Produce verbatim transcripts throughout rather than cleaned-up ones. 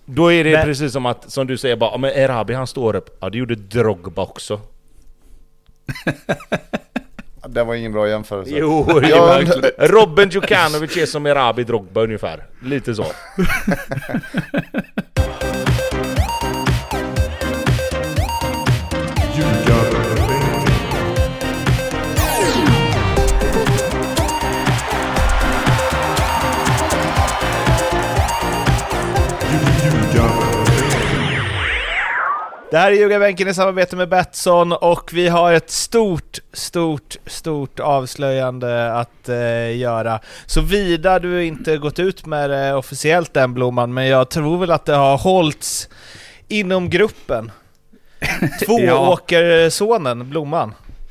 Då är det men, precis som att, som du säger bara, ja, men Erabi han står upp. Ja, det gjorde Drogba också. Det var ingen bra jämförelse. Jo, det är verkligen. Robin Djukanovic är som Erabi Drogba ungefär. Lite så. Det här är Ljugarbänken i samarbete med Betsson och vi har ett stort, stort, stort avslöjande att eh, göra. Så vida du inte gått ut med det officiellt än, Blomman, men jag tror väl att det har hållits inom gruppen. Två ja. Åker sonen, Blomman.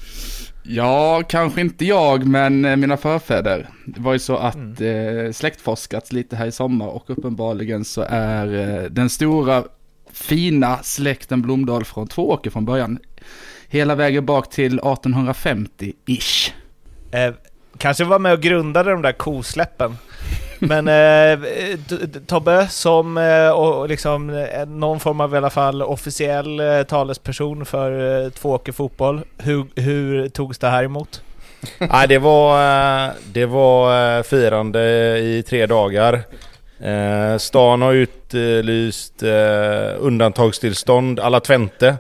Ja, kanske inte jag, men mina förfäder. Det var ju så att mm. eh, släktforskats lite här i sommar och uppenbarligen så är eh, den stora fina släkten Blomdahl från Tvååker från början hela vägen bak till arton femtio-ish. Eh, kanske var med och grundade de där kosläppen. Men eh, Tobbe, som eh, och liksom eh, någon form av i alla fall officiell eh, talesperson för eh, Tvååker fotboll, hur, hur togs det här emot? Nej, det var, det var firande i tre dagar. Eh, stan har utlyst eh, undantagstillstånd alla tvente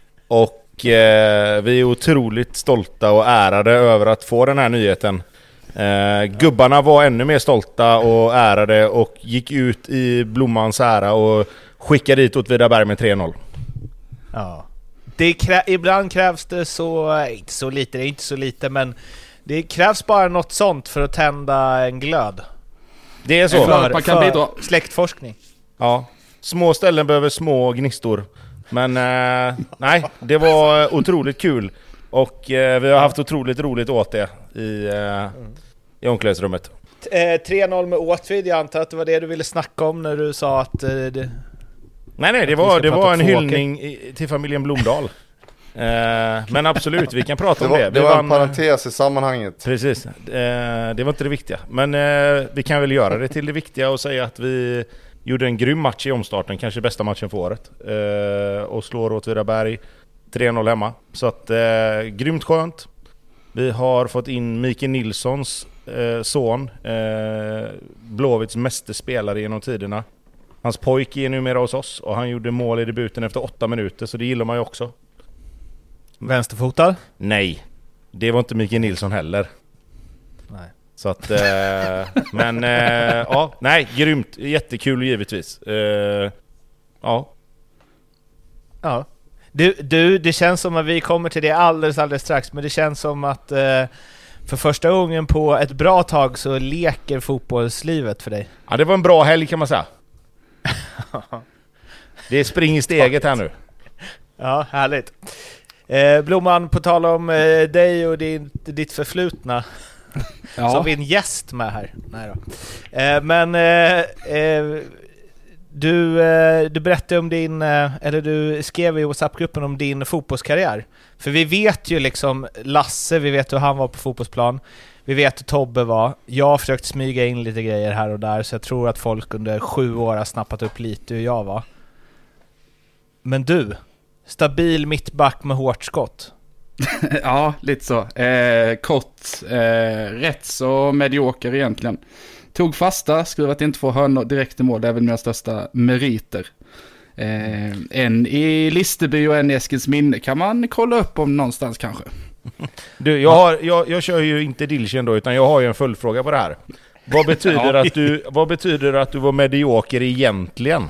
och eh, vi är otroligt stolta och ärade över att få den här nyheten. Eh, gubbarna var ännu mer stolta och ärade och gick ut i Blommans ära och skickade dit Åtvidaberg med tre noll. Ja. Det krä- ibland krävs det så, inte så lite, det är inte så lite, men det krävs bara något sånt för att tända en glöd. Det är så. För, man kan för bidra. Släktforskning. Ja, små ställen behöver små gnistor. Men eh, nej, det var otroligt kul. Och eh, vi har haft otroligt roligt åt det i, eh, i omklädningsrummet. Eh, tre noll med Åtvid, jag antar att det var det du ville snacka om när du sa att... Eh, det, nej, nej, det var, det var en hyllning i, till familjen Blomdahl. Eh, men absolut, vi kan prata det om var, det. Det vi var vann, en parentes i sammanhanget. Precis, eh, det var inte det viktiga. Men eh, vi kan väl göra det till det viktiga och säga att vi gjorde en grym match i omstarten, kanske bästa matchen för året. Eh, och slår Åtvidaberg tre noll hemma. Så att, eh, grymt skönt. Vi har fått in Mikael Nilssons eh, son, eh, Blåvitts mästerspelare genom tiderna. Hans pojk är numera hos oss och han gjorde mål i debuten efter åtta minuter, så det gillar man ju också. Vänsterfotad? Nej, det var inte Mikael Nilsson heller. Nej. Så att, eh, men eh, ja, nej, grymt, jättekul givetvis. Eh, ja. Ja. Du, du, det känns som att vi kommer till det alldeles, alldeles strax, men det känns som att eh, för första gången på ett bra tag så leker fotbollslivet för dig. Ja, det var en bra helg kan man säga. Det är spring i steget här nu. Ja, härligt. Eh, Blomman, på tal om eh, dig och din, ditt förflutna, ja. Så har vi en gäst med här. Nej då. Eh, men eh, eh, du, eh, du berättade om din, eh, eller du skrev i WhatsApp-gruppen om din fotbollskarriär. För vi vet ju liksom Lasse, vi vet hur han var på fotbollsplan. Vi vet hur Tobbe var. Jag har försökt smyga in lite grejer här och där, så jag tror att folk under sju år har snappat upp lite hur jag var. Men du, stabil mittback med hårt skott. Ja, lite så. Eh, kort, eh, rätt så medioker egentligen. Tog fasta, skruvat in två hörnor direkt i mål. Det är väl mina största meriter. Eh, en i Listerby och en i Eskilsminne. Kan man kolla upp om någonstans kanske? Du, jag, har, jag, jag kör ju inte Dilchen då, utan jag har ju en följdfråga på det här. Vad betyder, att, du, vad betyder att du var medioker egentligen?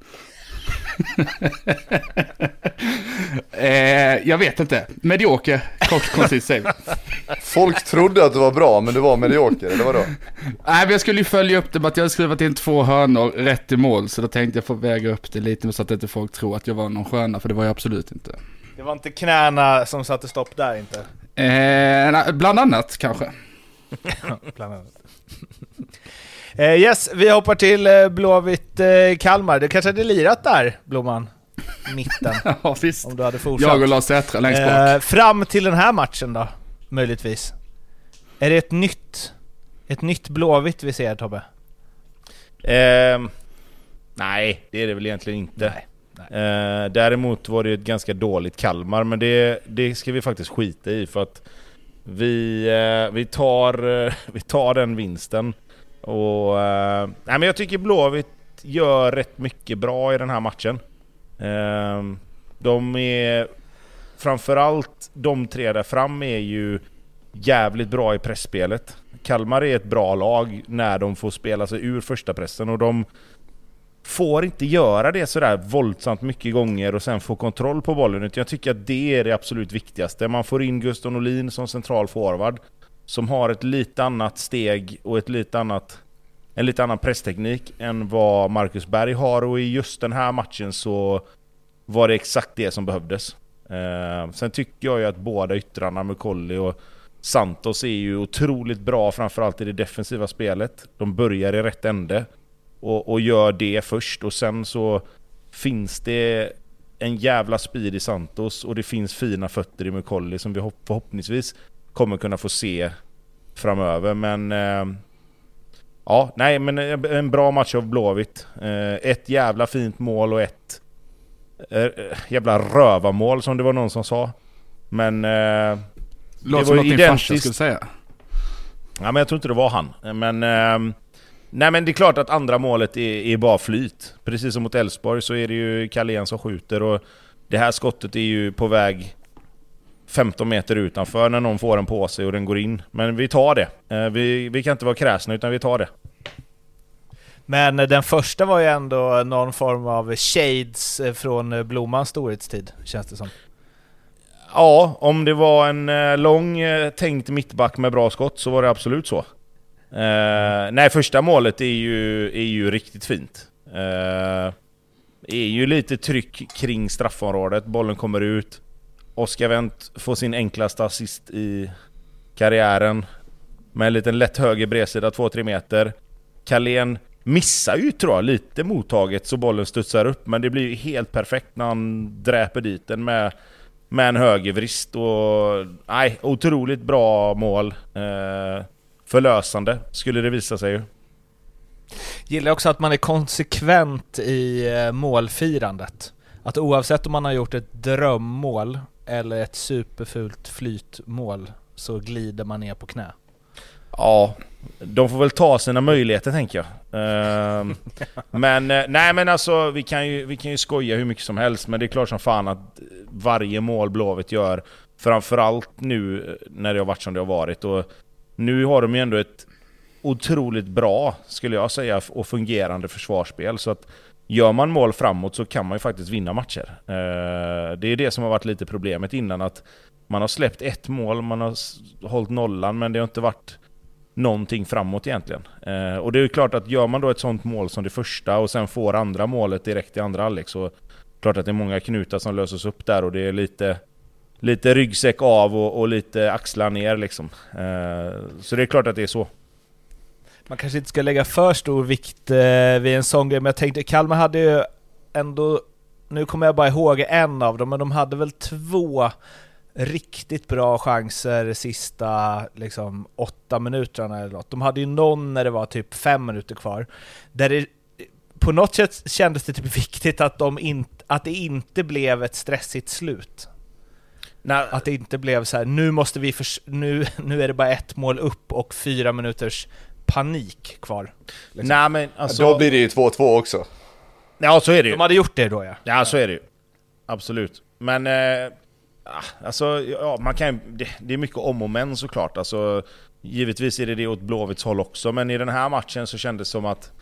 eh, jag vet inte. Medioker, kort koncist säger. Folk trodde att du var bra, men du var medioker, eller vadå? Nej, men jag skulle ju följa upp det med att jag hade skrivit in två hörnor rätt i mål, så då tänkte jag få väga upp det lite så att inte folk tror att jag var någon sköna, för det var jag absolut inte. Det var inte knäna som satte stopp där, inte? Eh, nej, bland annat kanske. Bland annat. eh, yes, vi hoppar till eh, Blåvitt eh, Kalmar. Du kanske hade lirat där, Blomman? Mitten. Ja, visst. Om du hade fortsatt. Jag och Lars Sätra längst bak. Eh, fram till den här matchen då, möjligtvis. Är det ett nytt ett nytt Blåvitt vi ser, Tobbe? Eh, Nej, det är det väl egentligen inte. Nej. Nej. Eh, däremot var det ett ganska dåligt Kalmar, men det, det ska vi faktiskt skita i för att vi, eh, vi, tar, eh, vi tar den vinsten. Och, eh, nej, men jag tycker Blåvitt gör rätt mycket bra i den här matchen. Eh, de är framförallt de tre där fram är ju jävligt bra i pressspelet. Kalmar är ett bra lag när de får spela sig ur första pressen, och de får inte göra det sådär våldsamt mycket gånger och sen få kontroll på bollen, utan jag tycker att det är det absolut viktigaste. Man får in Gustav Norlin som central forward som har ett lite annat steg och ett lite annat, en lite annan pressteknik än vad Marcus Berg har, och i just den här matchen så var det exakt det som behövdes. Eh, sen tycker jag ju att båda yttrarna med Colli och Santos är ju otroligt bra, framförallt i det defensiva spelet. De börjar i rätt ände och, och gör det först, och sen så finns det en jävla speed i Santos och det finns fina fötter i McCauley som vi förhoppningsvis kommer kunna få se framöver. Men eh, ja, nej, men en bra match av Blåvitt. Eh, ett jävla fint mål och ett eh, jävla rövarmål som det var någon som sa. Men eh, låter som något din farsa skulle säga. Ja, men jag tror inte det var han. Men eh, nej, men det är klart att andra målet är, är bara flyt. Precis som mot Elfsborg så är det ju Carlén som skjuter, och det här skottet är ju på väg femton meter utanför när någon får den på sig och den går in. Men vi tar det. Eh, vi, vi kan inte vara kräsna, utan vi tar det. Men den första var ju ändå någon form av shades från Blommans storhetstid, känns det som. Ja, om det var en eh, lång eh, tänkt mittback med bra skott så var det absolut så. Eh, nej, första målet är ju, är ju riktigt fint. Eh, är ju lite tryck kring straffområdet. Bollen kommer ut. Oskar Wendt får sin enklaste assist i karriären med en liten lätt höger bredsida, två tre meter. Carlén missar ju, tror jag, lite mottaget så bollen studsar upp, men det blir ju helt perfekt när han dräper dit den med, med en högervrist. Och nej, otroligt bra mål. Eh, förlösande skulle det visa sig ju. Gillar också att man är konsekvent i målfirandet. Att oavsett om man har gjort ett drömmål eller ett superfult flytmål så glider man ner på knä. Ja, de får väl ta sina möjligheter, tänker jag. Uh, men nej, men alltså vi kan ju vi kan ju skoja hur mycket som helst, men det är klart som fan att varje mål Blåvitt gör, framförallt nu när det har varit som det har varit, och nu har de ju ändå ett otroligt bra, skulle jag säga, och fungerande försvarsspel, så att gör man mål framåt så kan man ju faktiskt vinna matcher. Uh, det är det som har varit lite problemet innan, att man har släppt ett mål, man har hållit nollan, men det har inte varit någonting framåt egentligen. Eh, och det är ju klart att gör man då ett sånt mål som det första och sen får andra målet direkt i andra halvlek, så klart att det är många knutar som löses upp där, och det är lite, lite ryggsäck av och, och lite axlar ner liksom. Eh, så det är klart att det är så. Man kanske inte ska lägga för stor vikt eh, vid en sån grej, men jag tänkte Kalmar hade ju ändå, nu kommer jag bara ihåg en av dem, men de hade väl två riktigt bra chanser sista liksom åtta minuterna eller något. De hade ju någon när det var typ fem minuter kvar, där det på något sätt kändes det typ viktigt att de inte att det inte blev ett stressigt slut. Nej. Att det inte blev så här, nu måste vi förs- nu nu är det bara ett mål upp och fyra minuters panik kvar. Liksom. Nej, men alltså, då blir det ju två två också. Ja, så är det ju. De hade gjort det då, ja. Ja, så är det ju. Absolut. Men eh... alltså, ja, man kan, det, det är mycket om och men såklart. Alltså, givetvis är det det åt Blåvitts håll också, men i den här matchen så kändes det som att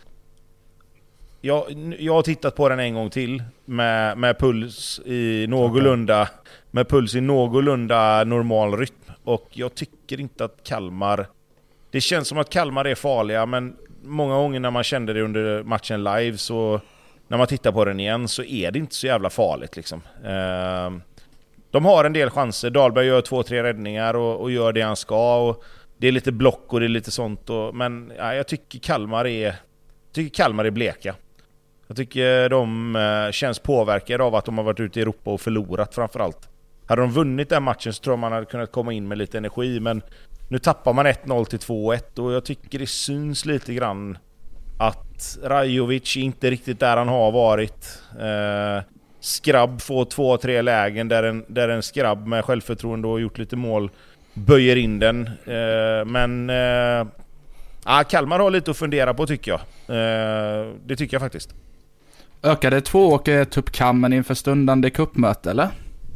jag, jag har tittat på den en gång till med, med puls i någorlunda okay. med puls i någorlunda normal rytm, och jag tycker inte att Kalmar, det känns som att Kalmar är farliga, men många gånger när man kände det under matchen live, så när man tittar på den igen så är det inte så jävla farligt liksom. Uh, De har en del chanser. Dahlberg gör två, tre räddningar och, och gör det han ska. Och det är lite block och det är lite sånt. Och, men ja, jag tycker Kalmar är tycker Kalmar är bleka. Jag tycker de eh, känns påverkade av att de har varit ute i Europa och förlorat framförallt. Hade de vunnit den matchen så tror jag man hade kunnat komma in med lite energi. Men nu tappar man ett noll till två ett, och jag tycker det syns lite grann att Rajovic inte riktigt där han har varit. Eh, Skrabb får två, tre lägen där en, där en Skrabb med självförtroende och gjort lite mål böjer in den. Eh, men eh, ja, Kalmar har lite att fundera på tycker jag. Eh, det tycker jag faktiskt. Ökade tvååker-tuppkammen inför stundande kuppmöte, eller?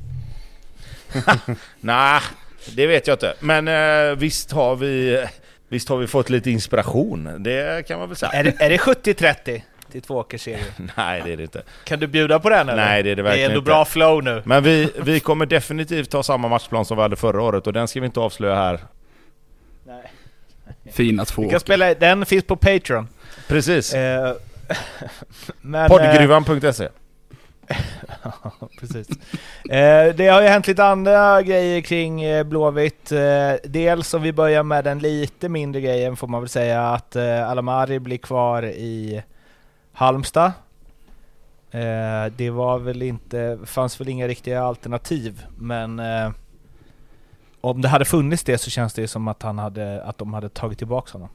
Nej, det vet jag inte. Men eh, visst har vi visst har vi fått lite inspiration. Det kan man väl säga. Är det, är det sjuttio trettio till tvååkerserie? Nej, det är det inte. Kan du bjuda på den eller? Nej, det är det verkligen inte. Det är ändå inte. bra flow nu. Men vi, vi kommer definitivt ha samma matchplan som vi hade förra året. Och den ska vi inte avslöja här. Nej. Fina två. Vi kan spela, den finns på Patreon. Precis. Eh, men, Poddgruvan punkt se. Precis. Eh, det har ju hänt lite andra grejer kring eh, Blåvitt. Eh, dels om vi börjar med den lite mindre grejen får man väl säga att eh, Alamari blir kvar i Halmstad. Eh, det var väl inte, fanns väl inga riktiga alternativ, men eh, om det hade funnits det så känns det som att han hade, att de hade tagit tillbaka honom.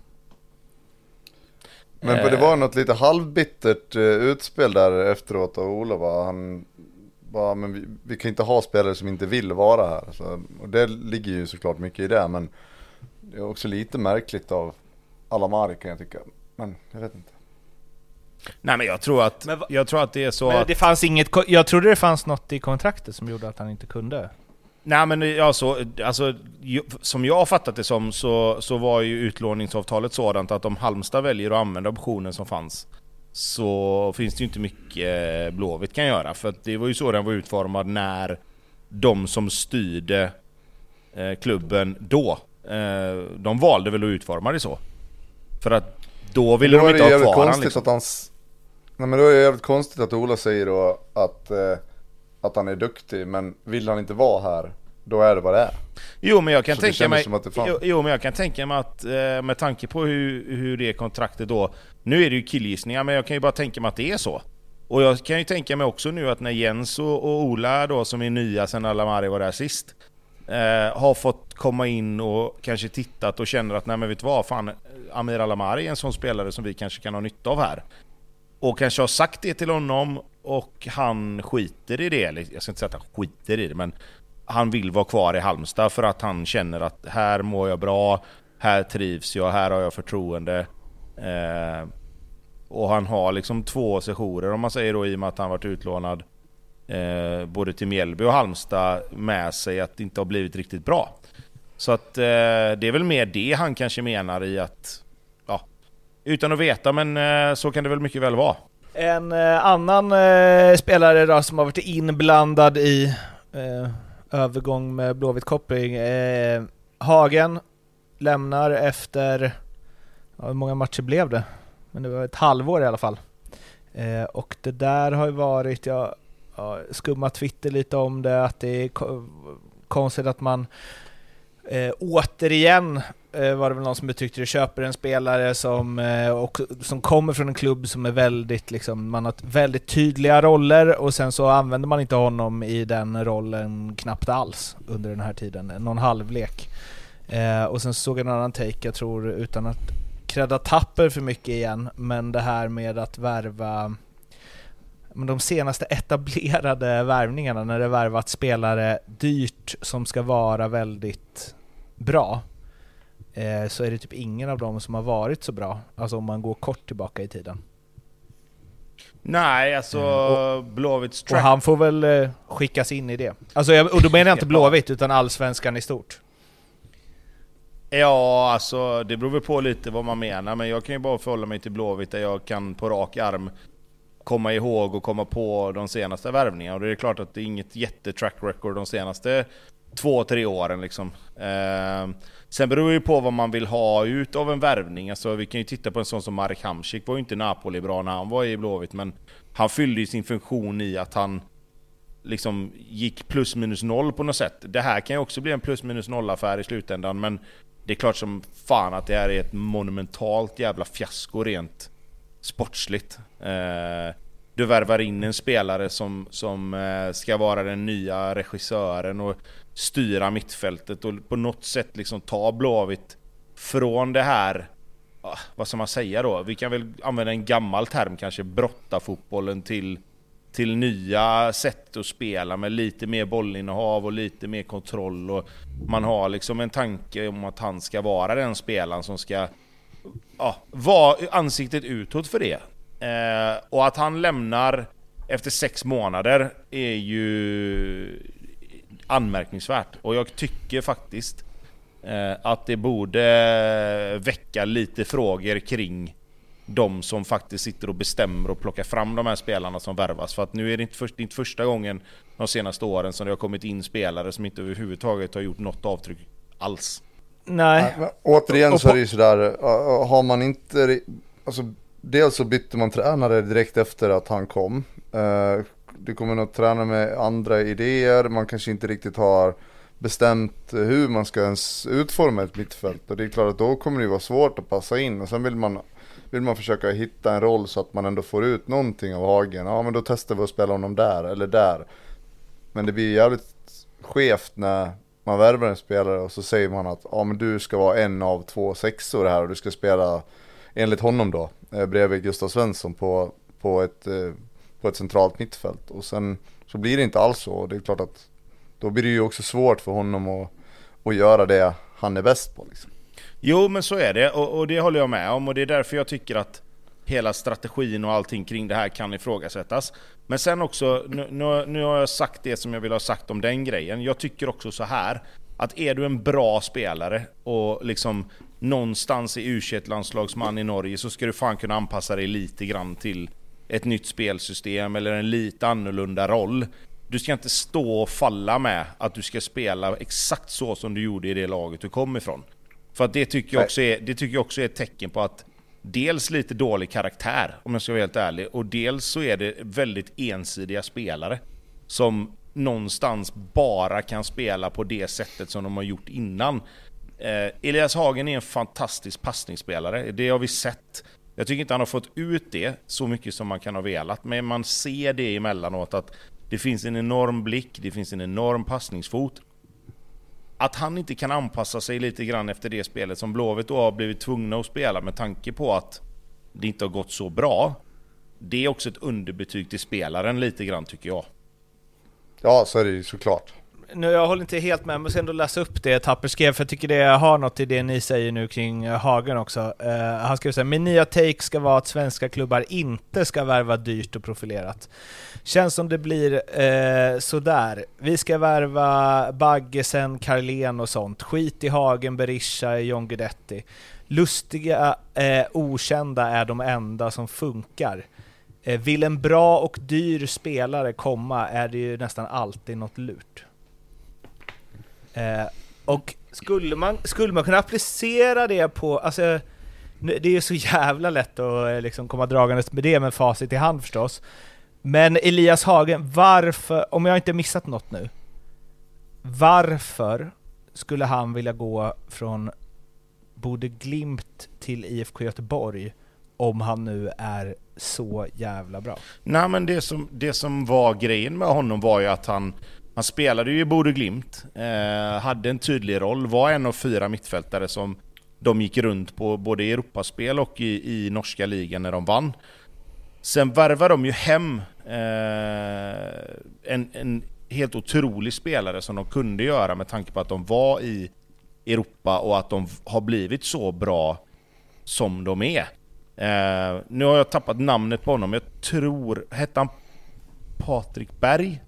Men för det var något lite halvbittert uh, utspel där efteråt av Ola, va? Han bara, men vi, vi kan inte ha spelare som inte vill vara här. Så, och det ligger ju såklart mycket i det, men det är också lite märkligt av Alamari kan jag tycka. Men jag vet inte. Nej, men jag tror att, Men va- jag tror att det är så Men att... det fanns inget, ko- jag trodde det fanns något i kontraktet som gjorde att han inte kunde. Nej, men ja, så, alltså, ju, som jag har fattat det som så, så var ju utlåningsavtalet sådant att om Halmstad väljer att använda optionen som fanns så finns det ju inte mycket Blåvitt kan göra. För att det var ju så den var utformad när de som styrde eh, klubben då, eh, de valde väl att utforma det så. För att då ville Då de är inte det ha jävligt kvar han konstigt liksom. att han s- Nej, men då är det jävligt konstigt att Ola säger då att eh, att han är duktig, men vill han inte vara här, då är det vad det är. Jo, men jag kan Så det tänka kändes mig som att det fann- jo, jo, men jag kan tänka mig att eh, med tanke på hur, hur det kontraktet då, nu är det ju killgissningar, men jag kan ju bara tänka mig att det är så. Och jag kan ju tänka mig också nu att när Jens och, och Ola då, som är nya sen Alamari var där sist, eh, har fått komma in och kanske tittat och känner att nej, men vet du vad, fan, Amir Alamari är en sån spelare som vi kanske kan ha nytta av här. Och kanske har sagt det till honom och han skiter i det. Jag ska inte säga att han skiter i det, men han vill vara kvar i Halmstad för att han känner att här mår jag bra, här trivs jag, här har jag förtroende. Eh, och han har liksom två sessioner, om man säger då, i och med att han varit utlånad eh, både till Mjällby och Halmstad, med sig att det inte har blivit riktigt bra. Så att eh, det är väl mer det han kanske menar i att, ja, utan att veta, men eh, så kan det väl mycket väl vara. En eh, annan eh, spelare då som har varit inblandad i eh, övergång med Blåvitt koppling, eh, Hagen lämnar efter, ja, hur många matcher blev det? Men det var ett halvår i alla fall. Eh, och det där har ju varit, jag ja, skummat Twitter lite om det, att det är ko- konstigt att man eh, återigen eh, var det väl någon som uttryckte det, köper en spelare som, eh, och, som kommer från en klubb som är väldigt liksom, man har väldigt tydliga roller, och sen så använder man inte honom i den rollen knappt alls under den här tiden, någon halvlek. Eh, och sen såg jag en annan take, jag tror, utan att krädda tapper för mycket igen, men det här med att värva, men de senaste etablerade värvningarna, när det värvat spelare dyrt som ska vara väldigt bra, eh, så är det typ ingen av dem som har varit så bra, alltså om man går kort tillbaka i tiden. Nej, alltså Mm, och- Blåvitts Och track. han får väl eh, skickas in i det. Alltså jag, och då menar jag inte Blåvitt utan allsvenskan i stort. Ja, alltså det beror väl på lite vad man menar, men jag kan ju bara förhålla mig till Blåvitt där jag kan på rak arm komma ihåg och komma på de senaste värvningarna. Och det är klart att det är inget jättetrack record de senaste två, tre åren liksom. Eh, sen beror det ju på vad man vill ha ut av en värvning. Alltså vi kan ju titta på en sån som Marek Hamsik, var ju inte Napoli bra när han var i Blåvitt, men han fyllde ju sin funktion i att han liksom gick plus minus noll på något sätt. Det här kan ju också bli en plus minus noll affär i slutändan, men det är klart som fan att det här är ett monumentalt jävla fiasko rent sportsligt. Eh, du värvar in en spelare som, som eh, ska vara den nya regissören och styra mittfältet och på något sätt liksom ta Blåvitt från det här vad ska man säga då? Vi kan väl använda en gammal term, kanske brotta fotbollen till, till nya sätt att spela med lite mer bollinnehav och lite mer kontroll, och man har liksom en tanke om att han ska vara den spelaren som ska ja, vara ansiktet utåt för det. Eh, och att han lämnar efter sex månader är ju anmärkningsvärt, och jag tycker faktiskt eh, att det borde väcka lite frågor kring de som faktiskt sitter och bestämmer och plockar fram de här spelarna som värvas. För att nu är det inte, för, det är inte första gången de senaste åren som det har kommit in spelare som inte överhuvudtaget har gjort något avtryck alls. Nej. Nej, återigen så är det ju sådär, har man inte, alltså dels så bytte man tränare direkt efter att han kom. Det kommer nog träna med andra idéer, man kanske inte riktigt har bestämt hur man ska ens utforma ett mittfält, och det är klart att då kommer det vara svårt att passa in, och sen vill man vill man försöka hitta en roll så att man ändå får ut någonting av Hagen. Ja, men då testar vi att spela honom där eller där. Men det blir jävligt skevt när man värvar en spelare och så säger man att ja, men du ska vara en av två sexor här och du ska spela enligt honom då eh, bredvid Gustav Svensson på, på, ett, eh, på ett centralt mittfält. Och sen så blir det inte alls så. Och det är klart att då blir det ju också svårt för honom att, att göra det han är bäst på liksom. Jo, men så är det, och, och det håller jag med om, och det är därför jag tycker att hela strategin och allting kring det här kan ifrågasättas. Men sen också, nu, nu, nu har jag sagt det som jag vill ha sagt om den grejen. Jag tycker också så här, att är du en bra spelare och liksom någonstans i U tjugoett-landslagsman i Norge, så ska du fan kunna anpassa dig lite grann till ett nytt spelsystem eller en lite annorlunda roll. Du ska inte stå och falla med att du ska spela exakt så som du gjorde i det laget du kom ifrån. För att det tycker jag också är, det tycker jag också är ett tecken på att dels lite dålig karaktär, om jag ska vara helt ärlig, och dels så är det väldigt ensidiga spelare som någonstans bara kan spela på det sättet som de har gjort innan. Eh, Elias Hagen är en fantastisk passningsspelare, det har vi sett. Jag tycker inte han har fått ut det så mycket som man kan ha velat, men man ser det emellanåt att det finns en enorm blick, det finns en enorm passningsfot. Att han inte kan anpassa sig lite grann efter det spelet som Blåvitt då har blivit tvungna att spela med tanke på att det inte har gått så bra. Det är också ett underbetyg till spelaren lite grann, tycker jag. Ja, så är det ju såklart. Nu, jag håller inte helt med, men sen då läsa upp det Tapper skrev, för jag tycker det har något i det ni säger nu kring Hagen också. Uh, han skrev så här: min nya take ska vara att svenska klubbar inte ska värva dyrt och profilerat. Känns som det blir uh, sådär. Vi ska värva Baggesen, Carlén och sånt. Skit i Hagen, Berisha, John Guidetti. Lustiga, uh, okända är de enda som funkar. Uh, vill en bra och dyr spelare komma är det ju nästan alltid något lurt. Eh, och skulle man, skulle man kunna applicera det på, alltså det är ju så jävla lätt att liksom komma dragandes med det med facit i hand förstås, men Elias Hagen, varför, om jag inte missat något nu, varför skulle han vilja gå från Bode Glimt till I F K Göteborg om han nu är så jävla bra? Nej, men det som, det som var grejen med honom var ju att han Han spelade ju i Bode Glimt, eh, hade en tydlig roll, var en av fyra mittfältare som de gick runt på både i Europaspel och i, i norska ligan när de vann. Sen värvade de ju hem eh, en, en helt otrolig spelare som de kunde göra med tanke på att de var i Europa och att de har blivit så bra som de är. Eh, nu har jag tappat namnet på honom, jag tror, hette han Patrik Berg?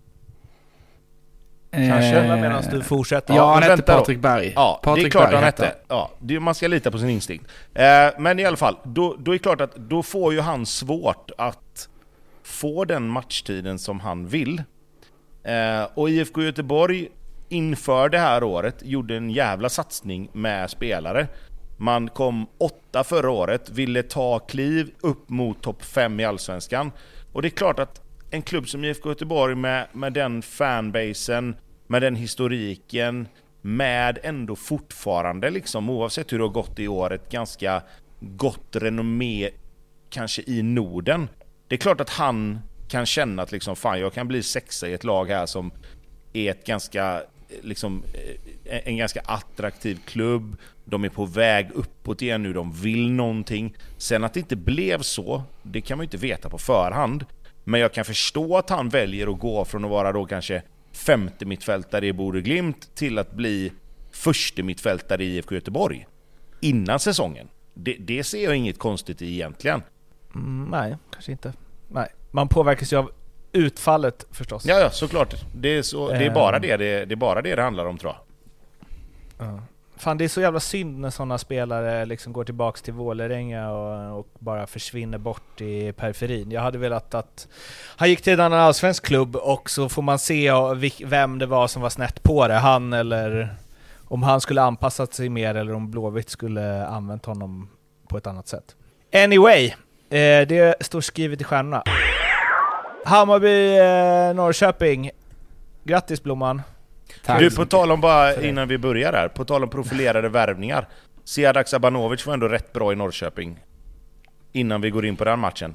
Kanske, eh, medan du fortsätter. Ja, han hette Patrik Berg. Ja, Patrik det är klart Berg han hette. Ja, det, man ska lita på sin instinkt. Eh, men i alla fall, då, då är det klart att då får ju han svårt att få den matchtiden som han vill. Eh, och I F K Göteborg inför det här året gjorde en jävla satsning med spelare. Man kom åtta förra året, ville ta kliv upp mot topp fem i Allsvenskan. Och det är klart att en klubb som I F K Göteborg med, med den fanbasen, med den historiken, med ändå fortfarande liksom, oavsett hur det har gått i år, ett ganska gott renommé kanske i Norden. Det är klart att han kan känna att liksom, fan, jag kan bli sexa i ett lag här som är ett ganska liksom en ganska attraktiv klubb. De är på väg uppåt igen nu, de vill någonting. Sen att det inte blev så, det kan man ju inte veta på förhand. Men jag kan förstå att han väljer att gå från att vara då kanske femte mittfältare i Bodø/Glimt till att bli första mittfältare i I F K Göteborg innan säsongen. Det, det ser jag inget konstigt i egentligen. Mm, nej, kanske inte. Nej. Man påverkas ju av utfallet förstås. Ja, ja, såklart. Det är, så, det är bara det det, det är bara det det handlar om, tror jag. Uh. Fan, det är så jävla synd när sådana spelare liksom går tillbaks till Vålerenga och, och bara försvinner bort i periferin. Jag hade velat att han gick till en annan allsvensk klubb och så får man se vem det var som var snett på det. Han eller om han skulle anpassat sig mer eller om Blåvitt skulle använt honom på ett annat sätt. Anyway, eh, det står skrivet i stjärnorna. Hammarby, eh, Norrköping. Grattis Blomman. Tack. Du, på tal om bara innan vi börjar här, på tal om profilerade värvningar. Sead Haksabanovic var ändå rätt bra i Norrköping innan vi går in på den matchen.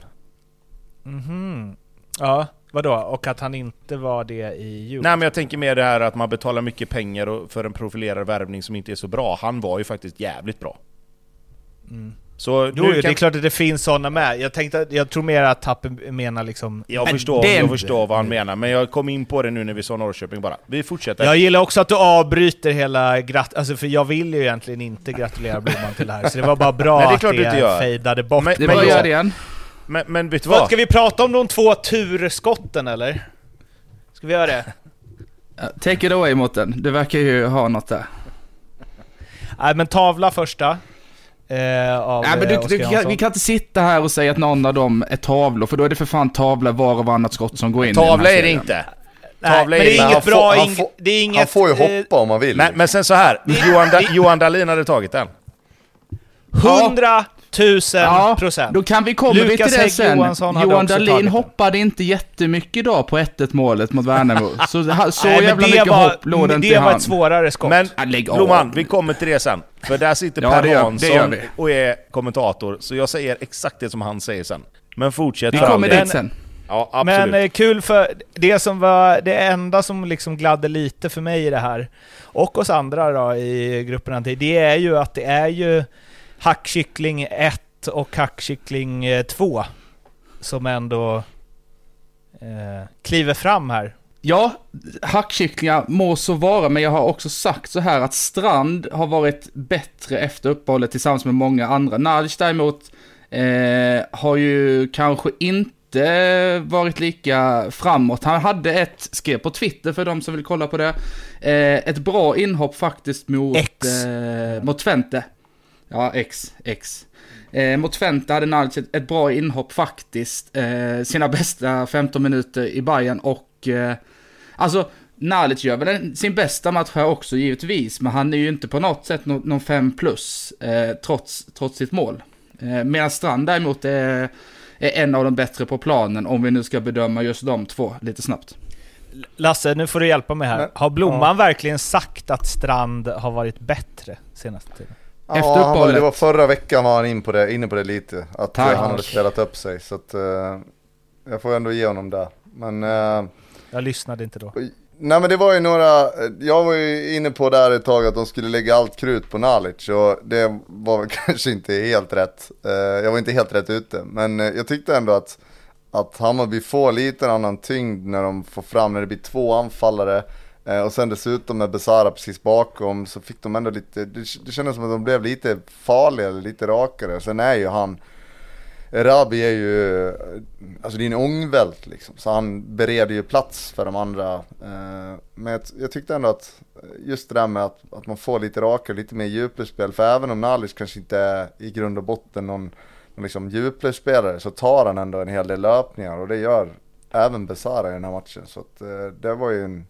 Mhm. Ja, vadå? Och att han inte var det i jul? Nej, men jag tänker mer det här att man betalar mycket pengar för en profilerad värvning som inte är så bra. Han var ju faktiskt jävligt bra. Mm. Så jo, kan... det är klart att det finns sådana med. Jag tänkte, jag tror mer att Tappen menar liksom... Jag förstår, det... jag förstår vad han menar, men jag kom in på det nu när vi sa Norrköping bara. Vi fortsätter. Jag gillar också att du avbryter hela grat... Alltså för jag vill ju egentligen inte gratulera Blomman till det här. Så det var bara bra Nej, det är klart att det fejdade bort. Men, det var men, gör det igen. Men, men vet du vad? Ska vi prata om de två turskotten eller? Ska vi göra det? Take it away, Mårten. Du verkar ju ha något där. Nej, men tavla första. Eh, av, Nej, men du, du, kan, vi kan inte sitta här och säga att någon av dem är tavlor, för då är det för fan tavla var och varannat skott som går in. Tavla är det inte. Nej, men det är inget bra. Får, han, får, det är inget, han får ju hoppa eh, om han vill. Men, men sen så här, Johan, da, Johan Dahlin hade tagit den. Hundra tusen procent. Då kan vi komma vi till det sen. Johansson Johan Dahlin hoppade inte jättemycket idag på ett ett målet mot Värnamo. Så, så Nej, jävla mycket var, hopp låg den till det var han. Ett svårare skott. Men Blomman, vi kommer till det sen. För där sitter ja, Per det gör, Hansson det gör vi. och är kommentator. Så jag säger exakt det som han säger sen. Men fortsätt. Vi kommer dit sen. Ja, absolut. Men eh, kul för det som var det enda som liksom gladde lite för mig i det här och oss andra då i gruppen, det är ju att det är ju hackkyckling ett och hackkyckling två som ändå eh, kliver fram här. Ja, hackkycklingar må så vara, men jag har också sagt så här att Strand har varit bättre efter uppehållet tillsammans med många andra. Nalic däremot eh, har ju kanske inte varit lika framåt. Han hade ett, skrev på Twitter för de som vill kolla på det, eh, ett bra inhopp faktiskt mot, eh, mot Twente. Ja, X, X. Eh, mot Twente hade Nalic ett, ett bra inhopp faktiskt. Eh, sina bästa femton minuter i Bayern och eh, alltså Nalic gör väl en, sin bästa match här också givetvis, men han är ju inte på något sätt någon, någon fem plus eh, trots, trots sitt mål. Eh, medan Strand däremot är, är en av de bättre på planen om vi nu ska bedöma just de två lite snabbt. Lasse, nu får du hjälpa mig här. Men, har Blomman ja. verkligen sagt att Strand har varit bättre senaste tiden? Ja, efter han var, det var förra veckan var han in på det, inne på det lite. Att Tack. han hade spelat upp sig. Så att, uh, jag får ändå ge honom det. Men, uh, jag lyssnade inte då. Nej, men det var ju några... Jag var ju inne på där ett tag att de skulle lägga allt krut på Nalic. Och det var väl kanske inte helt rätt. Uh, jag var inte helt rätt ute. Men uh, jag tyckte ändå att, att Hammarby får lite annan tyngd när de får fram, när det blir två anfallare. Och sen dessutom med Besara precis bakom så fick de ändå lite, det, det kändes som att de blev lite farligare, lite rakare. Sen är ju han, Erabi är ju, alltså det är en ångvält liksom, så han bereder ju plats för de andra. Men jag, jag tyckte ändå att just det där med att, att man får lite rakare, lite mer djuplespel, för även om Nalic kanske inte är i grund och botten någon, någon liksom djuplespelare, så tar han ändå en hel del löpningar och det gör även Besara i den här matchen. Så att, det var ju en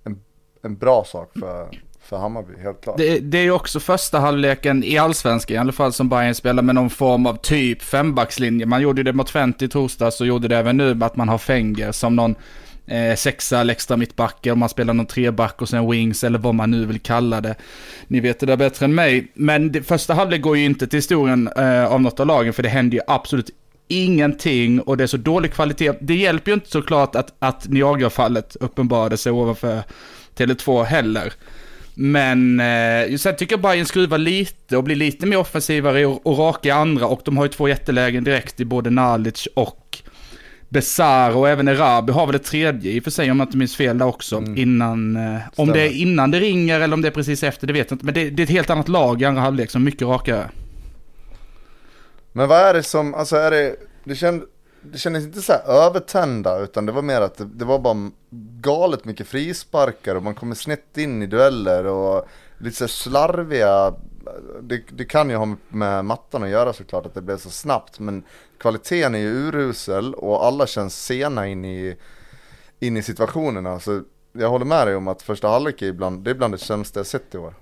En bra sak för, för Hammarby, helt klart. Det, det är ju också första halvleken i Allsvenskan, i alla fall som Bayern spelar med någon form av typ fembackslinje. Man gjorde det mot Twente i torsdags och gjorde det även nu med att man har Fenger som någon eh, sexa eller extra mittbacke, och man spelar någon treback och sen wings eller vad man nu vill kalla det. Ni vet det där bättre än mig. Men det, första halvlek går ju inte till historien eh, av något av lagen, för det händer ju absolut ingenting och det är så dålig kvalitet. Det hjälper ju inte såklart att, att Niagara-fallet uppenbarade sig ovanför Tele två heller. Men eh, sen tycker jag Bayern skruvar lite och blir lite mer offensivare och, och raka i andra. Och de har ju två jättelägen direkt i både Nalic och Besar, och även Erabi har väl det tredje i och för sig, om jag inte minns fel där också. Mm. Innan, eh, om det är innan det ringer eller om det är precis efter, det vet jag inte. Men det, det är ett helt annat lag i andra halvlek som mycket rakare. Men vad är det som, alltså är det, det kändes, det kändes inte så här övertända, utan det var mer att det, det var bara galet mycket frisparkar och man kommer snett in i dueller och lite så slarviga. Det, det kan ju ha med mattan att göra såklart, att det blev så snabbt, men kvaliteten är ju urusel och alla känns sena in i, in i situationerna. Så jag håller med dig om att första halvlek är ibland, det är bland det sämsta jag sett i år.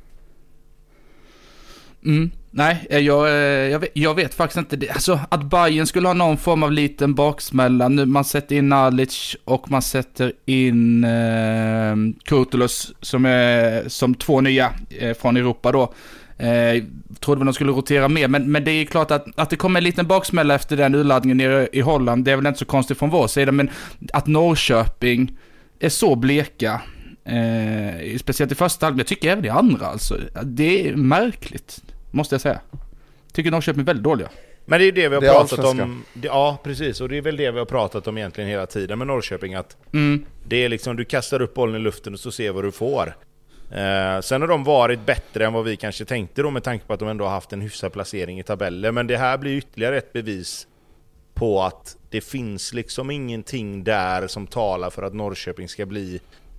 Mm. Nej, jag, jag, vet, jag vet faktiskt inte det. Alltså, att Bayern skulle ha någon form av liten baksmälla. Nu man sätter in Nalic och man sätter in eh, Kurtulus som är som två nya eh, från Europa då. Eh, trodde väl de skulle rotera mer, men, men det är klart att, att det kommer en liten baksmälla efter den urladdningen nere i Holland. Det är väl inte så konstigt från vår sida, men att Norrköping är så bleka, eh, speciellt i första halvlek, jag tycker även i andra, alltså, det är märkligt, måste jag säga. Tycker Norrköping är väldigt dåliga. Men det är det vi har det pratat om. Det, ja, precis. Och det är väl det vi har pratat om egentligen hela tiden med Norrköping. Att mm. det är liksom, du kastar upp bollen i luften och så ser vad du får. Eh, sen har de varit bättre än vad vi kanske tänkte då, med tanke på att de ändå har haft en hyfsad placering i tabellen. Men det här blir ytterligare ett bevis på att det finns liksom ingenting där som talar för att Norrköping ska bli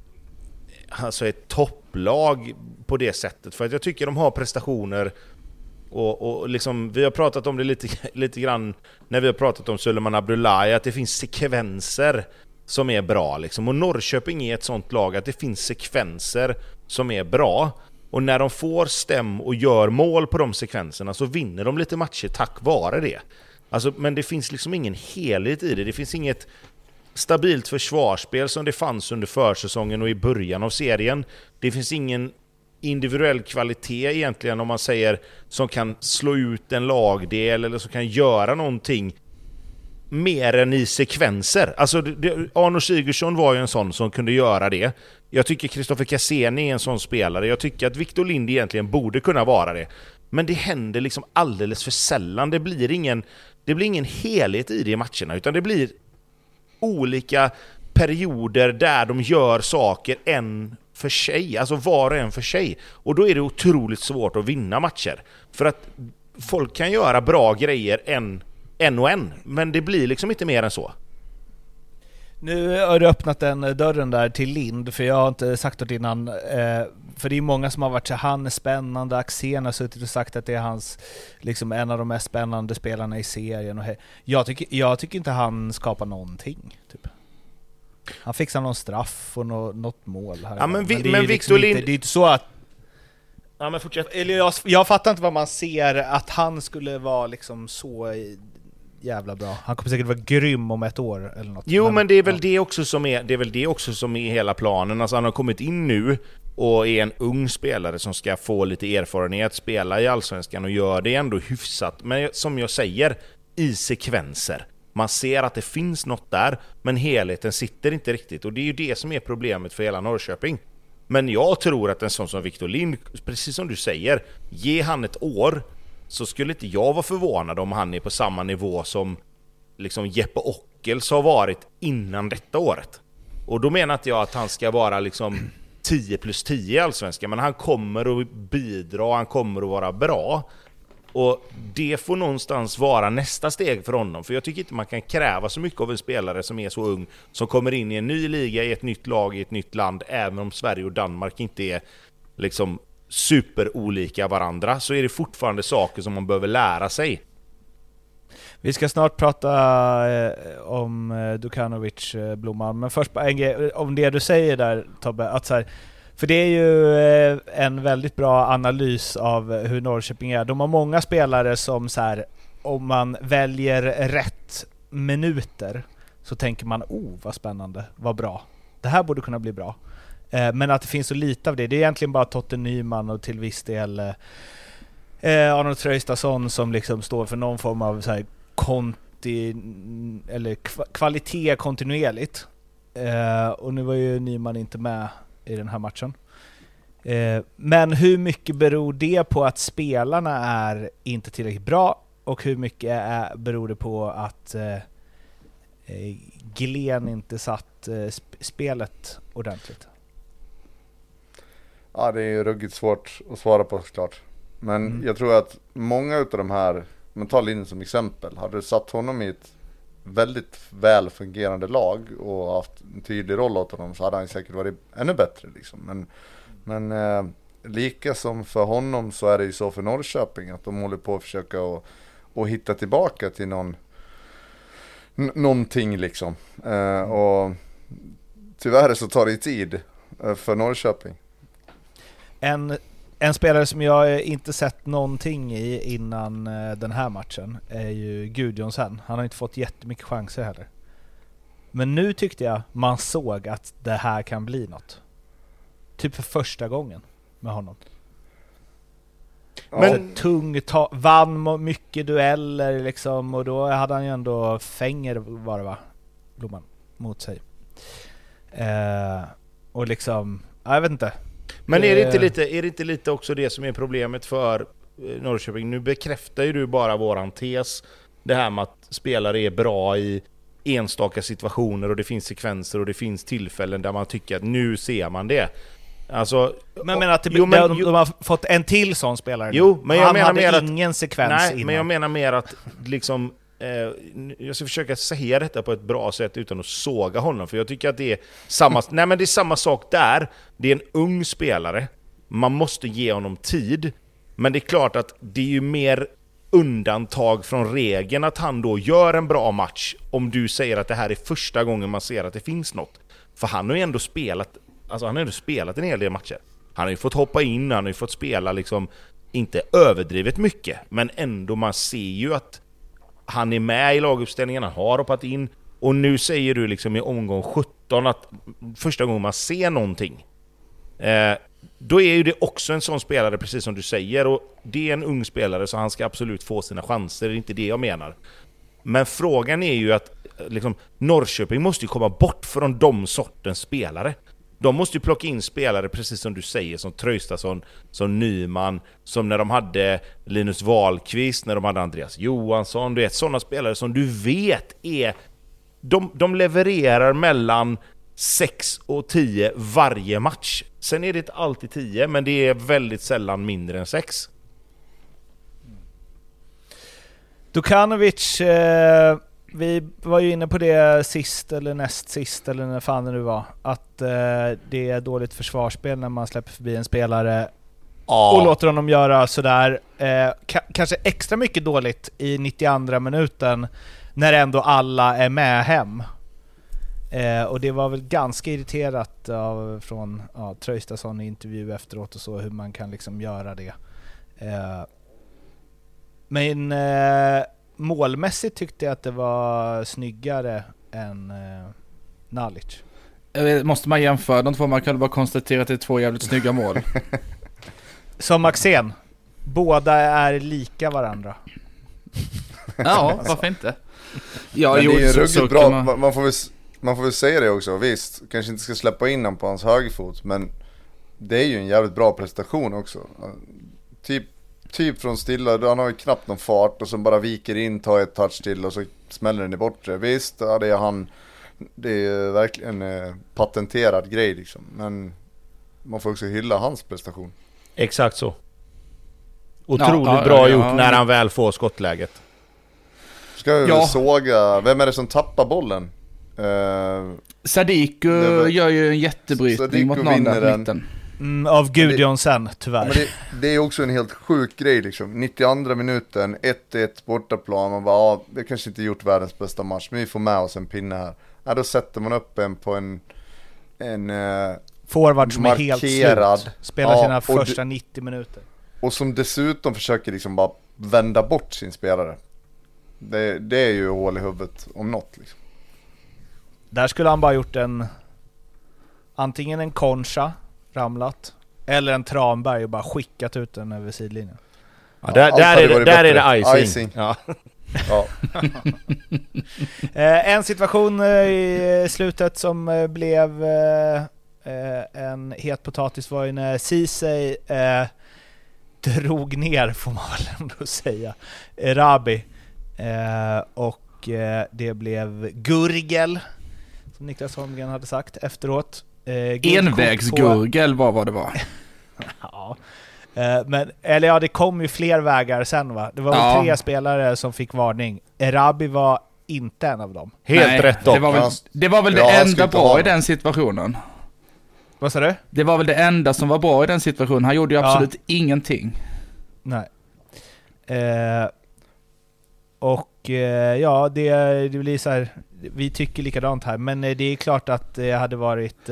alltså ett topplag på det sättet. För att jag tycker de har prestationer. Och, och liksom, vi har pratat om det lite, lite grann när vi har pratat om Suleiman Abdullahi, att det finns sekvenser som är bra liksom. Och Norrköping är ett sånt lag att det finns sekvenser som är bra. Och när de får stäm och gör mål på de sekvenserna så vinner de lite matcher tack vare det. Alltså, men det finns liksom ingen helhet i det. Det finns inget stabilt försvarsspel som det fanns under försäsongen och i början av serien. Det finns ingen individuell kvalitet egentligen, om man säger, som kan slå ut en lagdel eller som kan göra någonting mer än i sekvenser. Alltså det, Arno Sigurdsson var ju en sån som kunde göra det. Jag tycker Kristoffer Cassini är en sån spelare. Jag tycker att Victor Lind egentligen borde kunna vara det. Men det händer liksom alldeles för sällan. Det blir ingen, det blir ingen helhet i det i matcherna, utan det blir olika perioder där de gör saker en för sig, alltså var och en för sig. Och då är det otroligt svårt att vinna matcher. För att folk kan göra bra grejer en, en och en, men det blir liksom inte mer än så. Nu har du öppnat den dörren där till Lind, för jag har inte sagt det innan. Eh, för det är många som har varit så, han är spännande, Axén har suttit och sagt att det är hans, liksom en av de mest spännande spelarna i serien. Och jag, tycker, jag tycker inte han skapar någonting, typ. Han fixar någon straff och något, något mål här. Ja, men, vi, men det är men liksom Victor inte, Lind... det är inte så att... Ja, men fortsätt. Eller jag, jag fattar inte vad man ser att han skulle vara liksom så jävla bra. Han kommer säkert vara grym om ett år eller något. Jo, men, men det är väl ja. det också som är det är väl det också som är hela planen. Alltså han har kommit in nu och är en ung spelare som ska få lite erfarenhet, spela i Allsvenskan och gör det ändå hyfsat. Men som jag säger, i sekvenser. Man ser att det finns något där, men helheten sitter inte riktigt. Och det är ju det som är problemet för hela Norrköping. Men jag tror att en sån som Victor Lind, precis som du säger, ge han ett år, så skulle inte jag vara förvånad om han är på samma nivå som liksom Jeppe Ockels har varit innan detta året. Och då menar inte jag att han ska vara liksom tio plus tio i Allsvenskan, men han kommer att bidra, han kommer att vara bra. Och det får någonstans vara nästa steg för honom. För jag tycker inte man kan kräva så mycket av en spelare som är så ung, som kommer in i en ny liga, i ett nytt lag, i ett nytt land. Även om Sverige och Danmark inte är liksom superolika varandra, så är det fortfarande saker som man behöver lära sig. Vi ska snart prata eh, om eh, Dukanovic, eh, Blomman. Men först en grej, om det du säger där, Tobbe, att så här, för det är ju eh, en väldigt bra analys av hur Norrköping är. De har många spelare som så här, om man väljer rätt minuter så tänker man, oh vad spännande, vad bra. Det här borde kunna bli bra. Eh, men att det finns så lite av det. Det är egentligen bara Totte Nyman och till viss del eh, Arnold Traustason som liksom står för någon form av så här konti eller kva- kvalitet kontinuerligt. Eh, och nu var ju Nyman inte med i den här matchen. Eh, men hur mycket beror det på att spelarna är inte tillräckligt bra, och hur mycket är, beror det på att eh, Glenn inte satt eh, sp- spelet ordentligt? Ja, det är ju ruggigt svårt att svara på såklart. Men mm. jag tror att många av de här, man tar Linus som exempel, hade du satt honom i ett väldigt väl fungerande lag och haft en tydlig roll åt honom, så hade han säkert varit ännu bättre liksom. Men, men eh, lika som för honom så är det ju så för Norrköping att de håller på att försöka och, och hitta tillbaka till någon n- någonting liksom. Eh, och tyvärr så tar det tid eh, för Norrköping. En, en spelare som jag inte sett någonting i innan uh, den här matchen är ju Gudjonsen. Han har inte fått jättemycket chanser heller. Men nu tyckte jag man såg att det här kan bli något. Typ för första gången med honom. Men tung ta- vann mycket dueller liksom, och då hade han ju ändå Fänger var det va? Blomman mot sig. Uh, och liksom, jag vet inte. Men är det, inte lite, är det inte lite också det som är problemet för Norrköping? Nu bekräftar ju du bara våran tes. Det här med att spelare är bra i enstaka situationer, och det finns sekvenser och det finns tillfällen där man tycker att nu ser man det. Alltså, men men att det, jo, men, de, de har fått en till sån spelare. Jo, men jag Han menar hade mer ingen att, sekvens nej, innan. men jag menar mer att liksom eh, jag ska försöka säga detta på ett bra sätt utan att såga honom, för jag tycker att det är samma nej men det är samma sak där. Det är en ung spelare. Man måste ge honom tid. Men det är klart att det är ju mer undantag från regeln att han då gör en bra match om du säger att det här är första gången man ser att det finns något. För han har ju ändå spelat, alltså han har ändå spelat en hel del matcher. Han har ju fått hoppa in, han har ju fått spela liksom inte överdrivet mycket, men ändå man ser ju att han är med i laguppställningen, han har hoppat in, och nu säger du liksom i omgång sjutton att första gången man ser någonting. Eh, då är ju det också en sån spelare, precis som du säger, och det är en ung spelare så han ska absolut få sina chanser, det är inte det jag menar. Men frågan är ju att liksom, Norrköping måste ju komma bort från de sortens spelare. De måste ju plocka in spelare, precis som du säger, som Traustason, som Nyman, som när de hade Linus Wahlqvist, när de hade Andreas Johansson. Du vet, sådana spelare som du vet är... De, de levererar mellan sex och tio varje match. Sen är det inte alltid tio, men det är väldigt sällan mindre än sex. Dukanovic... Eh... Vi var ju inne på det sist eller näst sist eller när fan det nu var, att eh, det är dåligt försvarsspel när man släpper förbi en spelare ja. och låter honom göra sådär eh, ka- kanske extra mycket dåligt i nittioandra minuten när ändå alla är med hem. Eh, och det var väl ganska irriterat av, från ja, Traustason i intervju efteråt och så, hur man kan liksom göra det. Eh, men eh, målmässigt tyckte jag att det var snyggare än eh, Nalic. Måste man jämföra de två? Man kan bara konstatera att det är två jävligt snygga mål. Som Maxén. Båda är lika varandra. Ja, varför inte? Ja, men jo, det är så, ruggigt så bra. man... Man, får väl, man får väl säga det också. Visst, kanske inte ska släppa in honom på hans högerfot, men det är ju en jävligt bra prestation också. Typ Typ från stilla, han har ju knappt någon fart och så bara viker in, tar ett touch till och så smäller den i bortre. Visst, ja, det är han, det är verkligen en patenterad grej liksom. Men man får också hylla hans prestation. Exakt så. Otroligt ja, ja, bra ja, gjort ja. när han väl får skottläget. Ska vi ja. såga, vem är det som tappar bollen? Uh, Sadiku var... gör ju en jättebrytning Sadiku mot någon där mitten. Mm, av Gudjonsen, tyvärr. Men det, det är också en helt sjuk grej liksom. nittioandra minuten, ett ett bortaplan. Man bara, ja, vi kanske inte gjort världens bästa match, men vi får med oss en pinne här. Ja, då sätter man upp en på en en uh, forward som markerad. Är helt slut. Spelar ja, sina första d- nittio minuter. Och som dessutom försöker liksom bara vända bort sin spelare. Det, det är ju hål i huvudet om något liksom. Där skulle han bara gjort en antingen en Concha ramlat eller en Tranberg och bara skickat ut den över sidlinjen. Ja, där, ja, där, är det, där är det icing. icing. Ja. Ja. eh, en situation eh, i slutet som eh, blev eh, Eh, en het potatis var ju när Ceesay eh, drog ner, får man väl ändå säga, Erabi. Eh, och eh, det blev gurgel, som Niklas Holmgren hade sagt efteråt. Eh, Envägsgurgel var vad det var. Ja. Eh, men, eller ja, det kom ju fler vägar sen, va? Det var ja. tre spelare som fick varning. Erabi var inte en av dem. Helt Nej, rätt dock. Det var väl det, var väl ja, det enda bra i den situationen. Vad sa du? Det var väl det enda som var bra i den situationen. Han gjorde ju absolut ja. ingenting. Nej. Eh, och eh, ja, det, det blir så här, vi tycker likadant här, men det är klart att det hade varit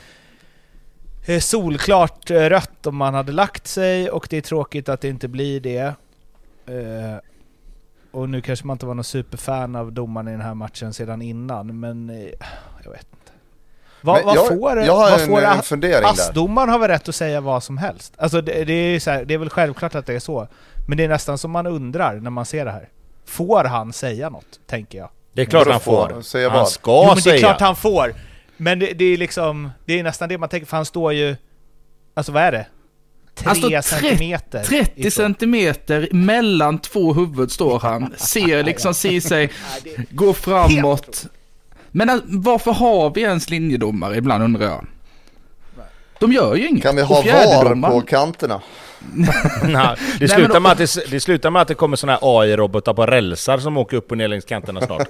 eh, solklart rött om man hade lagt sig, och det är tråkigt att det inte blir det. Eh, och nu kanske man inte var någon superfan av domaren i den här matchen sedan innan, men eh, jag vet inte. Vad, Men vad jag, får, jag har vad en, får en fundering där. domaren har väl rätt att säga vad som helst. Alltså det, det, är så här, det är väl självklart att det är så. Men det är nästan som man undrar när man ser det här. Får han säga något, tänker jag? Det är klart Men han får. får säga Han vad? ska Jo, men det säga. är klart han får. Men det, det är liksom, det är nästan det man tänker, för han står ju, alltså vad är det? Han står Tre centimeter. trettio ifrån. centimeter mellan två huvud står han. Ser liksom Ceesay gå framåt. Men varför har vi ens linjedomare ibland, undrar jag? De gör ju inget. Kan vi Och ha var fjärdedomaren- på kanterna? Nej, det, slutar men då- med att det, det slutar med att det kommer såna här A I-robotar på rälsar som åker upp och ner längs kanterna snart.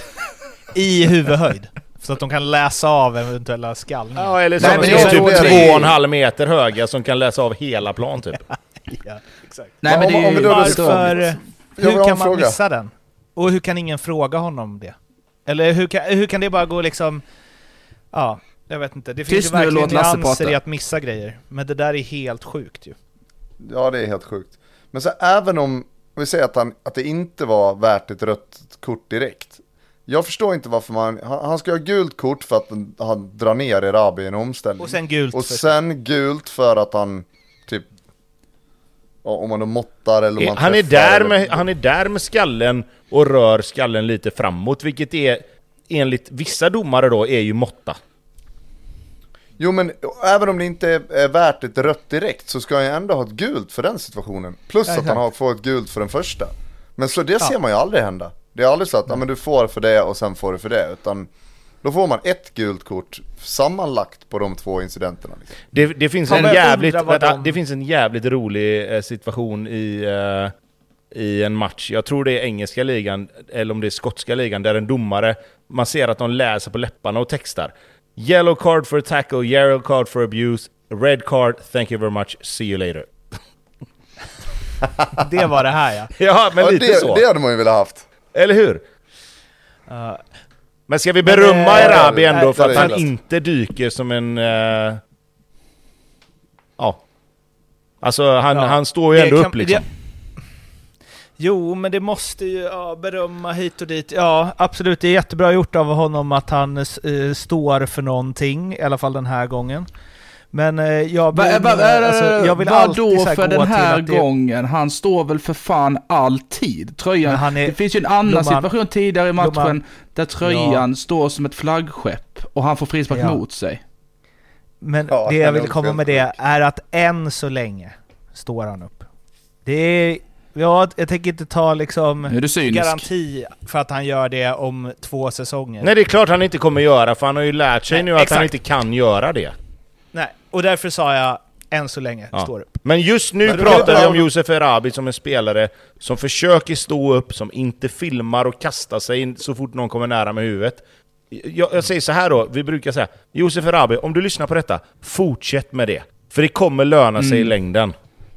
I huvudhöjd. Så att de kan läsa av eventuella skallningar. Ja, eller Nej, som men är jag typ tror två det- och en halv meter höga som kan läsa av hela plan typ. Ja, exakt. Nej, men Om- det är om vi ju då- Varför, Jag vill hur ha kan en man fråga. missa den? Och hur kan ingen fråga honom det? Eller hur kan, hur kan det bara gå liksom... Ja, jag vet inte. Det finns Tyst ju nu, verkligen låt Lasse nyanser prata. i att missa grejer. Men det där är helt sjukt ju. Ja, det är helt sjukt. Men så även om vi säger att, han, att det inte var värt ett rött kort direkt. Jag förstår inte varför man... Han, han ska ha gult kort för att han, han drar ner Erabi i en omställning. Och sen gult. Och för- sen gult för att han typ... Ja, om man då måttar eller om man Han är, träffar där eller- med, han är där med skallen och rör skallen lite framåt, vilket är enligt vissa domare då är ju måtta. Jo, men även om det inte är, är värt ett rött direkt så ska han ju ändå ha ett gult för den situationen. Plus Ja, att exakt. han har fått ett gult för den första. Men så det Ja. ser man ju aldrig hända. Det är aldrig så att ja, men du får för det och sen får du för det. Utan då får man ett gult kort sammanlagt på de två incidenterna. Liksom. Det, det, finns Ja, en men jag jävligt, undrar vad vänta, de- det finns en jävligt rolig eh, situation i, eh, i en match. Jag tror det är engelska ligan eller om det är skotska ligan där en domare, man ser att de läser på läpparna och textar. Yellow card for tackle, yellow card for abuse, red card, thank you very much, see you later. Det var det här, ja. Ja, men Ja, lite det, så. det hade man ju velat haft. Eller hur? Uh, Men ska vi berömma Men, eh, Erabi ändå nej, för det att är han klart. inte dyker som en... eh, ja. Alltså han, Ja, han står ju det ändå kan- upp liksom. det- Jo, men det måste ju ja, berömma hit och dit. Ja, absolut. Det är jättebra gjort av honom att han eh, står för någonting, i alla fall den här gången. Men eh, jag, Va, blir, va, va, alltså, jag vill vad alltid då så här för gå den till här att det, gången? Han står väl för fan alltid. Tröjan. Men han är- Det finns ju en annan Blomman- situation tidigare i matchen Blomman- där tröjan står som ett flaggskepp och han får frispark Ja. mot sig. Men Ja, det jag han är vill komma också med helt det är att än så länge står han upp. Det är... Ja, jag tänker inte ta liksom Nu är du cynisk. garanti för att han gör det om två säsonger. Nej, det är klart han inte kommer göra, för han har ju lärt sig Nej, nu att exakt. han inte kan göra det. Nej, och därför sa jag än så länge Ja. står upp. Men just nu Men det pratar var- vi om Josef Erabi som en spelare som försöker stå upp, som inte filmar och kastar sig in så fort någon kommer nära med huvudet. Jag, jag säger så här då, vi brukar säga Josef Erabi, om du lyssnar på detta, fortsätt med det. För det kommer löna sig Mm. i längden.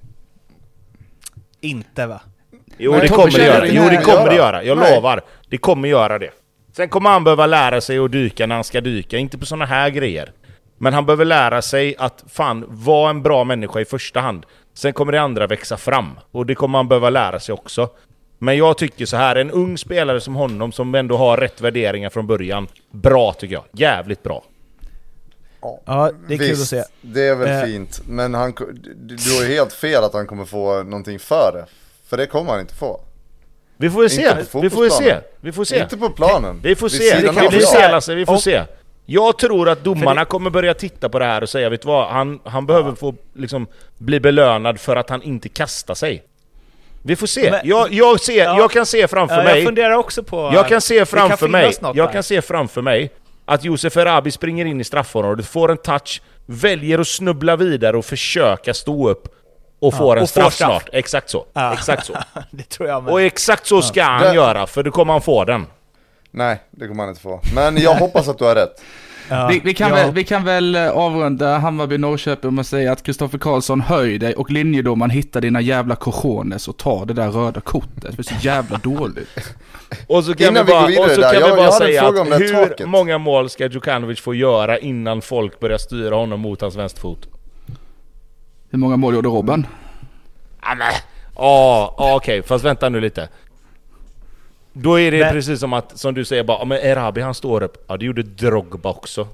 Inte va? Jo, Nej, det Tobbe kommer det känner göra. inte Jo, det att kommer göra. det göra. Jag Nej. lovar. Det kommer göra det. Sen kommer han behöva lära sig att dyka när han ska dyka. Inte på såna här grejer. Men han behöver lära sig att fan, vara en bra människa i första hand. Sen kommer det andra växa fram. Och det kommer han behöva lära sig också. Men jag tycker så här, en ung spelare som honom som ändå har rätt värderingar från början. Bra tycker jag. Jävligt bra. Ja, det är kul Visst, att se. det är väl Eh. fint. Men han, du, du har ju helt fel att han kommer få någonting för det. För det kommer han inte få. Vi får ju se. Inte på Vi får ju se. fotbollsplanen. Vi får se. Inte på planen. Vi får Vid se. sidan Vi av får det. se, Lasse. Vi får Och- se. Jag tror att domarna det... kommer börja titta på det här och säga, vet du vad, han, han behöver ja. få liksom, bli belönad för att han inte kastar sig. Vi får se. Men, jag, jag, ser, ja. jag kan se framför ja, mig. Jag funderar också på... Jag kan se framför kan mig. Jag där. kan se framför mig att Josef Erabi springer in i straffområdet, får en touch, väljer att snubbla vidare och försöka stå upp och får ja, en och straff, straff snart. Exakt så. Ja. Exakt så. Det tror jag med. Och exakt så ska ja. han det... göra, för då kommer han få den. Nej, det kommer han inte få. Men jag hoppas att du har rätt. Ja, vi, vi, kan ja. väl, vi kan väl avrunda Hammarby Norrköping och säga att Kristoffer Karlsson höj dig och linjedomaren hittar dina jävla cojones och tar det där röda kortet. Det är så jävla dåligt. Och så kan innan vi bara, vi och så kan jag, vi bara säga att hur taket. många mål ska Djukanovic få göra innan folk börjar styra honom mot hans vänsterfot? Hur många mål gjorde Robben? Ja, men ja, okej, okay. Fast vänta nu lite. Då är det men, precis som att, som du säger, bara, men Erabi han står upp. Ja, det gjorde Drogba också.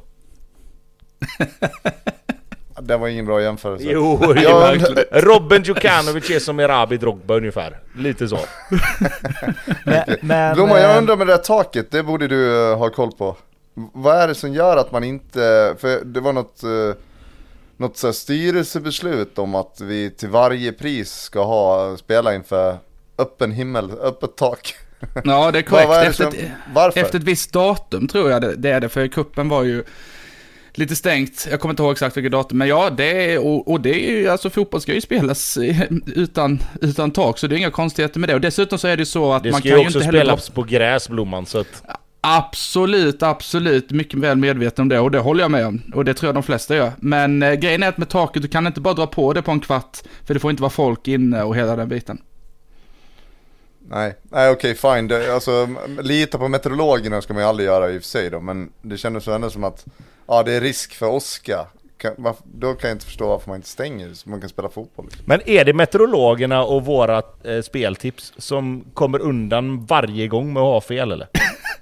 Det var ingen bra jämförelse. Jo, det är Robben Djukanovic är som Erabi Drogba ungefär. Lite så. men, men, Blomman, jag undrar med det här taket, det borde du uh, ha koll på. Vad är det som gör att man inte... För det var något, uh, något så här styrelsebeslut om att vi till varje pris ska ha spela inför öppen himmel, öppet tak. Ja, det är korrekt. Är det efter, ett, efter ett visst datum tror jag det, det är det. För kuppen var ju lite stängt. Jag kommer inte ihåg exakt vilket datum. Men ja, det är, och, och det är ju, alltså fotboll ska ju spelas utan, utan tak. Så det är inga konstigheter med det. Och dessutom så är det så att det man kan ju ju också inte spelas heller... på gräs, Blomman. Så att... Absolut, absolut. Mycket väl medveten om det. Och det håller jag med om. Och det tror jag de flesta gör. Men eh, grejen är att med taket, du kan inte bara dra på det på en kvart. För det får inte vara folk inne och hela den biten. Nej, nej okej, okay, fine. Det, alltså, lita på meteorologerna ska man ju aldrig göra i och för sig då. Men det kändes så ändå som att ja, det är risk för åska. Kan, varför, då kan jag inte förstå varför man inte stänger så man kan spela fotboll. Liksom. Men är det meteorologerna och våra eh, speltips som kommer undan varje gång med att ha fel, eller?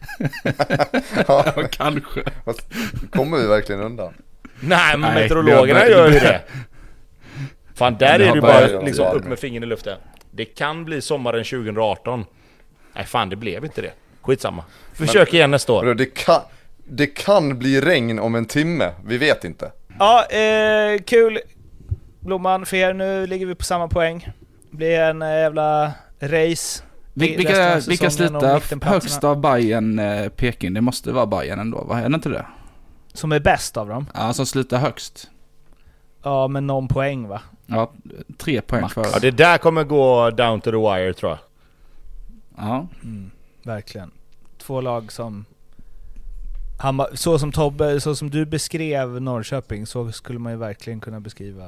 Ja, kanske. Kommer vi verkligen undan? Nej, men nej, meteorologerna gör ju det. Fan, där är du bara liksom upp med fingern i luften. Det kan bli sommaren tjugo arton. Nej fan, det blev inte det. Skitsamma. Försök men, igen nästa år. Det kan, det kan bli regn om en timme. Vi vet inte. Ja, eh, kul Blomman för er. Nu ligger vi på samma poäng. Det blir en eh, jävla race. Vil- vilka vilka slutar högst av Bayern eh, Peking? Det måste vara Bayern ändå, va? Är det inte det? Som är bäst av dem? Ja, som slutar högst. Ja, men någon poäng, va? Ja, tre poäng Max. För. Ja, det där kommer gå down to the wire, tror jag. Ja. Mm, verkligen. Två lag som... Hammar, så som Tobbe, så som du beskrev Norrköping, så skulle man ju verkligen kunna beskriva...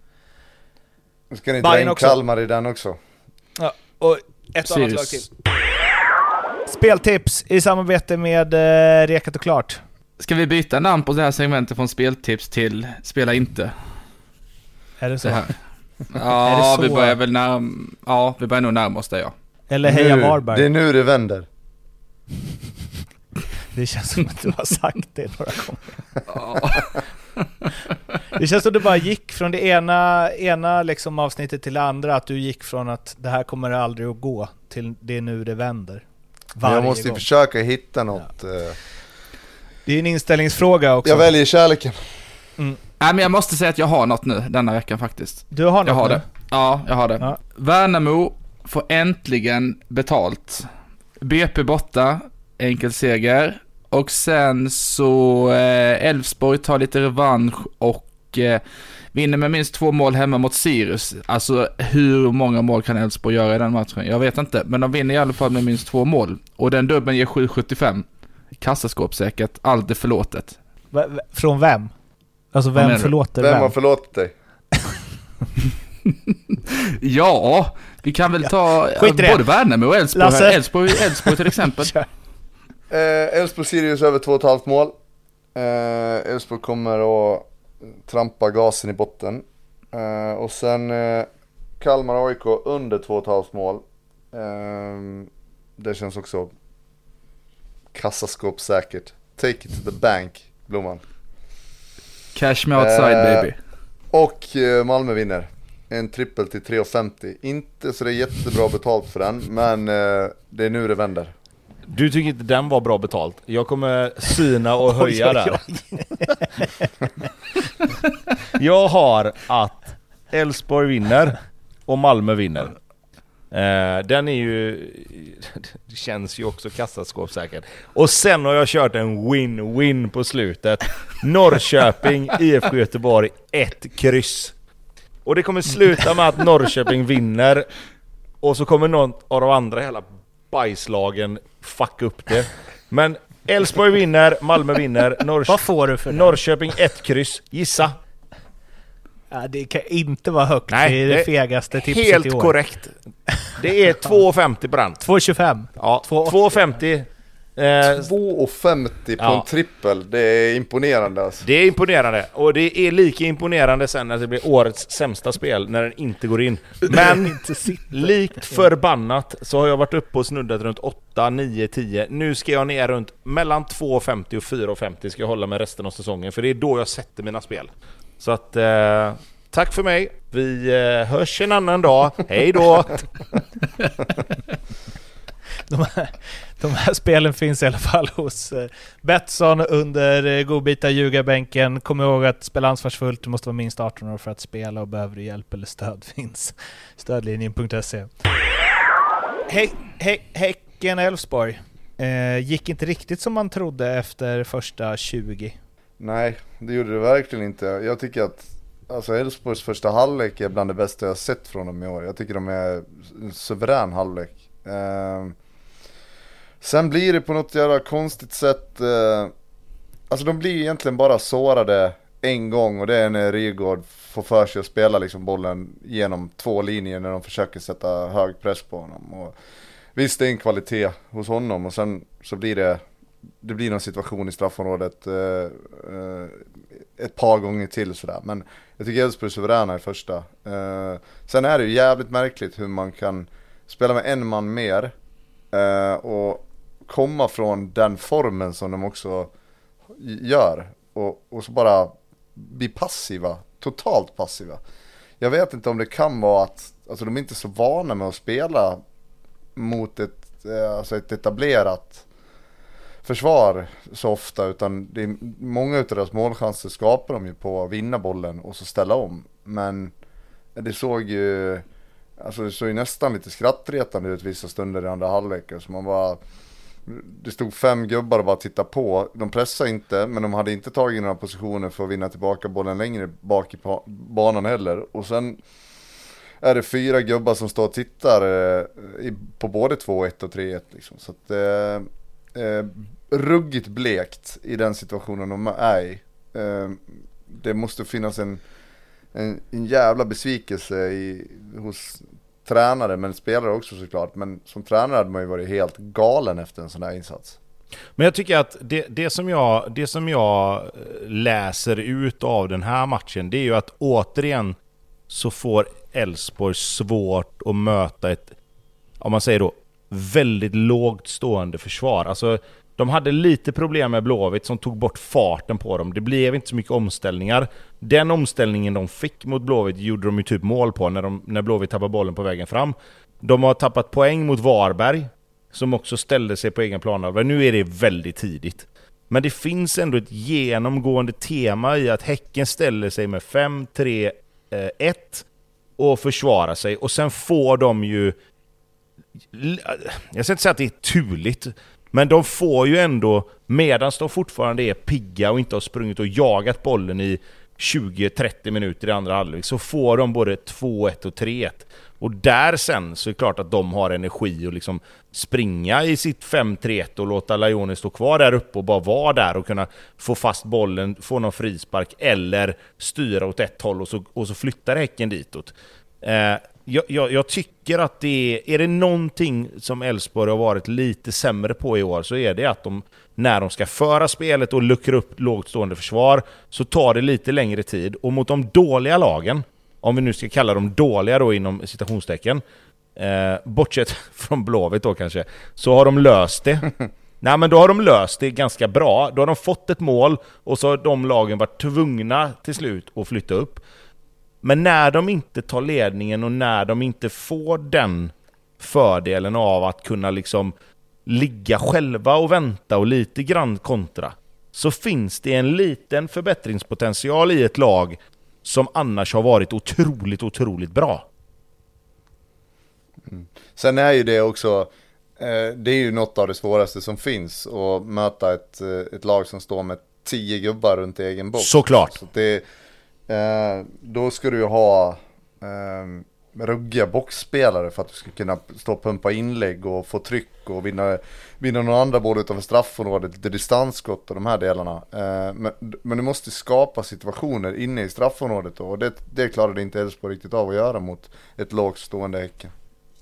Ska ni dra in Kalmar i den också? Ja, och ett annat lag till. Speltips i samarbete med eh, Rekat och Klart. Ska vi byta namn på det här segmentet från speltips till Spela inte? Är det så? Det här. Ja, är det så? vi börjar väl närm- Ja, vi börjar nog närma oss det, ja. Eller Heja Varberg. Det är nu det vänder. Det känns som att du har sagt det några gånger. Det känns som att du bara gick från det ena, ena liksom avsnittet till det andra. Att du gick från att det här kommer aldrig att gå till det är nu det vänder. Varje jag måste gång. försöka hitta något. Ja. Uh... Det är en inställningsfråga också. Jag väljer kärleken. Mm. Nej, men jag måste säga att jag har något nu denna veckan faktiskt. Du har något jag har nu? Det. Ja, jag har det. Ja. Värnamo får äntligen betalt. B P borta, enkel seger. Och sen så Elfsborg eh, tar lite revansch och eh, vinner med minst två mål hemma mot Sirius. Alltså hur många mål kan Elfsborg göra i den matchen? Jag vet inte, men de vinner i alla fall med minst två mål. Och den dubben ger sju sjuttiofem. Kassaskåp säkert, allt är förlåtet. V- från vem? Alltså vem förlåter vem? Vem har förlåtit dig? Ja, vi kan väl ta både Värnamo och Elfsborg. Elfsborg, Elfsborg till exempel. Elfsborg Sirius över två och ett halvt mål. Elfsborg kommer att trampa gasen i botten. Uh, och sen uh, Kalmar A I K under två och ett halvt mål. Uh, det känns också kassaskåp säkert. Take it to the bank, Blomman. Cash me outside, uh, baby. Och uh, Malmö vinner. En trippel till tre femtio. Inte så det är jättebra betalt för den, men uh, det är nu det vänder. Du tycker inte den var bra betalt? Jag kommer syna och höja där. Jag har att Elfsborg vinner och Malmö vinner. Eh, den är ju... Det känns ju också kassaskåpssäkert. Och sen har jag kört en win-win på slutet. Norrköping, I F K Göteborg, ett kryss. Och det kommer sluta med att Norrköping vinner. Och så kommer någon av de andra hela bajslagen fuck upp det. Men Elfsborg vinner, Malmö vinner, Norrköping, Vad får du för det? Norrköping ett kryss. Gissa. Ja, det kan inte vara högt. Nej, det är det, det fegaste tipset helt i år. korrekt. Det är två femtio brant. två tjugofem. Ja, två femtio. Eh, två femtio på ja. en trippel, det är imponerande alltså. Det är imponerande. Och det är lika imponerande sen när det blir årets sämsta spel när den inte går in. Men likt förbannat så har jag varit uppe och snuddat runt åtta, nio, tio. Nu ska jag ner runt mellan två femtio och fyra femtio ska jag hålla med resten av säsongen. För det är då jag sätter mina spel. Så att eh, tack för mig. Vi eh, hörs en annan dag. Hej då! De här, de här spelen finns i alla fall hos eh, Betsson under eh, godbitar ljugarbänken. Kom ihåg att spela ansvarsfullt. Du måste vara minst arton år för att spela och behöver du hjälp eller stöd finns. Stödlinjen punkt se. Hej, hej, Häcken Elfsborg. Eh, gick inte riktigt som man trodde efter första tjugo. Nej, det gjorde det verkligen inte. Jag tycker att alltså Elfsborgs första halvlek är bland det bästa jag sett från dem i år. Jag tycker de är en suverän halvlek. Eh, sen blir det på något jävla konstigt sätt eh, alltså de blir egentligen bara sårade en gång, och det är när Rygaard får för sig att spela liksom bollen genom två linjer när de försöker sätta hög press på honom. Och visst, det är en kvalitet hos honom, och sen så blir det det blir någon situation i straffområdet eh, eh, ett par gånger till sådär. Men jag tycker Elfsborg är suveräna i första. Eh, sen är det ju jävligt märkligt hur man kan spela med en man mer eh, och komma från den formen som de också gör. Och, och så bara bli passiva, totalt passiva. Jag vet inte om det kan vara att alltså, de är inte så vana med att spela mot ett, eh, alltså ett etablerat försvar så ofta, utan det är många av deras målchanser skapar de ju på att vinna bollen och så ställa om. Men det såg ju alltså det såg ju nästan lite skrattretande ut vissa stunder i andra halvleken, så man bara det stod fem gubbar och bara titta på. De pressade inte, men de hade inte tagit några positioner för att vinna tillbaka bollen längre bak i banan heller. Och sen är det fyra gubbar som står och tittar eh, på både två ett och tre ett liksom. Så att eh, Eh, ruggigt blekt i den situationen de är i. Eh, det måste finnas en, en, en jävla besvikelse i, hos tränare, men spelare också såklart. Men som tränare hade man ju varit helt galen efter en sån här insats. Men jag tycker att det, det, som jag, det som jag läser ut av den här matchen, det är ju att återigen så får Elfsborg svårt att möta ett, om man säger då, väldigt lågt stående försvar. Alltså de hade lite problem med Blåvitt som tog bort farten på dem. Det blev inte så mycket omställningar. Den omställningen de fick mot Blåvitt gjorde de ju typ mål på när, de, när Blåvitt tappade bollen på vägen fram. De har tappat poäng mot Varberg som också ställde sig på egen plan. Nu är det väldigt tidigt. Men det finns ändå ett genomgående tema i att Häcken ställer sig med fem tre ett och försvarar sig. Och sen får de ju, jag ska inte säga att det är turligt, men de får ju ändå, medan de fortfarande är pigga och inte har sprungit och jagat bollen i tjugo trettio minuter i andra halvlek, så får de både två ett och tre ett. Och där sen så är det klart att de har energi att liksom springa i sitt fem tre ett och låta Lajoni stå kvar där uppe och bara vara där och kunna få fast bollen, få någon frispark eller styra åt ett håll och så, och så flyttar Häcken ditåt. Eh, jag, jag, jag tycker att det är, är det någonting som Elfsborg har varit lite sämre på i år, så är det att de, när de ska föra spelet och luckra upp lågt stående försvar, så tar det lite längre tid. Och mot de dåliga lagen, om vi nu ska kalla dem dåliga då inom citationstecken, eh, bortsett från Blåvitt då kanske, så har de löst det. Nej, men då har de löst det ganska bra. Då har de fått ett mål och så har de lagen varit tvungna till slut att flytta upp. Men när de inte tar ledningen och när de inte får den fördelen av att kunna liksom ligga själva och vänta och lite grann kontra, så finns det en liten förbättringspotential i ett lag som annars har varit otroligt, otroligt bra. Mm. Sen är ju det också, eh, det är ju något av det svåraste som finns att möta ett, ett lag som står med tio gubbar runt egen box. Såklart. Så det, eh, då ska du ju ha eh, ruggiga boxspelare för att du ska kunna stå och pumpa inlägg och få tryck och vinna, vinna några andra både utanför straffområdet, lite distansskott och de här delarna. Eh, men, men du måste skapa situationer inne i straffområdet då, och det, det klarade inte Elfsborg riktigt av att göra mot ett lågt stående Häcken.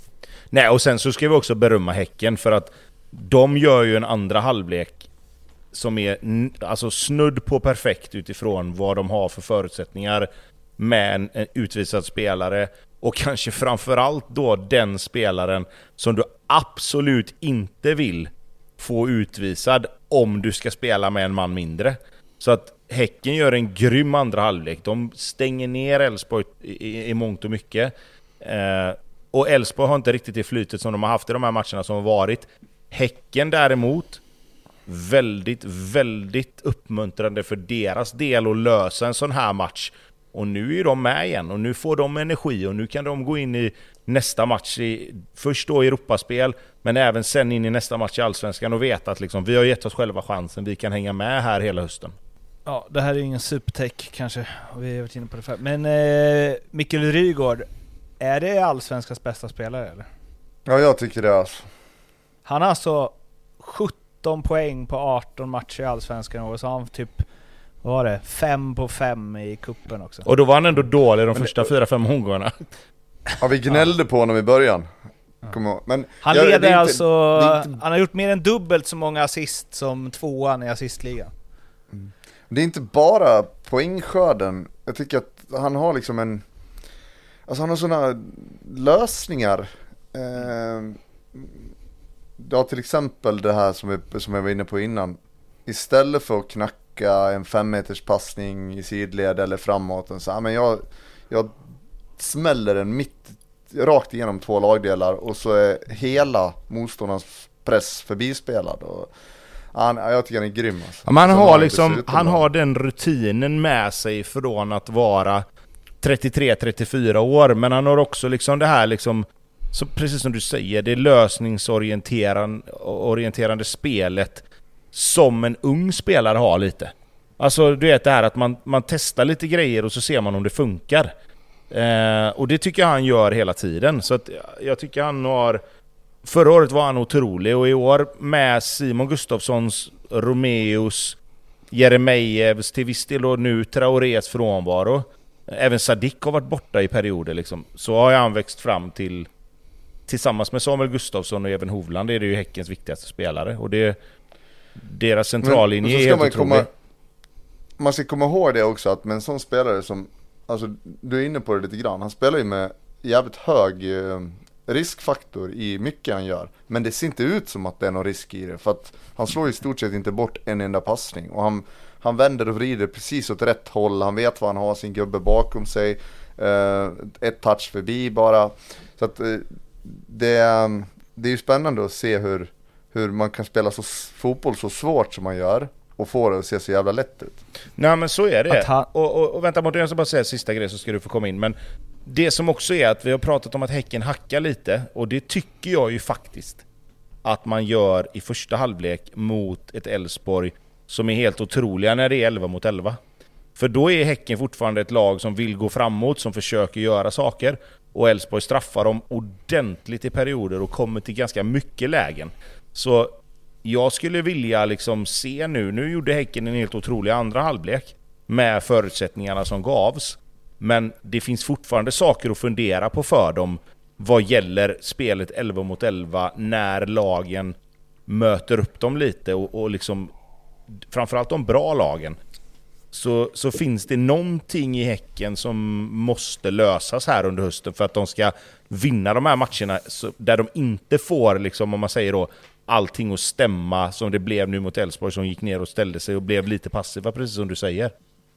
Nej, och sen så ska vi också berömma Häcken för att de gör ju en andra halvlek som är alltså snudd på perfekt utifrån vad de har för förutsättningar med en, en utvisad spelare, och kanske framförallt då den spelaren som du absolut inte vill få utvisad om du ska spela med en man mindre. Så att Häcken gör en grym andra halvlek. De stänger ner Elfsborg i, i, i mångt och mycket. Eh, och Elfsborg har inte riktigt det flytet som de har haft i de här matcherna som har varit. Häcken däremot, väldigt, väldigt uppmuntrande för deras del att lösa en sån här match. Och nu är de med igen och nu får de energi och nu kan de gå in i nästa match, i, först då i Europaspel, men även sen in i nästa match i Allsvenskan och veta att liksom, vi har gett oss själva chansen, vi kan hänga med här hela hösten. Ja, det här är ju ingen supertech kanske, vi har varit inne på det förr. Men eh, Mikkel Rygaard, är det Allsvenskans bästa spelare eller? Ja, jag tycker det alltså. Han har alltså sjutton poäng på arton matcher i Allsvenskan och så har han typ, vad var det, fem på fem i kuppen också. Och då var han ändå dålig de första fyra, fem omgångarna. Ja, vi gnällde på honom i början. Ja. Men han jag, leder inte, alltså, inte, han har gjort mer än dubbelt så många assist som tvåan i assistligan. Mm. Det är inte bara poängskörden. Jag tycker att han har liksom en, alltså han har sådana lösningar. Eh, ja, till exempel det här som jag, som jag var inne på innan. Istället för att knacka en femmeters passning i sidled eller framåt, så ja, men jag, jag smäller den mitt rakt igenom två lagdelar och så är hela motståndarens press förbispelad. Och han, jag tycker han är grym alltså. Ja, man har liksom, han har den rutinen med sig från att vara trettiotre trettiofyra år, men han har också liksom det här liksom, så precis som du säger, det lösningsorienterande orienterande spelet som en ung spelare har lite. Alltså du vet det här att man, man testar lite grejer och så ser man om det funkar. Eh, och det tycker jag han gör hela tiden. Så att jag tycker han har, förra året var han otrolig och i år med Simon Gustafssons, Romeus, Jeremejevs till viss del och nu Traorés frånvaro. Även Sadik har varit borta i perioder liksom. Så har han växt fram till, tillsammans med Samuel Gustafsson och även Hovland är det ju Häckens viktigaste spelare. Och det, deras centrallinje är helt otrolig. Komma, man ska komma ihåg det också, att med en sån spelare som, alltså du är inne på det lite grann, han spelar ju med jävligt hög eh, riskfaktor i mycket han gör, men det ser inte ut som att det är någon risk i det, för att han slår i stort sett inte bort en enda passning och han, han vänder och vrider precis åt rätt håll, han vet vad han har sin gubbe bakom sig, eh, ett touch förbi bara, så att eh, det, det är ju spännande att se hur hur man kan spela så fotboll så svårt som man gör och få det att se så jävla lätt ut. Nej, men så är det. Han... Och, och, och vänta, Mårten, jag ska bara säga sista grej så ska du få komma in. Men det som också är att vi har pratat om att Häcken hackar lite, och det tycker jag ju faktiskt att man gör i första halvlek mot ett Elfsborg som är helt otroliga när det är elva mot elva. För då är Häcken fortfarande ett lag som vill gå framåt, som försöker göra saker, och Elfsborg straffar dem ordentligt i perioder och kommer till ganska mycket lägen. Så jag skulle vilja liksom se nu, nu gjorde Häcken en helt otrolig andra halvlek med förutsättningarna som gavs, men det finns fortfarande saker att fundera på för dem vad gäller spelet elva mot elva när lagen möter upp dem lite och, och liksom framförallt de bra lagen. Så, så finns det någonting i Häcken som måste lösas här under hösten för att de ska vinna de här matcherna, så, där de inte får liksom, om man säger då, allting att stämma som det blev nu mot Elfsborg som gick ner och ställde sig och blev lite passiva, precis som du säger.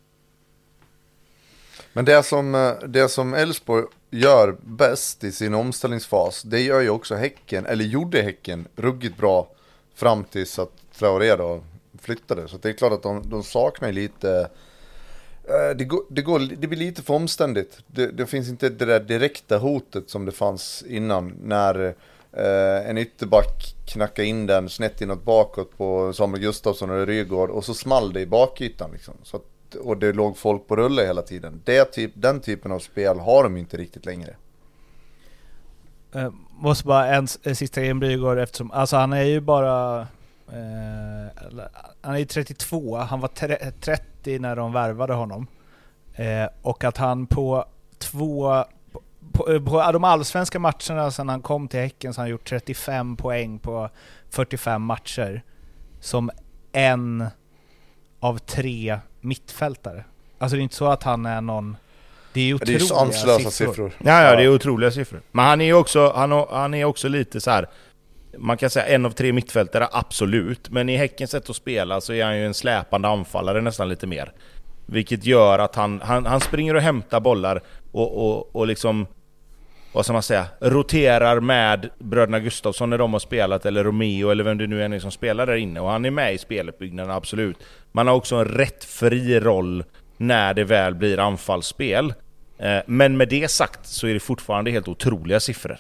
Men det som det som Elfsborg gör bäst i sin omställningsfas, det gör ju också Häcken, eller gjorde Häcken ruggigt bra fram tills att Traoré då flyttade. Så det är klart att de, de saknar lite, det, går, det, går, det blir lite för omständigt. Det, det finns inte det där direkta hotet som det fanns innan när eh, en ytterback knackade in den snett inåt bakåt på Samuel Gustafsson och Rygaard och så small det i bakytan liksom. Så att, och det låg folk på rulle hela tiden. Det typ, den typen av spel har de inte riktigt längre. Uh, måste bara en, en sista grej om Rygaard, eftersom alltså han är ju bara uh, han är ju trettiotvå, han var trettio när de värvade honom, uh, och att han på två på, på, på de allsvenska matcherna sedan han kom till Häcken så har han gjort trettiofem poäng på fyrtiofem matcher som en av tre mittfältare. Alltså det är inte så att han är någon. Det är ju otroliga det är anslösa siffror. siffror. Ja, ja, det är otroliga siffror. Men han är ju också, han, han är också lite så här, man kan säga en av tre mittfältare, absolut. Men i Häckens sätt att spela så är han ju en släpande anfallare nästan lite mer. Vilket gör att han, han, han springer och hämtar bollar och, och, och liksom, vad ska man säga, roterar med bröderna Gustafsson när de har spelat, eller Romeo eller vem det nu är som spelar där inne. Och han är med i speluppbyggnaden, absolut. Man har också en rätt fri roll när det väl blir anfallsspel. Men med det sagt så är det fortfarande helt otroliga siffror.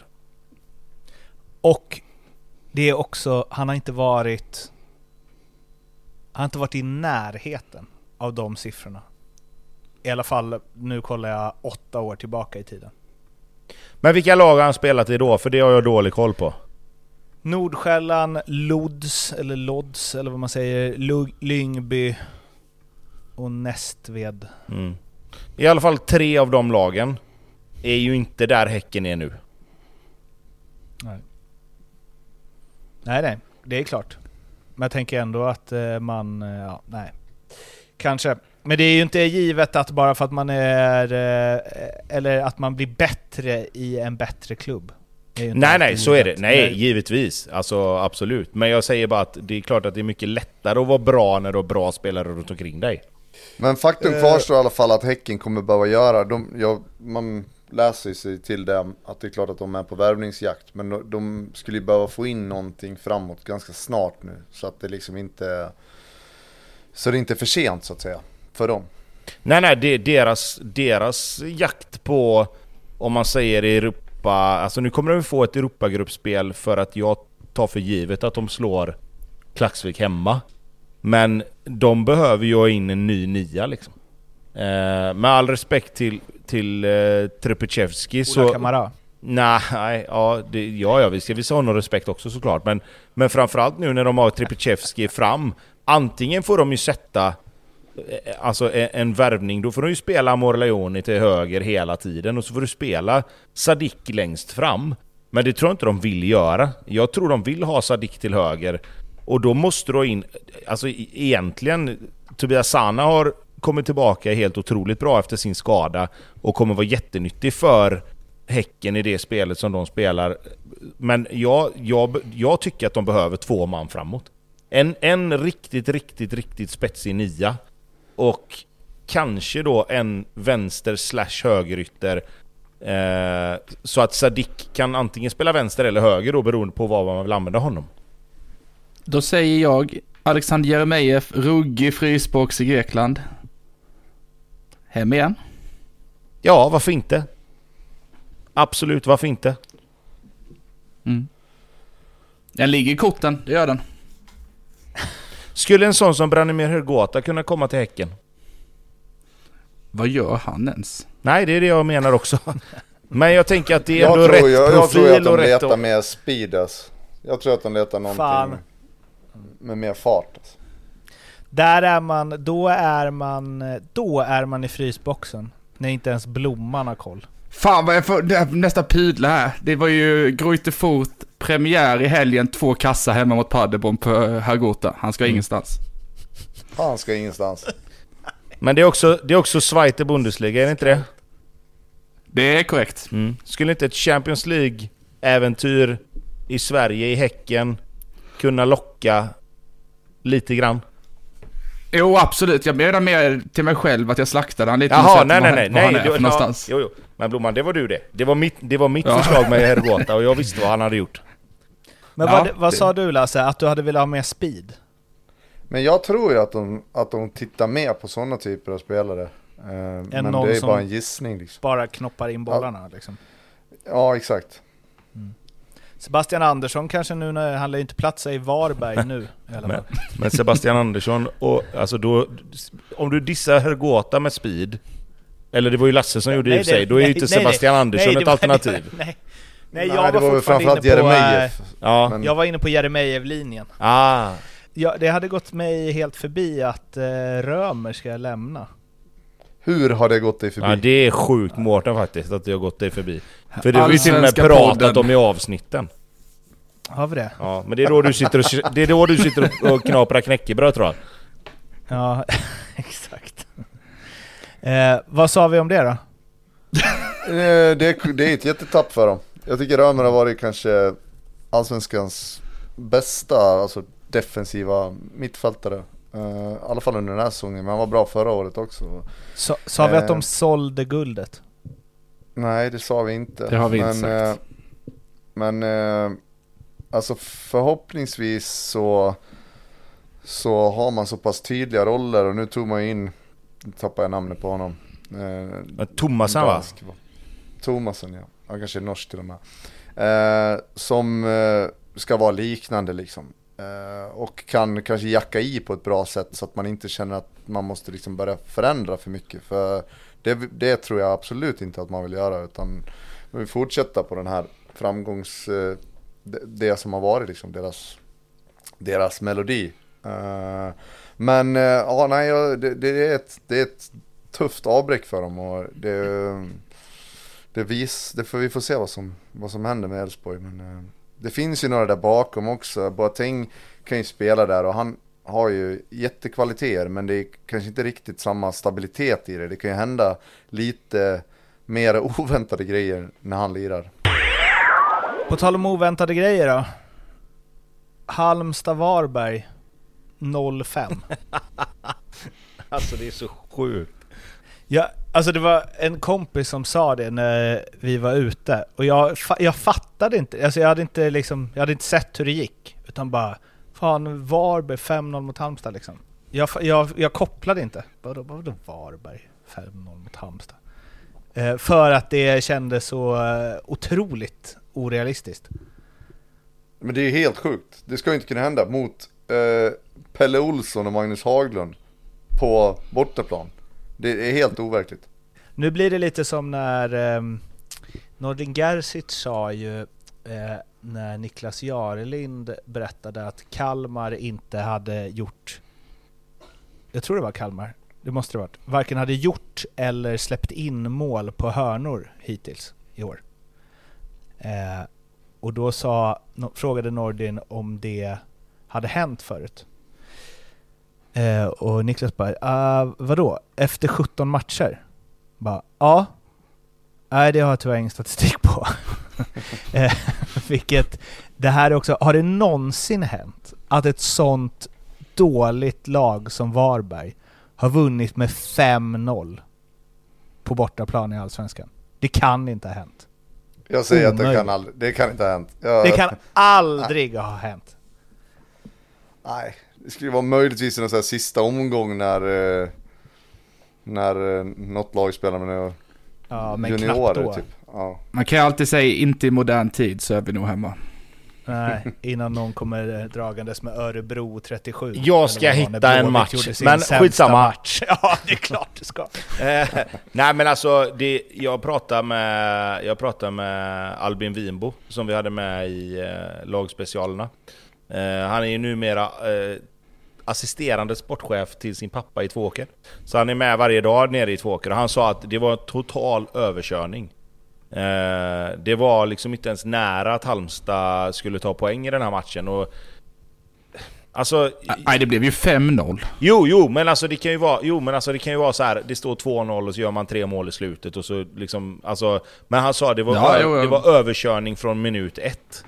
Och det är också, han har inte varit han har inte varit i närheten av de siffrorna. I alla fall, nu kollar jag åtta år tillbaka i tiden. Men vilka lag har han spelat i då? För det har jag dålig koll på. Nordsjälland, Lods, eller Lods, eller vad man säger, Lug- Lyngby och Nästved. Mm. I alla fall tre av de lagen är ju inte där Häcken är nu. Nej. Nej, nej. Det är klart. Men jag tänker ändå att eh, man... Eh, ja, nej. Kanske. Men det är ju inte givet att bara för att man är... Eh, eller att man blir bättre i en bättre klubb. Nej, nej, så är det. Nej, givetvis. Alltså, absolut. Men jag säger bara att det är klart att det är mycket lättare att vara bra när du har bra spelare runt omkring dig. Men faktum kvarstår i alla fall att Häcken kommer behöva göra, de, ja, man läser sig till det att det är klart att de är på värvningsjakt, men de, de skulle ju behöva få in någonting framåt ganska snart nu, så att det liksom inte så det inte är för sent så att säga för dem. Nej, nej, det är deras, deras jakt på, om man säger Europa, alltså nu kommer de få ett Europagruppspel för att jag tar för givet att de slår Klaxvik hemma. Men de behöver ju ha in en ny nia liksom. Eh, med all respekt till, till eh, Trepechevski så... Kamara. Nej, ja, det, ja, ja, vi ska visa honom respekt också såklart. Men, men framförallt nu när de har Trepechevski fram, antingen får de ju sätta eh, alltså en, en värvning, då får de ju spela Morleone till höger hela tiden och så får du spela Sadik längst fram. Men det tror jag inte de vill göra. Jag tror de vill ha Sadik till höger. Och då måste du in, alltså egentligen, Tobias Sana har kommit tillbaka helt otroligt bra efter sin skada och kommer vara jättenyttig för Häcken i det spelet som de spelar. Men jag, jag, jag tycker att de behöver två man framåt. En, en riktigt, riktigt, riktigt spetsig nia och kanske då en vänster slash högerytter, eh, så att Sadik kan antingen spela vänster eller höger då, beroende på vad man vill använda honom. Då säger jag Alexander Jeremejeff, ruggig frysbox i Grekland. Hem igen. Ja, varför inte? Absolut, varför inte? Mm. Den ligger i korten, det gör den. Skulle en sån som Branimir Hrgota kunna komma till Häcken? Vad gör han ens? Nej, det är det jag menar också. Men jag tänker att det är jag ändå tror, rätt jag, jag profil tror att de och rätt... letar med speedas. Jag tror att de letar någonting Fan. med mer fart. Alltså. Där är man, då är man, då är man i frysboxen. När inte ens Blomman har koll. Fan vad jag får det är nästa pudla här. Det var ju Greuterfurt premiär i helgen, två kassar hemma mot Paderborn på Hrgota. Han ska mm. ingenstans. Han ska ingenstans. Men det är också, det är också Zweite Bundesliga, är det inte det? Det är korrekt. Mm. Skulle inte ett Champions League-äventyr i Sverige, i Häcken, kunna locka lite grann? Jo, absolut. Jag menar mer till mig själv att jag slaktade han lite. Jaha, nej, nej, nej. nej det, någonstans. Ja, jo, jo. Men Blomman, det var du det. Det var mitt, det var mitt ja. förslag med Hrgota och jag visste vad han hade gjort. Men Ja, vad, vad det- sa du Lasse? Att du hade velat ha mer speed? Men jag tror ju att de, att de tittar mer på sådana typer av spelare. Eh, men någon det är som- bara en gissning liksom. Bara knoppar in bollarna liksom. Ja, exakt. Sebastian Andersson kanske nu, när han lär ju inte platsa i Varberg nu i alla Men, fall. men Sebastian Andersson, och, alltså då, om du dissar Hergota med speed, eller det var ju Lasse som gjorde det i och för sig, då är ju nej, inte nej, Sebastian nej, Andersson nej, ett det var- alternativ. Nej, nej, Nej, jag det var var väl fortfarande framförallt inne på... Jeremejeff. eh, Ja, Men- Jag var inne på Jeremejeff-linjen. ah, Ja, det hade gått mig helt förbi att eh, Römer ska lämna. Hur har det gått dig förbi? ja, det är sjukt Mårten faktiskt att jag har gått dig förbi. För det har vi till och med Allsvenska pratat podden. om i avsnitten. Har vi det? Ja, men det är då du sitter och, det är då du sitter och knaprar knäckebröd tror jag. Ja, exakt. Eh, vad sa vi om det då? Eh, det, är, det är ett jättetapp för dem. Jag tycker Römer har varit kanske allsvenskans bästa, alltså defensiva mittfältare. Uh, I alla fall under den här säsongen, men han var bra förra året också. Så, sa vi att de Eh. sålde guldet? Nej, det sa vi inte. Det har vi inte men, sagt. eh, men eh, alltså förhoppningsvis så så har man så pass tydliga roller, och nu tog man in, nu tappar jag namnet på honom. Eh, Thomasen va? dansk, va? Thomasen, ja. Han kanske är norsk till och med. Eh, som eh, ska vara liknande liksom. Eh, och kan kanske jacka i på ett bra sätt så att man inte känner att man måste liksom börja förändra för mycket. För det, det tror jag absolut inte att man vill göra, utan man vill fortsätta på den här framgångs... Eh, det, det som har varit liksom deras, deras melodi. Eh, men eh, ja, nej, ja, det, det, är ett, det är ett tufft avbräck för dem, och det, det, vis, det får vi får se vad som, vad som händer med Elfsborg. Men eh, det finns ju några där bakom också. Boateng kan ju spela där, och han har ju jättekvaliteter, men det är kanske inte riktigt samma stabilitet i det. Det kan ju hända lite mer oväntade grejer när han lirar. På tal om oväntade grejer då. Halmstad-Varberg noll fem. Alltså det är så sjukt. Ja, alltså det var en kompis som sa det när vi var ute, och jag, fa- jag fattade inte, alltså jag hade inte liksom, jag hade inte sett hur det gick, utan bara fan, Varberg fem noll mot Halmstad liksom. Jag, fa- jag, jag kopplade inte. Vadå, vadå Varberg fem noll mot Halmstad? Eh, för att det kändes så eh, otroligt orealistiskt. Men det är helt sjukt. Det ska ju inte kunna hända mot eh, Pelle Olsson och Magnus Haglund på bortaplan. Det är helt overkligt. Nu blir det lite som när eh, Nordin Gerzic sa ju eh, när Niklas Jarelind berättade att Kalmar inte hade gjort, jag tror det var Kalmar, det måste det ha varit, varken hade gjort eller släppt in mål på hörnor hittills i år. Eh, och då sa, no, frågade Nordin om det hade hänt förut. Eh, och Niklas bara, uh, vadå? Efter sjutton matcher? Bara, ja. Nej, det har jag tyvärr ingen statistik på. eh, vilket, det här är också, har det någonsin hänt att ett sånt dåligt lag som Varberg har vunnit med fem noll på bortaplan i Allsvenskan? Det kan inte ha hänt. Jag säger att det Omöjligt. kan, aldrig, det kan inte ha hänt. Jag, Det kan aldrig ha hänt. Nej, det skulle vara möjligtvis i någon så här sista omgång när, eh, när eh, något lag spelar med några Ja, men knappt juniorer då. typ. Ja. Man kan ju alltid säga inte i modern tid, så är vi nog hemma. Nej, innan någon kommer eh, dragandes med Örebro trettiosju. Jag ska Eller vad det var, hitta när en Blåvitt match, gjorde sin men sämsta skitsamma. match. Ja, det är klart det ska. Eh, nej men alltså, det, jag pratade med jag pratade med Albin Winbo som vi hade med i eh, lagspecialerna. Eh, han är ju numera eh, assisterande sportchef till sin pappa i Tvååker. Så han är med varje dag nere i Tvååker, och han sa att det var en total överkörning. Eh, det var liksom inte ens nära att Halmstad skulle ta poäng i den här matchen, och alltså Nej, det blev ju fem noll. Jo, jo, men alltså det kan ju vara, jo, men alltså det kan ju vara så här, det står två noll och så gör man tre mål i slutet och så liksom, alltså, men han sa det var Ja, ö- jo, jo. det var överkörning från minut ett.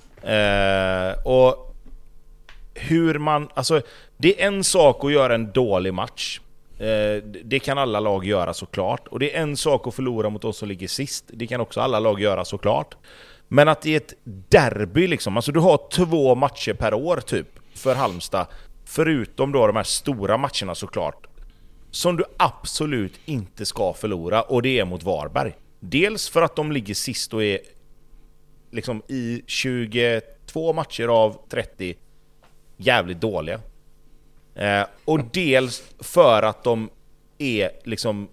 Eh, och hur man, alltså det är en sak att göra en dålig match. Eh, det kan alla lag göra såklart, och det är en sak att förlora mot oss som ligger sist. Det kan också alla lag göra såklart. Men att i ett derby liksom, alltså du har två matcher per år typ för Halmstad, förutom då de här stora matcherna såklart, som du absolut inte ska förlora, och det är mot Varberg. Dels för att de ligger sist och är liksom i tjugotvå matcher av trettio jävligt dåliga. Eh, och dels för att de är liksom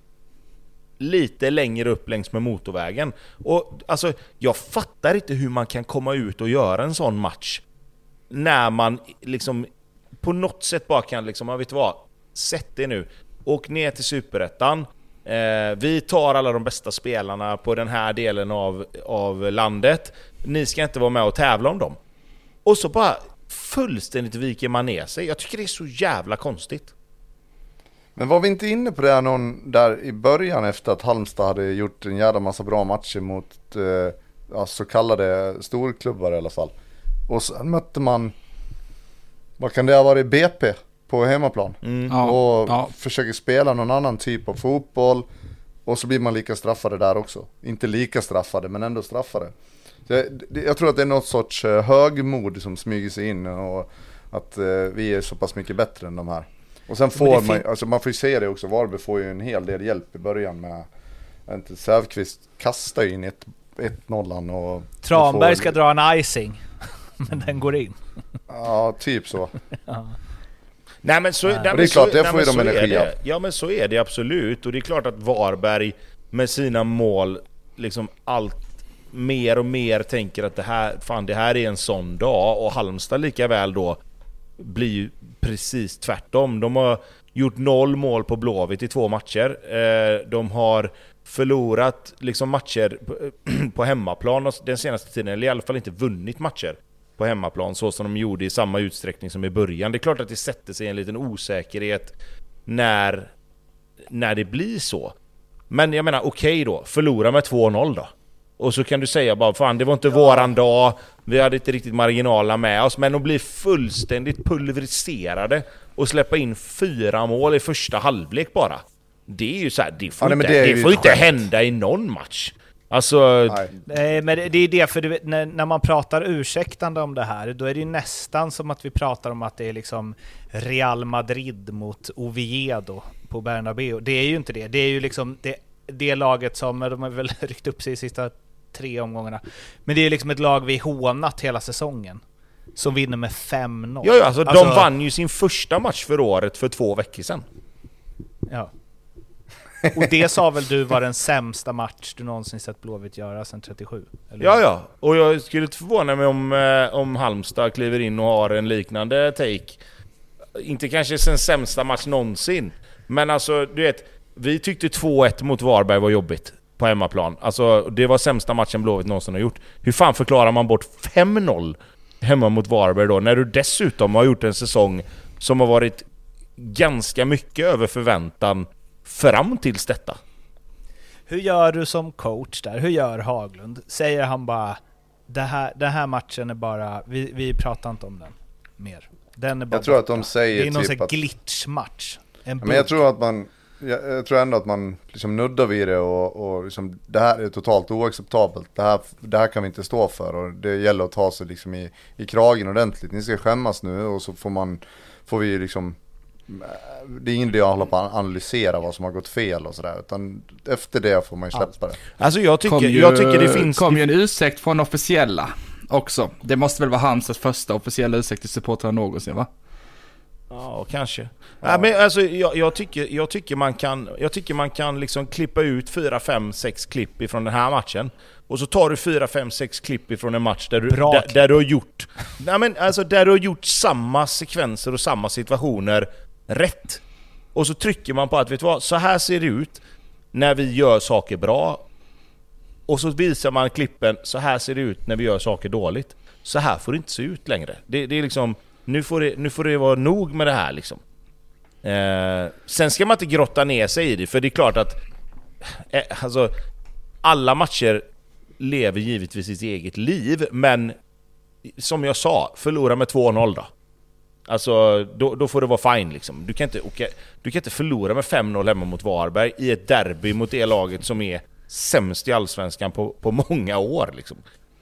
lite längre upp längs med motorvägen. Och alltså, jag fattar inte hur man kan komma ut och göra en sån match när man liksom på något sätt bara kan liksom, jag vet vad, sätt det nu, åk ner till Superettan. Eh, vi tar alla de bästa spelarna på den här delen av, av landet. Ni ska inte vara med och tävla om dem. Och så bara fullständigt viker man ner sig. Jag tycker det är så jävla konstigt. Men var vi inte inne på det här någon där i början efter att Halmstad hade gjort en jävla massa bra matcher mot eh, ja, så kallade storklubbar i alla fall. Och sen mötte man, vad kan det ha varit, B P på hemmaplan. Mm. Ja, och ja. försöker spela någon annan typ av fotboll. Och så blir man lika straffade där också. Inte lika straffade, men ändå straffade. Jag, jag tror att det är något sorts högmod som smyger sig in. Och att eh, vi är så pass mycket bättre än de här. Och sen får man, alltså man får ju se det också, Varberg får ju en hel del hjälp i början med, inte Sävqvist kastar in ett, ett nollan och Tranberg får, ska dra en icing, men den går in. Ja, typ så. Ja. Nej men så, nej, det är men klart, så, det nej, får ju men de så energi är av. det. Ja men så är det absolut. Och det är klart att Varberg med sina mål liksom allt mer och mer tänker att det här, fan det här är en sån dag. Och Halmstad lika väl då blir ju precis tvärtom. De har gjort noll mål på Blåvitt i två matcher. Eh, de har förlorat liksom matcher på, på hemmaplan den senaste tiden, eller i alla fall inte vunnit matcher på hemmaplan så som de gjorde i samma utsträckning som i början. Det är klart att det sätter sig en liten osäkerhet när, när det blir så. Men jag menar, okej okay då, förlora med två noll då. Och så kan du säga bara, fan det var inte ja. våran dag, vi hade inte riktigt marginalerna med oss, men de blir fullständigt pulveriserade och släppa in fyra mål i första halvlek bara. Det är ju så här, det får, ja, inte, det det får inte hända i någon match. Alltså... Nej. Nej, men det är det, för du vet, när, när man pratar ursäktande om det här, då är det ju nästan som att vi pratar om att det är liksom Real Madrid mot Oviedo på Bernabéu. Det är ju inte det. Det är ju liksom det, det laget som, de har väl ryckt upp sig i sista tre omgångarna. Men det är liksom ett lag vi hånat hela säsongen. Som vinner med fem noll. Ja, ja alltså, alltså de vann ju sin första match för året för två veckor sedan. Ja. Och det sa väl du var den sämsta match du någonsin sett Blåvitt göra sedan trettiosju? Eller? Ja, ja. Och jag skulle inte förvåna mig om, eh, om Halmstad kliver in och har en liknande take. Inte kanske sen sämsta match någonsin. Men alltså, du vet, vi tyckte två ett mot Varberg var jobbigt på hemmaplan. Alltså, det var sämsta matchen Blåvitt någonsin har gjort. Hur fan förklarar man bort fem noll hemma mot Varberg då? När du dessutom har gjort en säsong som har varit ganska mycket över förväntan fram tills detta. Hur gör du som coach där? Hur gör Haglund? Säger han bara, det här, den här matchen är bara, vi, vi pratar inte om den mer. Den är bara jag tror borta. Att de säger det är någon typ sån glitchmatch. En men jag tror att man jag, jag tror ändå att man liksom nuddar vid det och, och liksom, det här är totalt oacceptabelt. Det här, det här kan vi inte stå för, och det gäller att ta sig liksom i, i kragen ordentligt. Ni ska skämmas nu, och så får man får vi liksom, det är ingen idé att hålla på att analysera vad som har gått fel och sådär, utan efter det får man ju släppa det. Alltså jag tycker, ju, jag tycker det finns... kom ju en ursäkt från officiella också. Det måste väl vara hans första officiella ursäkt till supportrar någonsin, va? Ja, kanske. Ja. Nej, men alltså, jag, jag, tycker, jag tycker man kan, jag tycker man kan liksom klippa ut fyra, fem, sex klipp ifrån den här matchen. Och så tar du fyra, fem, sex klipp ifrån en match där du, där, där du har gjort nej, men alltså, där du har gjort samma sekvenser och samma situationer rätt. Och så trycker man på att, vet du vad, så här ser det ut när vi gör saker bra. Och så visar man klippen, så här ser det ut när vi gör saker dåligt. Så här får det inte se ut längre. Det, det är liksom, nu får det, nu får det vara nog med det här liksom. Eh, sen ska man inte grotta ner sig i det, för det är klart att eh, alltså, alla matcher lever givetvis sitt eget liv, men som jag sa, förlora med två noll då. Alltså, då, då får det vara fine liksom. Du kan inte, okay, du kan inte förlora med fem noll hemma mot Varberg i ett derby mot det laget som är sämst i allsvenskan på, på många år liksom.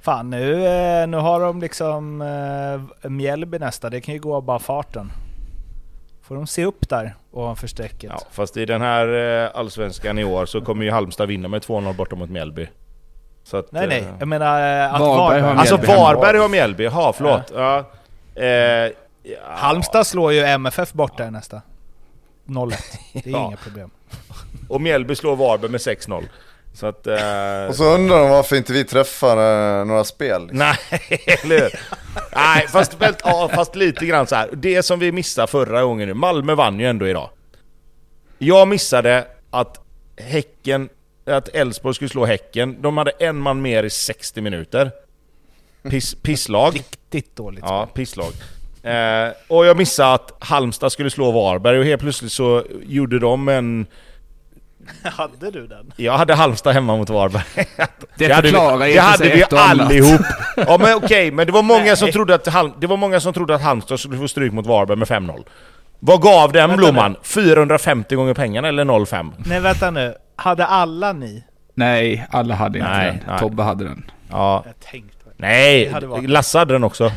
Fan, nu, nu har de liksom äh, Mjällby nästa. Det kan ju gå bara farten. Får de se upp där ovanför strecket. Ja, fast i den här äh, allsvenskan i år så kommer ju Halmstad vinna med två noll borta mot Mjällby. Så att, nej, nej. Äh, jag menar äh, att Varberg Varberg. Alltså Varberg har Mjällby. Ja, förlåt. Ja. Ja. Äh, ja. Halmstad slår ju M F F borta nästa. noll ett. Det är ja. inga problem. Och Mjällby slår Varberg med sex noll. Så att, eh... Och så undrar de varför inte vi träffar eh, några spel. Liksom. Nej, eller hur? Nej, fast, ja, fast lite grann så här. Det som vi missade förra gången nu. Malmö vann ju ändå idag. Jag missade att Häcken, att Elfsborg skulle slå Häcken. De hade en man mer i sextio minuter. Piss, pisslag. Riktigt dåligt. Ja, pisslag. Eh, och jag missade att Halmstad skulle slå Varberg. Och helt plötsligt så gjorde de en... Hade du den? Jag hade Halmstad hemma mot Varberg. Det förklarar det hade vi allihop. Ja, men okej, okay, men det var många som trodde att Halm, det var många som trodde att Halmstad skulle få stryk mot Varberg med fem noll. Vad gav den Blomman? fyrahundrafemtio gånger pengarna eller noll komma fem? Nej, vänta nu. Hade alla ni? Nej, alla hade inte nej, den. nej. Tobbe hade den. Ja. Jag tänkte. Nej, Lasse hade den också.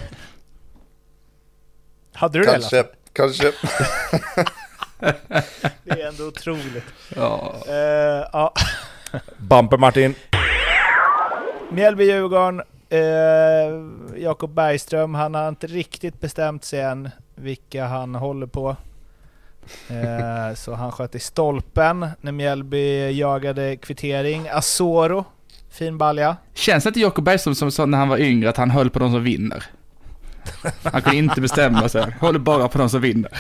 Hade du kanske, det? Kanske, kanske. Det är ändå otroligt. Ja. Uh, ja. Bumper Martin. Mjällby-Djurgården. Uh, Jakob Bergström. Han har inte riktigt bestämt sig än vilka han håller på. Uh, så han sköt i stolpen när Mjällby jagade kvittering. Asoro. Fin balja. Känns inte Jakob Bergström som sa när han var yngre att han höll på de som vinner? Han kan inte bestämma sig. Håller bara på de som vinner.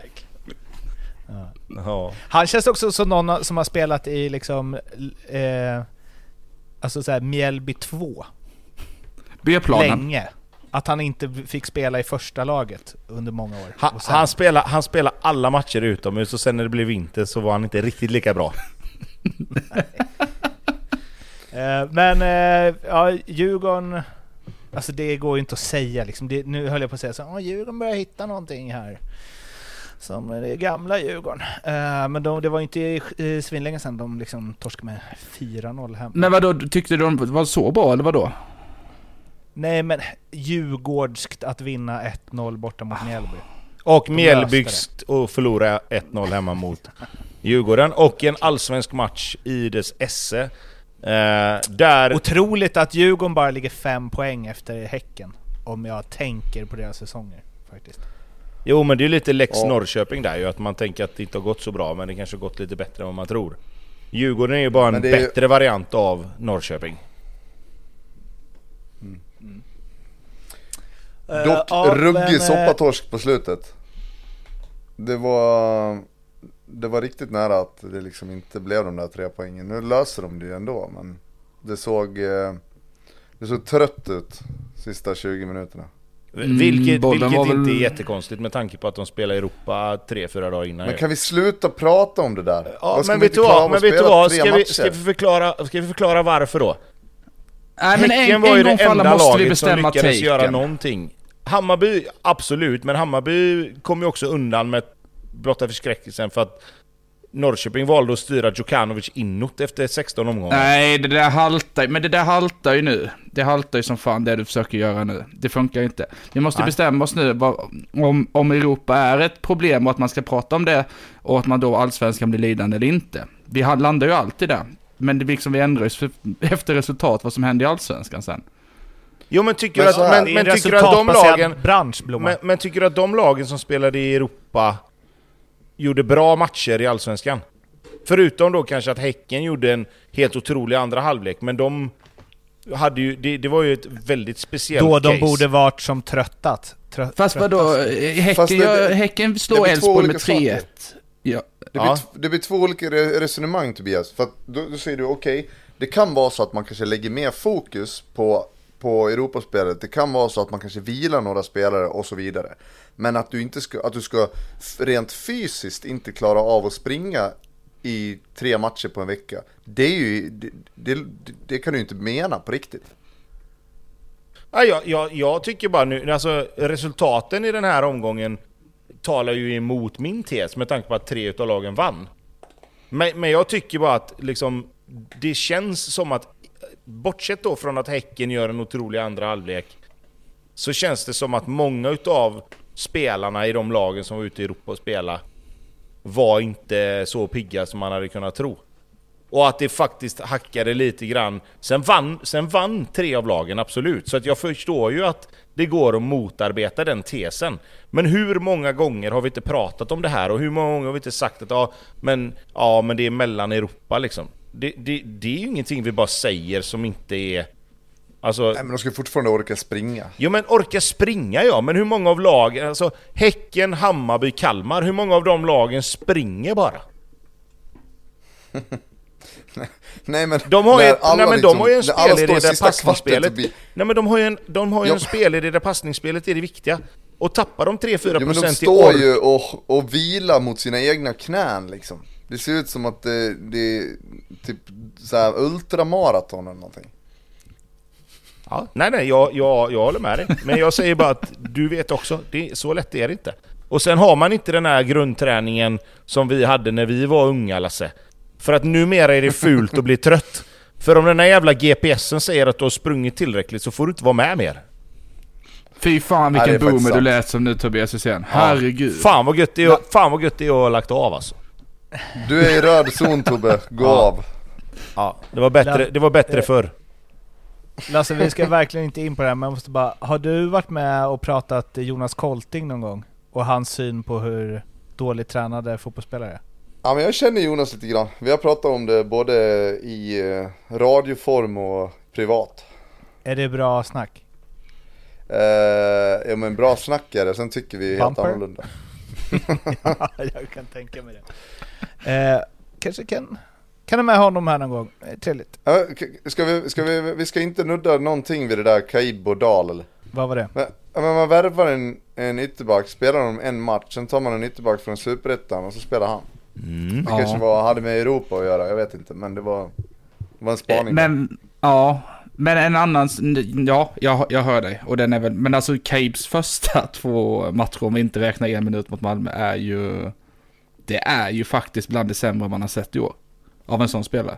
Ja. Han känns också som någon som har spelat i liksom eh, alltså så här Mjällby två. B-planen. Länge. Att han inte fick spela i första laget under många år. Han, sen... han spelade han spelade alla matcher utomhus och sen när det blev vinter så var han inte riktigt lika bra. eh, men eh, ja, Djurgården, alltså det går ju inte att säga liksom. Det, nu höll jag på att säga så, åh, Djurgården börjar hitta någonting här. Som det gamla Djurgården. Uh, men de, det var inte uh, svinlänge sedan de liksom torskade med fyra noll hem. Men vadå, tyckte du de var så bra eller vadå? Nej, men djurgårdskt att vinna ett noll borta mot Mjällby. Och Mjällbygst och förlora ett noll hemma mot Djurgården. Och en allsvensk match i dess esse. Uh, där... Otroligt att Djurgården bara ligger fem poäng efter Häcken. Om jag tänker på deras säsonger faktiskt. Jo, men det är lite Lex ja. Norrköping där ju, att man tänker att det inte har gått så bra, men det kanske har gått lite bättre än vad man tror. Djurgården är ju bara en bättre ju... variant av Norrköping. Mm. Mm. Dock uh, ja, ruggig men, soppatorsk på slutet. Det var det var riktigt nära att det liksom inte blev de där tre poängen. Nu löser de det ju ändå, men det såg det såg trött ut sista tjugo minuterna. Mm, vilket vilket väl... inte är jättekonstigt med tanke på att de spelar i Europa tre fyra dagar innan. Men kan vi sluta prata om det där? Ja, men vet du vad? Men vet du vad? Ska vi ska vi förklara ska vi förklara varför då? Nej, men Häcken en, var ju en det gång för alla enda måste vi laget som bestämma lyckades taken. göra någonting. Hammarby absolut, men Hammarby kom ju också undan med blotta förskräckelsen för att Norrköping valde att styra Djukanovic inåt efter sexton omgångar. Nej, det där haltar, men det där haltar ju nu. Det haltar ju som fan det du försöker göra nu. Det funkar inte. Vi måste Nej. bestämma oss nu vad, om, om Europa är ett problem och att man ska prata om det och att man då allsvenskan blir lidande eller inte. Vi landar ju alltid där. Men det liksom vi ändrar oss efter resultat vad som händer i allsvenskan sen. Jo, men tycker men att men, men tycker att de lagen bransch, men, men tycker att de lagen som spelade i Europa gjorde bra matcher i allsvenskan? Förutom då kanske att Häcken gjorde en helt otrolig andra halvlek, men de hade ju det, det var ju ett väldigt speciellt då case. De borde varit som tröttat. Trö, Fast vadå, Häcken, Fast det, det, häcken slår Elfsborg med tre ett. Ja. Det, blir ja. t- det blir två olika resonemang, Tobias. För att då, då säger du okej, okay, det kan vara så att man kanske lägger mer fokus på på Europaspelet. Det kan vara så att man kanske vilar några spelare och så vidare. Men att du inte ska att du ska rent fysiskt inte klara av att springa i tre matcher på en vecka. Det är ju det, det, det kan du inte mena på riktigt. Ja, jag, jag, jag tycker bara nu alltså resultaten i den här omgången talar ju emot min tes med tanke på att tre utav lagen vann. Men, men jag tycker bara att liksom det känns som att bortsett då från att Häcken gör en otrolig andra halvlek, så känns det som att många utav spelarna i de lagen som var ute i Europa och spela var inte så pigga som man hade kunnat tro. Och att det faktiskt hackade lite grann. Sen vann, sen vann tre av lagen, absolut. Så att jag förstår ju att det går att motarbeta den tesen. Men hur många gånger har vi inte pratat om det här? Och hur många gånger har vi inte sagt att ja, men, ja, men det är mellan Europa liksom. Det, det, det är ju ingenting vi bara säger som inte är... Alltså, nej, men de ska fortfarande orka springa. Jo, men orka springa, ja. Men hur många av lagen... Alltså Häcken, Hammarby, Kalmar. Hur många av de lagen springer bara? Nej, men de har ju nej, men liksom, de har ju en spelidé där passningsspelet. Bli... Nej, men de har ju en de har ju ja. en spelidé där passningsspelet är det viktiga. Och tappar de tre fyra procent i år. De står ju och och vilar mot sina egna knän liksom. Det ser ut som att det, det är typ så här ultramaraton eller någonting. Ja, nej nej, jag jag jag håller med dig. Men jag säger bara att du vet också, det så lätt är det inte. Och sen har man inte den här grundträningen som vi hade när vi var unga, Lasse. För att numera är det fult att bli trött. För om den här jävla G P S'en säger att du har sprungit tillräckligt så får du inte vara med mer. Fy fan vilken boomer du lät som nu, Tobias Hysén. Herregud. Ja, fan vad gött det är, fan vad gött det är att ha lagt av alltså. Du är i röd zon, Tobbe. Gå ja. av. Ja, det var bättre, det var bättre förr. Lasse, vi ska verkligen inte in på det här, men jag måste bara... Har du varit med och pratat Jonas Kolting någon gång? Och hans syn på hur dåligt tränade fotbollsspelare? Ja, men jag känner Jonas lite grann. Vi har pratat om det både i radioform och privat. Är det bra snack? Eh, ja, men bra snackare. Sen tycker vi helt Bumper? Annorlunda. Ja, jag kan tänka mig det. Eh, kanske kan... Kan du med honom här någon gång? Trevligt. Ja, ska vi, ska vi, vi ska inte nudda någonting vid det där Kaib och Dahl eller? Vad var det? Men, men man värvar en, en ytterback, spelar de en match, sen tar man en ytterback från Superettan och så spelar han. Mm. Det ja. kanske var, hade med Europa att göra, jag vet inte, men det var, det var en spaning. Men, ja, men en annan, ja, jag, jag hör dig. Och den är väl, men alltså Kaibs första två matcher, om vi inte räknar en minut mot Malmö, är ju, det är ju faktiskt bland det sämre man har sett i år. Av en sån spelare.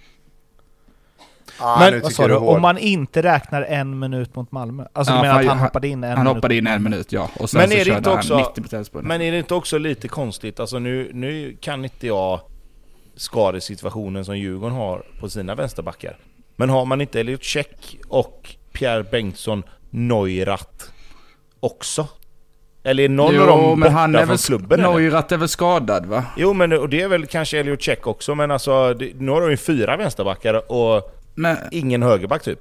Ah, men vad sa du? Om man inte räknar en minut mot Malmö. Alltså ja, du menar att han hoppade in en han minut? Han hoppade in en minut, ja. Och sen men så är det inte också, nittio procent på den. Men är det inte också lite konstigt? Alltså nu, nu kan inte jag skadesituationen som Djurgården har på sina vänsterbackar. Men har man inte Elliot Check och Pierre Bengtsson Neurath också? Eller är någon jo, av dem men borta han är från klubben? Neurath är väl skadad, va? Jo, men och det är väl kanske Elliot Check också. Men alltså, det, nu har de ju fyra vänsterbackar och men... ingen högerback typ.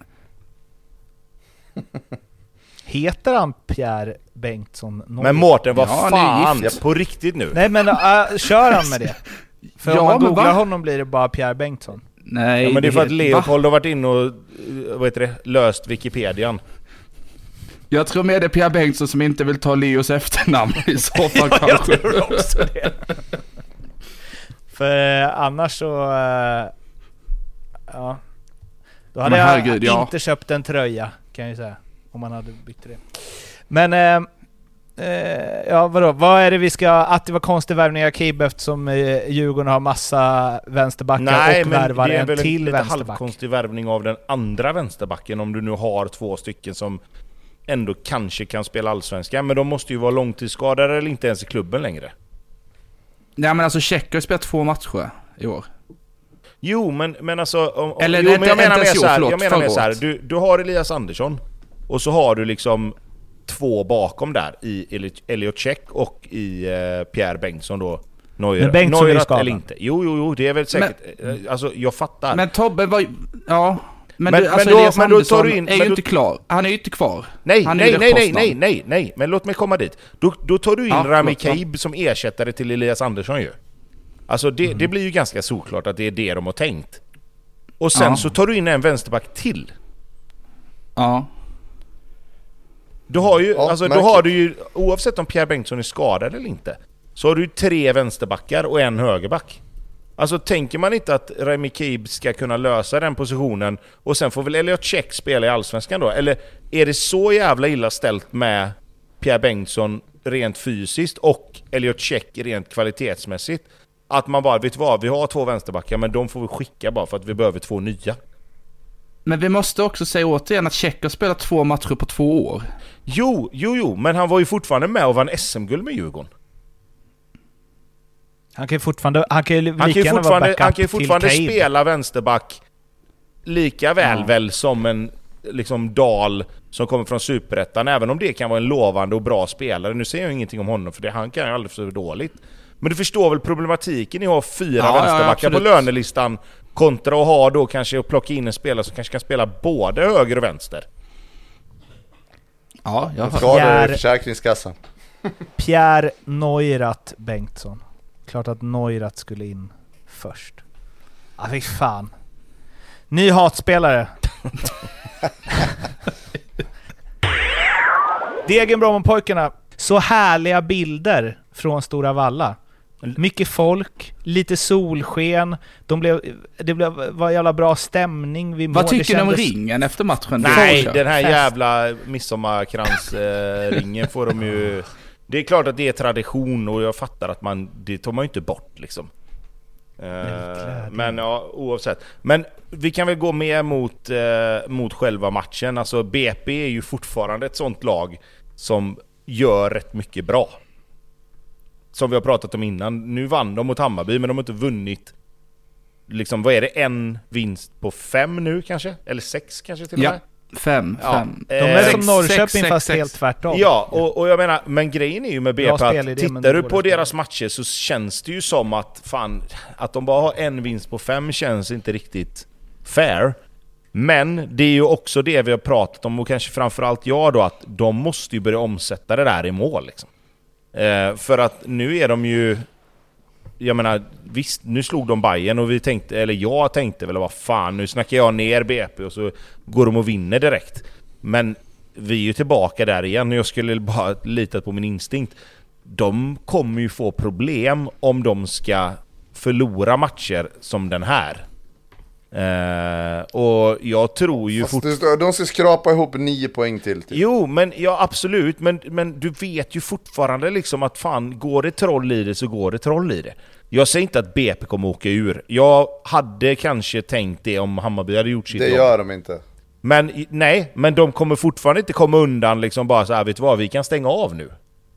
Heter han Pierre Bengtsson? Någon? Men Mårten, vad ja, fan? På riktigt nu? Nej, men uh, kör han med det? För ja, om man googlar va? honom blir det bara Pierre Bengtsson. Nej, ja, men det är för att Leopold va? har varit inne och vad heter det, löst Wikipedian. Jag tror med det är Pierre Bengtsson som inte vill ta Leos efternamn i så fall ja, kanske. Jag tror också det. För uh, annars så... Uh, ja. Då hade men jag herregud, ja. inte köpt en tröja, kan jag ju säga. Om man hade bytt det. Men... Uh, Uh, ja, vadå? Vad är det vi ska... Att det var konstig värvning av Kaib eftersom uh, Djurgården har massa vänsterbackar. Nej, och värvar en till vänsterback. Nej, men det är väl en lite halvkonstig värvning av den andra vänsterbacken om du nu har två stycken som ändå kanske kan spela allsvenska. Men de måste ju vara långtidsskadade eller inte ens i klubben längre. Nej, men alltså Check har spelat två matcher i år. Jo, men, men alltså... Om, om, eller jo, det, men jag menar med så här, förlåt, jag menar med så här du, du har Elias Andersson och så har du liksom... två bakom där i Elliot Check och i uh, Pierre Bengtsson då. Men Bengtsson är skadad eller inte. Jo, jo, jo, det är väl säkert. Men, alltså, jag fattar. Men Tobbe var ju... Ja. Men, men, du, alltså, men, då, Elias men då tar du in... är ju men inte klar. Han är ju inte kvar. Nej, han nej, nej, nej, nej, nej, nej. Men låt mig komma dit. Då, då tar du in ja, Rami Kaib som ersättare till Elias Andersson ju. Alltså, det, mm. det blir ju ganska såklart att det är det de har tänkt. Och sen ja. så tar du in en vänsterback till. Ja. Du har ju, ja, alltså, då har du ju, oavsett om Pierre Bengtsson är skadad eller inte, så har du ju tre vänsterbackar och en högerback. Alltså tänker man inte att Rami Kaib ska kunna lösa den positionen och sen får väl Elliot Check spela i allsvenskan då? Eller är det så jävla illa ställt med Pierre Bengtsson rent fysiskt och Elliot Check rent kvalitetsmässigt att man bara, vet vad, vi har två vänsterbackar men de får vi skicka bara för att vi behöver två nya? Men vi måste också säga återigen att Cech har spelat två matcher på två år. Jo, jo, jo, men han var ju fortfarande med och vann S M-guld med Djurgården. Han kan ju fortfarande, han kan ju han kan ju fortfarande, han kan ju fortfarande spela vänsterback lika väl ja. väl som en liksom Dal som kommer från Superettan, även om det kan vara en lovande och bra spelare. Nu säger jag ingenting om honom för det, han kan ju aldrig så dåligt. Men du förstår väl problematiken i att ha fyra ja, vänsterbackar ja, på lönelistan kontra att ha då kanske att plocka in en spelare som kanske kan spela både höger och vänster. Ja, jag har skador i försäkringskassan. Pierre Neurath Bengtsson. Klart att Neurath skulle in först. Ja, fy fan. Ny hatspelare. Degenbrommon-pojkarna. Så härliga bilder från Stora Valla. Mycket folk, lite solsken. De blev, det blev, var jävla bra stämning vid mål. Vad tycker kändes... ni om ringen efter matchen? Nej, folk, den här fest. jävla midsommarkrans-ringen får de ju... Det är klart att det är tradition och jag fattar att man, det tar man ju inte bort liksom. Uh, men ja, oavsett. Men vi kan väl gå med mot, uh, mot själva matchen. Alltså B P är ju fortfarande ett sånt lag som gör rätt mycket bra. Som vi har pratat om innan. Nu vann de mot Hammarby, men de har inte vunnit. Liksom, vad är det? En vinst på fem nu kanske? Eller sex kanske till och med? Ja. Fem, ja. fem. De är eh, som Norrköping sex, fast sex, helt tvärtom. Ja, och, och jag menar, men grejen är ju med B P att idé, tittar du på deras matcher så känns det ju som att fan, att de bara har en vinst på fem känns inte riktigt fair. Men det är ju också det vi har pratat om och kanske framförallt jag då, att de måste ju börja omsätta det där i mål liksom. Eh, för att nu är de ju, jag menar, visst, nu slog de Bayern och vi tänkte, eller jag tänkte väl vad fan, nu snackar jag ner B P och så går de och vinner direkt. Men vi är ju tillbaka där igen och jag skulle bara lita på min instinkt. De kommer ju få problem om de ska förlora matcher som den här. Uh, och jag tror ju fort... de ska skrapa ihop nio poäng till typ. Jo, men ja, absolut. Men, men du vet ju fortfarande liksom att fan, går det troll i det så går det troll i det. Jag säger inte att B P kommer åka ur. Jag hade kanske tänkt det om Hammarby hade gjort sitt det jobb. Det gör de inte. Men nej, men de kommer fortfarande inte komma undan liksom bara så här, vet du vad, vi kan stänga av nu.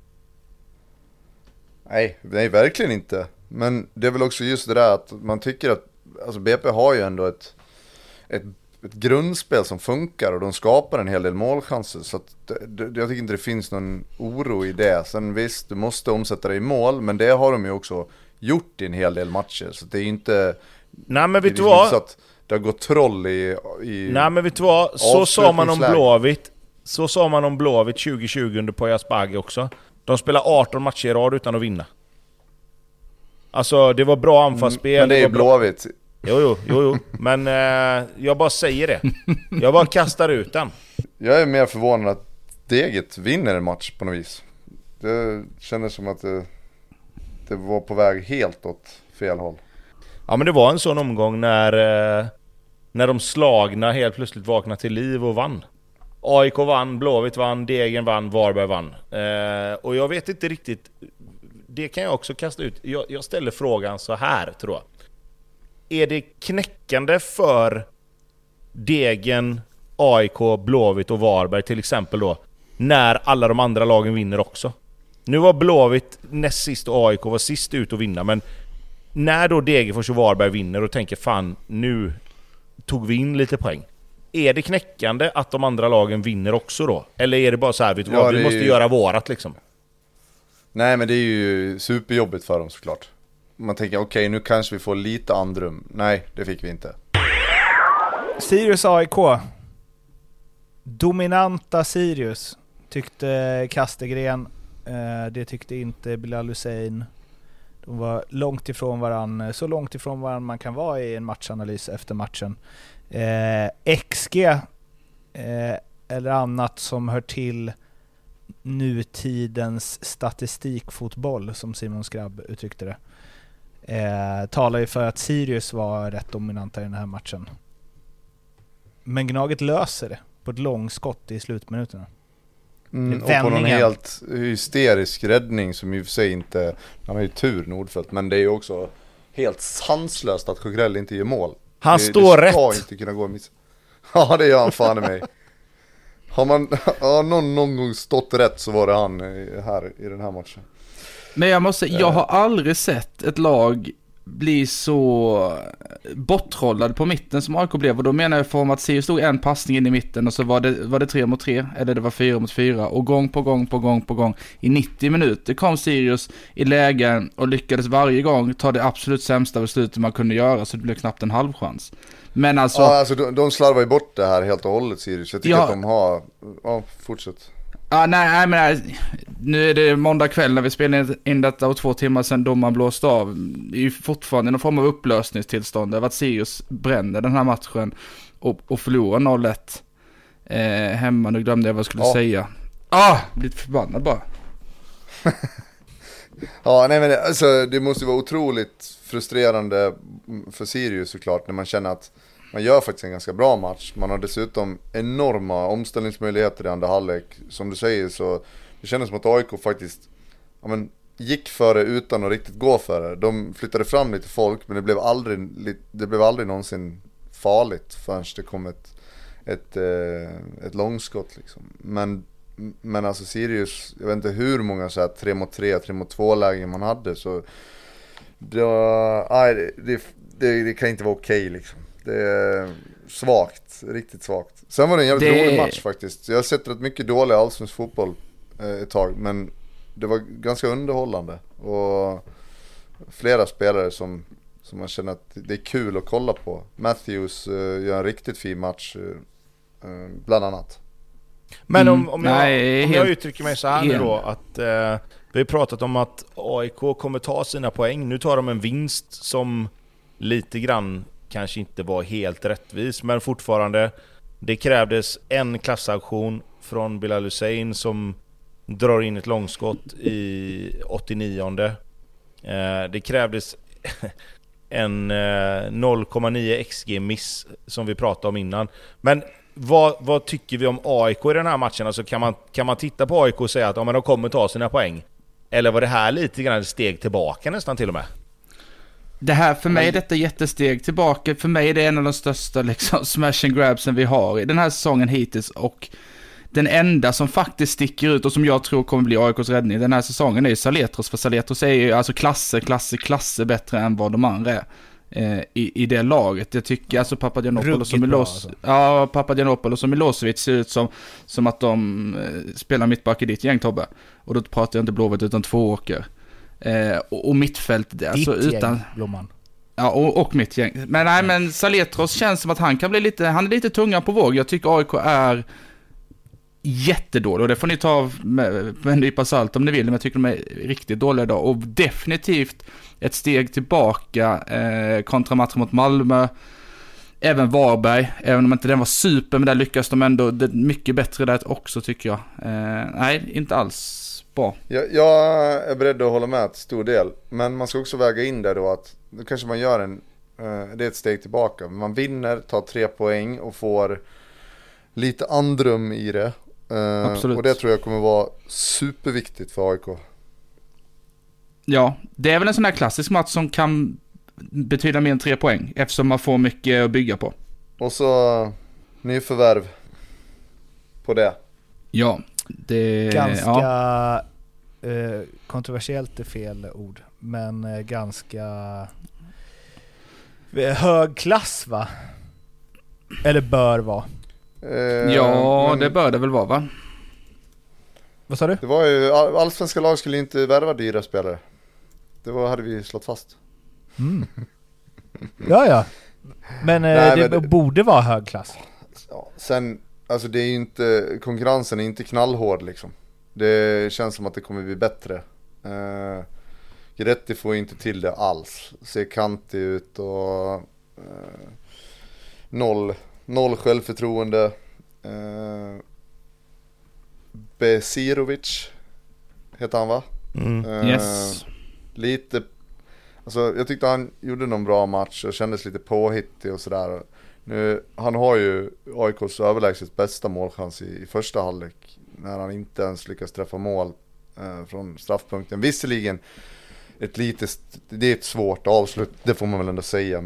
Nej, nej, verkligen inte. Men det är väl också just det där att man tycker att alltså B P har ju ändå ett, ett, ett grundspel som funkar och de skapar en hel del målchanser, så att det, det, jag tycker inte det finns någon oro i det. Sen visst, du måste omsätta det i mål, men det har de ju också gjort i en hel del matcher, så det är inte... Nej, men vet du vad? Så att det har gått troll i... i Nej, men vet du vad? Så sa man om Blåvitt. Så sa man om Blåvitt tjugo tjugo under Poya Asbaghi också. De spelar arton matcher i rad utan att vinna. Alltså, det var bra anfallsspel. Mm, men det är det Blåvitt. Jo, jo, jo, jo. Men eh, jag bara säger det. Jag bara kastar ut den. Jag är mer förvånad att Deget vinner en match på något vis. Det kändes som att det, det var på väg helt åt fel håll. Ja, men det var en sån omgång när, eh, när de slagna helt plötsligt vaknade till liv och vann. A I K vann, Blåvitt vann, Degen vann, Varberg vann. Eh, och jag vet inte riktigt... Det kan jag också kasta ut. Jag, jag ställer frågan så här, tror jag. Är det knäckande för Degen, A I K, Blåvitt och Varberg till exempel då, när alla de andra lagen vinner också? Nu var Blåvitt näst sist och A I K var sist ut att vinna, men när då Degerfors och Varberg vinner och tänker fan, nu tog vi in lite poäng. Är det knäckande att de andra lagen vinner också då? Eller är det bara så här, vet du ja, vad, vi måste ju... göra vårat liksom? Nej, men det är ju superjobbigt för dem såklart. Man tänker, okej, okay, nu kanske vi får lite andrum. Nej, det fick vi inte. Sirius A I K. Dominanta Sirius, tyckte Kastegren. Eh, det tyckte inte Bilal Hussein. De var långt ifrån varann, så långt ifrån varann man kan vara i en matchanalys efter matchen. Eh, X G eh, eller annat som hör till nutidens statistikfotboll, som Simon Skrabb uttryckte det, eh, talar ju för att Sirius var rätt dominanta i den här matchen. Men Gnaget löser det på ett långskott i slutminuterna. Mm, och på någon helt hysterisk räddning som i och för sig inte, han har ju tur Nordfeldt, men det är ju också helt sanslöst att Sjögrell inte gör mål. Han det, står det ska rätt. Inte kunna gå miss. Ja, det gör han fan i mig. Har man har någon, någon gång stått rätt så var det han här i den här matchen. Men jag måste, jag har aldrig sett ett lag bli så borttrollad på mitten som A I K blev. Och då menar jag för att Sirius stod en passning in i mitten och så var det, var det tre mot tre eller det var fyra mot fyra. Och gång på gång på gång på gång i nittio minuter kom Sirius i lägen och lyckades varje gång ta det absolut sämsta beslutet man kunde göra, så det blev knappt en halvchans. Men alltså... Ja, alltså de, de slarvar ju bort det här helt och hållet, Sirius. Jag tycker ja, att de har... Ja, fortsätt. Ja, nej, nej, men nu är det måndag kväll när vi spelar in detta och två timmar sedan domaren blåst av. Det är ju fortfarande någon form av upplösningstillstånd över att Sirius brände den här matchen och, och förlorar noll ett eh, hemma. Nu glömde jag vad jag skulle ja. säga. Ah, blivit förbannad bara. Ja, nej men alltså, det måste vara otroligt frustrerande för Sirius såklart när man känner att man gör faktiskt en ganska bra match. Man har dessutom enorma omställningsmöjligheter i andra halvlek. Som du säger så det kändes som att A I K faktiskt ja, men, gick för det utan att riktigt gå för det. De flyttade fram lite folk men det blev aldrig, det blev aldrig någonsin farligt förrän det kom ett, ett, ett långskott liksom. Men, men alltså Sirius, jag vet inte hur många så här tre mot tre, tre mot två lägen man hade. Så det, nej, det, det, det kan inte vara okej okay, liksom. Det är svagt, riktigt svagt. Sen var det en jävligt det... rolig match faktiskt. Jag har sett rätt mycket dålig allsvensk fotboll eh, ett tag, men det var ganska underhållande. Och flera spelare som, som man känner att det är kul att kolla på. Matthews eh, gör en riktigt fin match, eh, bland annat. Men om, om, jag, Nej, om jag uttrycker mig så här nu då, att eh, vi har pratat om att A I K kommer ta sina poäng. Nu tar de en vinst som lite grann kanske inte var helt rättvis, men fortfarande det krävdes en klassaktion från Bilal Hussein som drar in ett långskott i åttionionde. Eh, det krävdes en eh, noll komma nio X G miss som vi pratade om innan. Men vad, vad tycker vi om A I K i den här matchen? Alltså kan man, kan man titta på A I K och säga att ja, men de kommer ta sina poäng? Eller var det här lite grann ett steg tillbaka nästan till och med? Det här för mig är detta jättesteg tillbaka. För mig är det en av de största liksom, smash and grabsen vi har i den här säsongen hittills. Och den enda som faktiskt sticker ut och som jag tror kommer bli A I K:s räddning den här säsongen är Saletros. För Saletros är ju alltså klasser, klasser, klasser bättre än vad de andra är eh, i, i det laget. Jag tycker alltså Papagiannopoulos och Milos, alltså. ja, Papagiannopoulos och Milosevic ser ut som, som att de eh, spelar mittback i ditt gäng, Tobbe. Och då pratar jag inte Blåvitt utan två åker. Eh, och, och mittfält alltså utan gäng, Blomman. Ja, och, och mitt gäng. Men nej, men Saletros känns som att han kan bli lite, han är lite tunga på våg. Jag tycker A I K är jättedålig och det får ni ta med, med en nypa salt om ni vill, men jag tycker de är riktigt dåliga idag och definitivt ett steg tillbaka eh, kontra matchen mot Malmö. Även Varberg, även om inte den var super, men där lyckas de ändå det mycket bättre där också tycker jag. Eh, nej, inte alls bra. Jag, jag är beredd att hålla med ett stor del, men man ska också väga in där då att då kanske man gör en, eh, det är ett steg tillbaka. Man vinner, tar tre poäng och får lite andrum i det. Eh, Absolut. Och det tror jag kommer vara superviktigt för A I K. Ja, det är väl en sån här klassisk match som kan betyda mer än tre poäng eftersom man får mycket att bygga på. Och så nyförvärv på det. Ja, det... Ganska ja. eh, kontroversiellt är fel ord, men eh, ganska hög klass va? Eller bör vara. Eh, ja, men... det bör det väl vara va? Vad sa du? Det var ju, all, allsvenska lag skulle inte värva dyra spelare. Det var, hade vi slått fast. Mm. Ja, ja. Men, eh, Nej, det, men det borde vara hög klass. Ja, sen, alltså det är ju inte, konkurrensen är inte knallhård liksom. Det känns som att det kommer bli bättre. Eh, Gretti får inte till det alls. Ser kantig ut och eh, noll, noll självförtroende. Eh, Besirovic heter han va? Mm. Eh, yes. Lite, alltså jag tyckte han gjorde någon bra match och kändes lite påhittig och sådär. Nu, han har ju A I K:s överlägset bästa målchans i, i första halvlek när han inte ens lyckas träffa mål eh, från straffpunkten. Visserligen ett litet, det är ett svårt avslut, det får man väl ändå säga, men,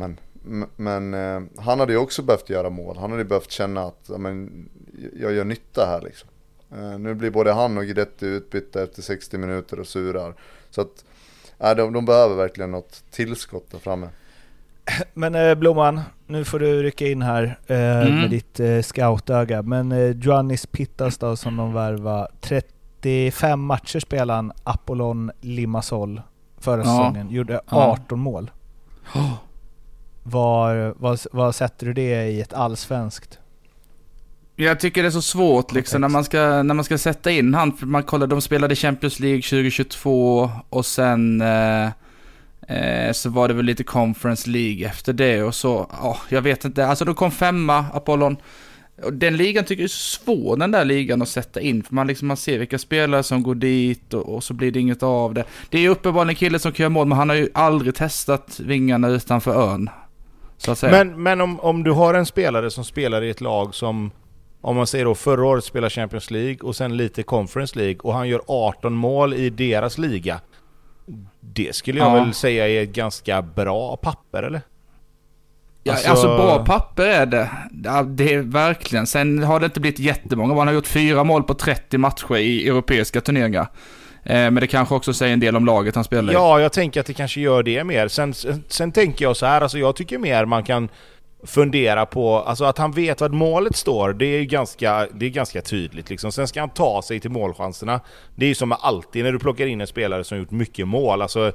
men eh, han hade ju också behövt göra mål. Han hade ju behövt känna att ja, men, jag gör nytta här liksom. Eh, nu blir både han och Guidetti utbytta efter sextio minuter och surar. Så att eh, de, de behöver verkligen något tillskott där framme. Men eh, Blomman, nu får du rycka in här eh, mm. med ditt eh, scoutöga. Men eh, Ioannis Pittas då, som de värvar, trettiofem matcher spelade han Apollon Limassol förra ja. säsongen. Gjorde arton ja. mål. Oh. Var, var, var sätter du det i ett allsvenskt? Jag tycker det är så svårt liksom, när man ska när man ska sätta in han. Man kollar, de spelade Champions League tjugohundratjugotvå och sen eh, eh, så var det väl lite Conference League efter det och så, ja, jag vet inte. Alltså de kom femma, Apollon. Och den ligan tycker jag är svår, den där ligan, att sätta in. För man, liksom, man ser vilka spelare som går dit och, och så blir det inget av det. Det är ju uppenbarligen en kille som kan göra mål, men han har ju aldrig testat vingarna utanför ön. Så att säga. Men, men om, om du har en spelare som spelar i ett lag som, om man säger då, förra året spelar Champions League och sen lite Conference League och han gör arton mål i deras liga. Det skulle jag ja. väl säga är ett ganska bra papper, eller? Ja, alltså, alltså bra papper är det. Ja, det är verkligen. Sen har det inte blivit jättemånga. Man har gjort fyra mål på trettio matcher i europeiska turneringar. Eh, men det kanske också säger en del om laget han spelar i. Ja, jag tänker att det kanske gör det mer. Sen, sen tänker jag så här, alltså jag tycker mer man kan fundera på, alltså att han vet vad målet står, det är ju ganska, det är ganska tydligt liksom. Sen ska han ta sig till målchanserna. Det är ju som med alltid när du plockar in en spelare som gjort mycket mål, alltså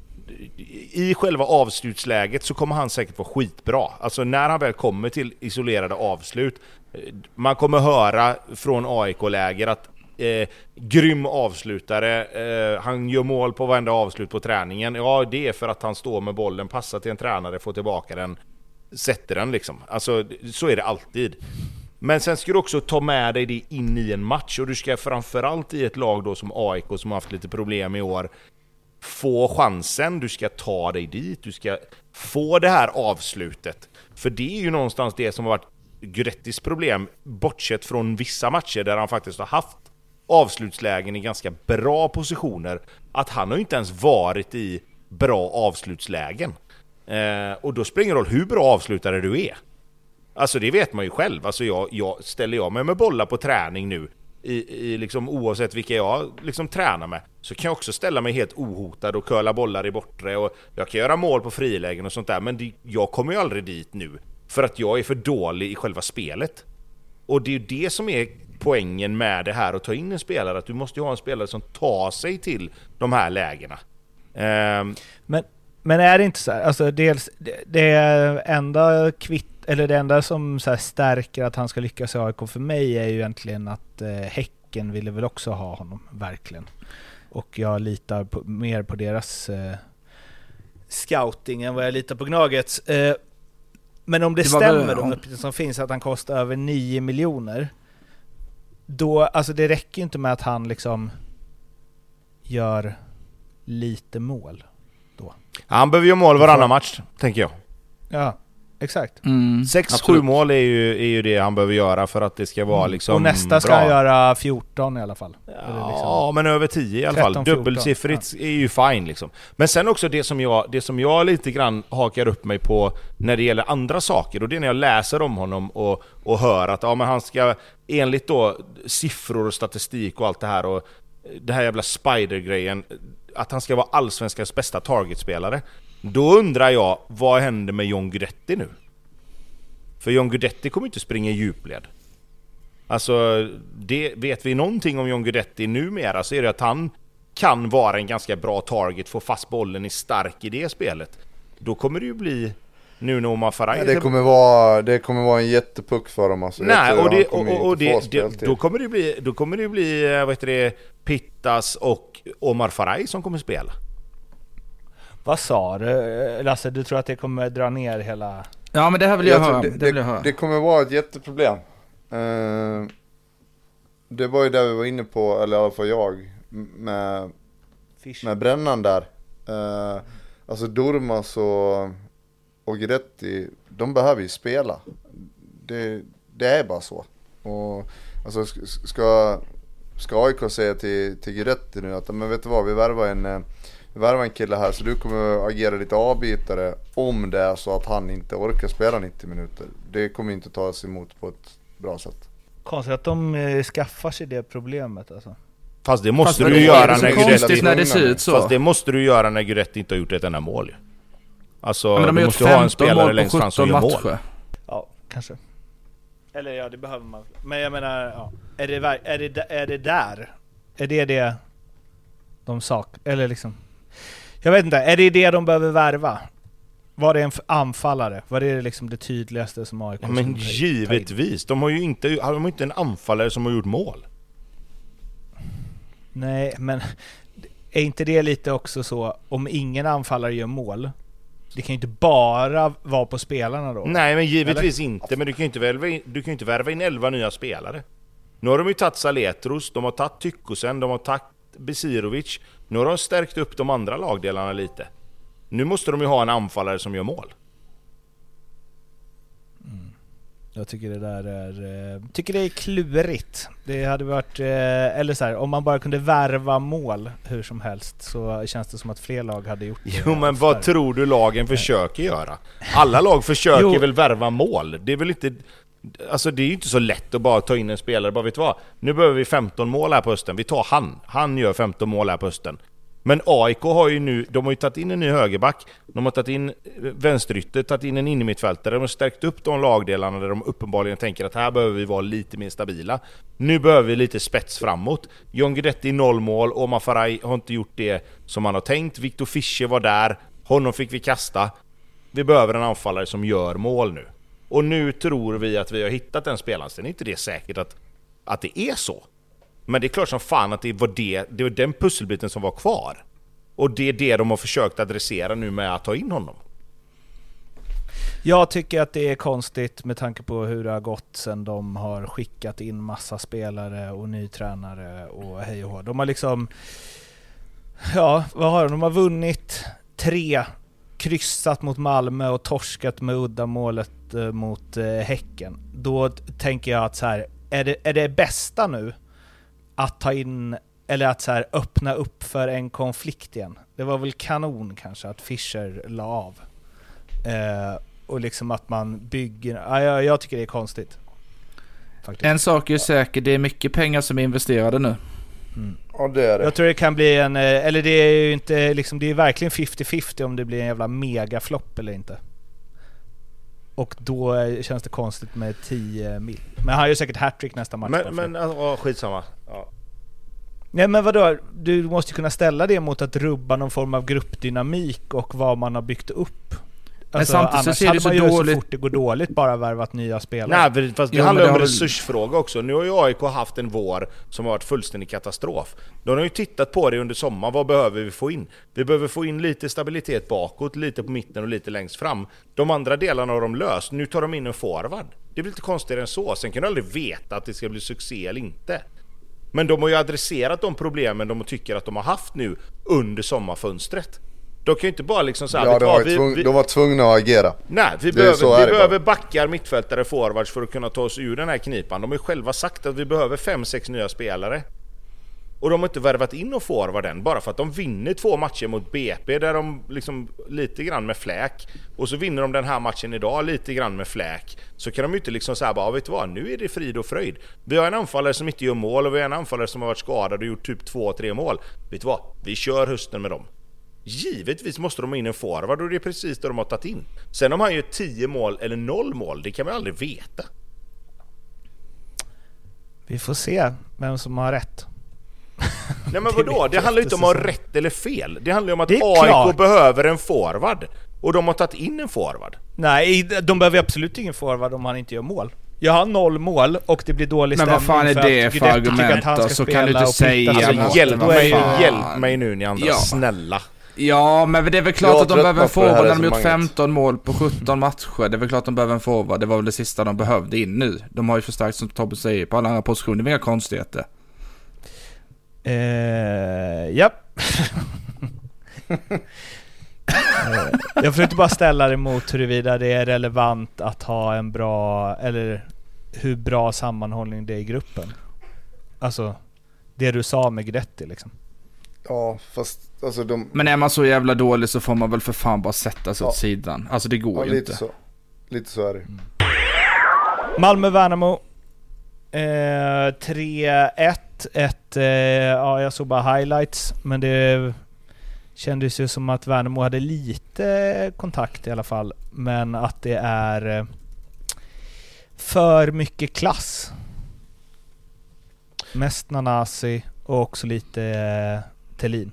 i själva avslutsläget så kommer han säkert vara skitbra. Alltså när han väl kommer till isolerade avslut, man kommer höra från A I K-läger att eh, grym avslutare, eh, han gör mål på varenda avslut på träningen. Ja, det är för att han står med bollen, passar till en tränare, får tillbaka den, sätter den liksom. Alltså så är det alltid. Men sen ska du också ta med dig det in i en match, och du ska framförallt i ett lag då som A I K som har haft lite problem i år få chansen, du ska ta dig dit, du ska få det här avslutet. För det är ju någonstans det som har varit Guidettis problem, bortsett från vissa matcher där han faktiskt har haft avslutslägen i ganska bra positioner, att han har ju inte ens varit i bra avslutslägen. Eh, och då spelar det ingen roll hur bra avslutare du är. Alltså det vet man ju själv. Alltså jag, jag ställer jag mig med bollar på träning nu, I, i liksom, oavsett vilka jag liksom tränar med, så kan jag också ställa mig helt ohotad och curla bollar i bortre, och jag kan göra mål på frilägen och sånt där, men det, jag kommer ju aldrig dit nu för att jag är för dålig i själva spelet. Och det är ju det som är poängen med det här, att ta in en spelare, att du måste ju ha en spelare som tar sig till de här lägena. um, men, men är det inte så här, alltså dels det, det enda kvitt eller det enda som så här stärker att han ska lyckas i A I K för mig är ju egentligen att eh, Häcken ville väl också ha honom, verkligen. Och jag litar på, mer på deras eh, scouting än vad jag litar på Gnagets. Eh, men om det, det stämmer, väl, de uppgifter som finns, att han kostar över nio miljoner, då, alltså det räcker ju inte med att han liksom gör lite mål då. Han behöver ju mål varannan match, tänker jag. Ja. Exakt. Mm, sex sju mål är ju, är ju det han behöver göra för att det ska vara liksom. Och nästa ska bra. Han göra fjorton i alla fall. Ja, liksom men över tio i alla fall. Dubbelsiffrigt ja. Är ju fine liksom. Men sen också det som jag det som jag lite grann hakar upp mig på när det gäller andra saker, och det är när jag läser om honom och och hör att ja men han ska enligt då siffror och statistik och allt det här, och det här jävla Spider-grejen, att han ska vara allsvenskans bästa targetspelare. Då undrar jag, vad händer med John Guidetti nu? För John Guidetti kommer inte springa i djupled. Alltså, det, vet vi någonting om John Guidetti numera, så är det att han kan vara en ganska bra target, få fast bollen, i stark i det spelet. Då kommer det ju bli nu när Omar Faraj... Ja, det kommer vara det kommer vara en jättepuck för dem alltså. Nej, och, det, och, och, och det, det, då kommer det bli då kommer det bli vad heter det, Pittas och Omar Faraj som kommer spela. Vad sa du, Lasse? Du tror att det kommer dra ner hela... Ja, men det här vill jag, jag höra. Det, det, vill jag höra. Det kommer vara ett jätteproblem. Uh, det var ju där vi var inne på, eller i alla fall jag, med, med Brännan där. Uh, alltså Durmaz och, och Guidetti, de behöver ju spela. Det, det är bara så. Och alltså ska, ska A I K säga till, till Guidetti nu att, men vet du vad, vi värvar en... värva en kille här så du kommer agera lite avbytare om det är så att han inte orkar spela nittio minuter. Det kommer inte tas emot på ett bra sätt. Konstigt att de eh, skaffar sig det problemet alltså. Fast det måste Fast du det göra är så när konstigt Guidetti... när det ser ut så. Fast det måste du göra när Guidetti inte har gjort ett enda mål. Alltså, ja, men de du har måste gjort ha en femton spelare mål längst på fram som sjutton gör matcher. mål. Ja, kanske. Eller ja, det behöver man. Men jag menar, ja. Är det, är det, är det där? Är det det de sak? Eller liksom... Jag vet inte, är det det de behöver värva? Var det en anfallare? Var det liksom det tydligaste som A I K? Ja, men givetvis. De har ju inte, de har inte en anfallare som har gjort mål. Nej, men är inte det lite också så, om ingen anfallare gör mål, det kan ju inte bara vara på spelarna då? Nej, men givetvis eller? Inte. Men du kan ju inte, värva in, du kan ju inte värva in elva nya spelare. Nu har de ju tagit Saletros, de har tagit Tykosen, de har tagit Besirovic. Nu har de stärkt upp de andra lagdelarna lite. Nu måste de ju ha en anfallare som gör mål. Mm. Jag tycker det där är... Eh, tycker det är klurigt. Det hade varit... Eh, eller så här, om man bara kunde värva mål hur som helst så känns det som att fler lag hade gjort det. Jo, men vad tror du lagen försöker göra? Alla lag försöker väl värva mål. Det är väl inte... Alltså det är ju inte så lätt att bara ta in en spelare. Bara vet du vad? Nu behöver vi femton mål här på hösten. Vi tar han. Han gör femton mål här på hösten. Men A I K har ju nu, de har ju tagit in en ny högerback, de har tagit in vänsterytter, tagit in en innermittfältare, de har stärkt upp de lagdelarna där de uppenbarligen tänker att här behöver vi vara lite mer stabila. Nu behöver vi lite spets framåt. John Guidetti noll mål, Omar Faraj har inte gjort det som han har tänkt. Victor Fischer var där, honom fick vi kasta. Vi behöver en anfallare som gör mål nu. Och nu tror vi att vi har hittat den spelaren. Sen är inte det säkert att, att det är så. Men det är klart som fan att det var, det, det var den pusselbiten som var kvar. Och det är det de har försökt adressera nu med att ta in honom. Jag tycker att det är konstigt med tanke på hur det har gått sen de har skickat in massa spelare och ny tränare och hej och hå. De har liksom... Ja, vad har de? De har vunnit tre, kryssat mot Malmö och torskat med uddamålet mot eh, Häcken. Då tänker jag att så här, är det, är det bästa nu att ta in eller att så här öppna upp för en konflikt igen? Det var väl kanon kanske att Fischer la av. Eh, och liksom att man bygger... Ja, jag, jag tycker det är konstigt. Faktiskt. En sak är säker, det är mycket pengar som är investerade nu. Mm. Ja, det är det. Jag tror det kan bli en... Eller det är ju inte... Liksom, det är verkligen femtio femtio om det blir en jävla megaflopp eller inte. Och då känns det konstigt med tio mil. Men han har ju säkert hattrick nästa match. Men, men alltså, skitsamma. Ja. Nej, men vadå? Du måste kunna ställa det mot att rubba någon form av gruppdynamik och vad man har byggt upp. Alltså, men samtidigt så ser det så hade man ju dåligt. Så fort det går dåligt bara värvat nya spelare. Nej, fast det jo, handlar det om har... resursfråga också. Nu har ju A I K haft en vår som har varit fullständig katastrof. De har ju tittat på det under sommaren. Vad behöver vi få in? Vi behöver få in lite stabilitet bakåt, lite på mitten och lite längst fram. De andra delarna har de löst. Nu tar de in en forward. Det är väl lite konstigare än så. Sen kan du aldrig veta att det ska bli succé eller inte. Men de har ju adresserat de problemen de tycker att de har haft nu under sommarfönstret. De kan ju inte bara liksom så här, ja, de var, vi, tvung, vi, de var tvungna att agera. Nej, vi det behöver, vi behöver backar, mittfältare, forwards för att kunna ta oss ur den här knipan. De har ju själva sagt att vi behöver fem sex nya spelare. Och de har inte värvat in och forward än, bara för att de vinner två matcher mot B P där de liksom lite grann med fläk. Och så vinner de den här matchen idag lite grann med fläk. Så kan de ju inte liksom säga bara, vet du vad, nu är det frid och fröjd. Vi har en anfallare som inte gör mål och vi har en anfallare som har varit skadad och gjort typ två, tre mål. Vet du vad, vi kör hösten med dem. Givetvis måste de ha in en forward och det är precis det de har tagit in. Sen om han gör tio mål eller noll mål, det kan man aldrig veta. Vi får se vem som har rätt. Nej, men vadå? Det handlar inte om att ha rätt eller fel. Det handlar om att A I K behöver en forward. Och de har tagit in en forward. Nej, de behöver absolut ingen forward om han inte gör mål. Jag har noll mål och det blir dålig stämning. Men vad fan är det för, för argument då? Så kan du inte säga. Alltså, hjälp, mig, hjälp mig nu ni andra, ja. Snälla. Ja, men det är väl klart jag att de behöver en forward när de gjort manget. femton mål på sjutton matcher. Det är väl klart att de behöver en forward. Det var väl det sista de behövde in nu. De har ju förstärkt som Tobbe säger på alla andra positioner. Det är inga konstigheter. Eh, ja. Jag försökte bara ställa det mot huruvida det är relevant att ha en bra, eller hur bra sammanhållning det är i gruppen. Alltså det du sa med Guidetti liksom. Ja, fast alltså de... Men är man så jävla dålig så får man väl för fan bara sätta sig ja. åt sidan. Alltså det går ja, ju lite inte. Så. Lite så är det. Mm. Malmö-Värnamo. Eh, tre ett. Ett, eh, ja, jag såg bara highlights. Men det kändes ju som att Värnamo hade lite kontakt i alla fall. Men att det är eh, för mycket klass. Mest Nanasi och också lite eh, Thelin.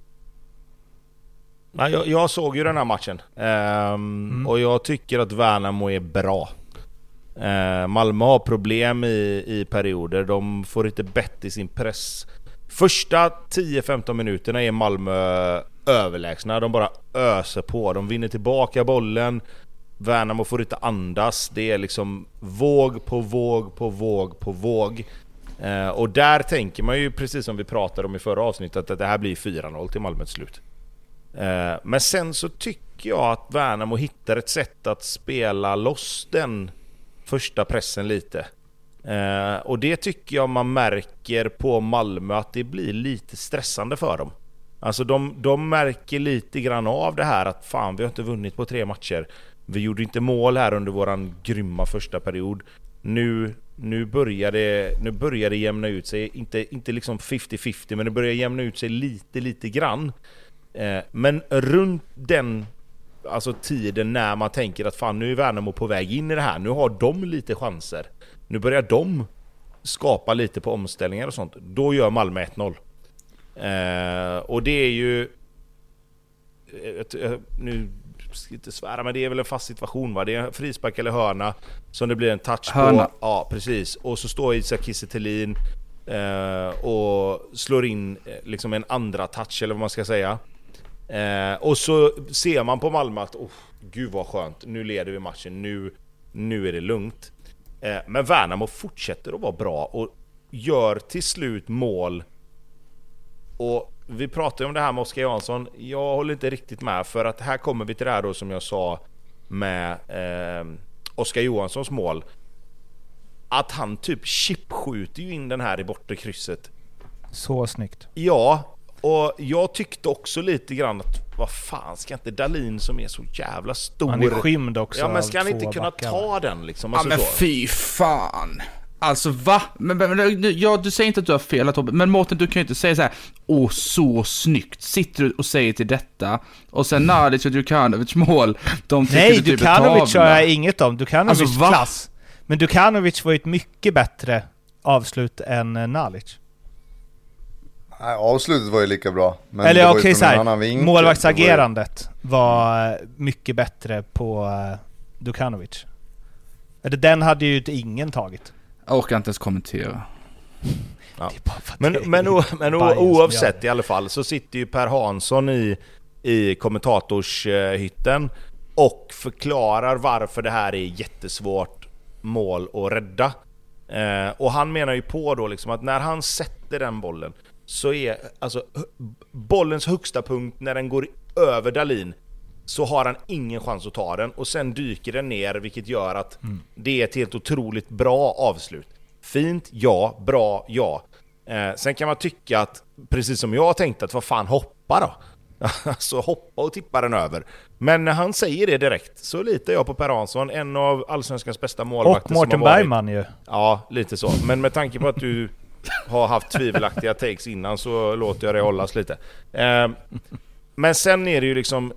Nej, jag, jag såg ju den här matchen. Ehm, mm. Och jag tycker att Värnamo är bra. Ehm, Malmö har problem i, i perioder. De får inte bett i sin press. Första tio femton minuterna är Malmö överlägsna. De bara öser på. De vinner tillbaka bollen. Värnamo får inte andas. Det är liksom våg på våg på våg på våg. Ehm, och där tänker man ju, precis som vi pratade om i förra avsnittet, att det här blir fyra noll till Malmös slut. Men sen så tycker jag att Värnamo hittar ett sätt att spela loss den första pressen lite. Och det tycker jag man märker på Malmö, att det blir lite stressande för dem. Alltså de, de märker lite grann av det här att fan, vi har inte vunnit på tre matcher. Vi gjorde inte mål här under våran grymma första period. Nu, nu, börjar det, nu börjar det jämna ut sig. Inte, inte liksom femtio femtio, men det börjar jämna ut sig lite, lite grann. Men runt den alltså tiden när man tänker att fan, nu är Värnamo på väg in i det här, nu har de lite chanser, nu börjar de skapa lite på omställningar och sånt, då gör Malmö ett noll. eh, och det är ju ett, nu ska jag inte svära, men det är väl en fast situation, va? Det är en frispark eller hörna som det blir en touch hörna. På. Ja, precis. Och så står Isak Kiese Thelin eh, och slår in liksom en andra touch, eller vad man ska säga. Eh, och så ser man på Malmö att oh, gud vad skönt, nu leder vi matchen, nu, nu är det lugnt. eh, Men Värnamo fortsätter att vara bra och gör till slut mål. Och vi pratade om det här med Oskar Jansson. Jag håller inte riktigt med, för att här kommer vi till det här då som jag sa med eh, Oskar Johanssons mål. Att han typ chipskjuter ju in den här i bortre krysset. Så snyggt. Ja. Och jag tyckte också lite grann att vad fan, ska inte Dahlin som är så jävla stor, han är skymd också. Ja, men ska han inte kunna backar. ta den liksom? Alltså, ja, men så. fy fan. Alltså va? Men, men, men, ja, du säger inte att du har fel, Tobbe, men Mårten, du kan ju inte säga så här: åh, så snyggt. Sitter du och säger till detta och sen Nadic och Djukanovic mål, de tycker nej, du typ Djukanovic har jag inget om. Djukanovic alltså, klass. Men Djukanovic var ju ett mycket bättre avslut än Nalic. Nej, avslutet var ju lika bra. Men eller okej, okay, så här, målvaktsagerandet var, ju... var mycket bättre på uh, Djukanovic. Eller den hade ju ingen tagit. Jag orkar inte ens kommentera. Ja. Men, men, o, men o, oavsett i alla fall så sitter ju Per Hansson i, i kommentatorshytten och förklarar varför det här är jättesvårt mål att rädda. Eh, och han menar ju på då liksom att när han sätter den bollen så är alltså bollens högsta punkt när den går över Dahlin, så har han ingen chans att ta den, och sen dyker den ner, vilket gör att mm. det är ett helt otroligt bra avslut. Fint, ja. Bra, ja. Eh, sen kan man tycka att, precis som jag tänkte, att vad fan, hoppa då. Alltså hoppa och tippa den över. Men när han säger det direkt så litar jag på Per Hansson, en av allsvenskans bästa målvakter. Och Mårten Bergman ju. Ja, lite så. Men med tanke på att du har haft tvivelaktiga takes innan så låter jag det hållas lite. Eh, men sen är det ju liksom...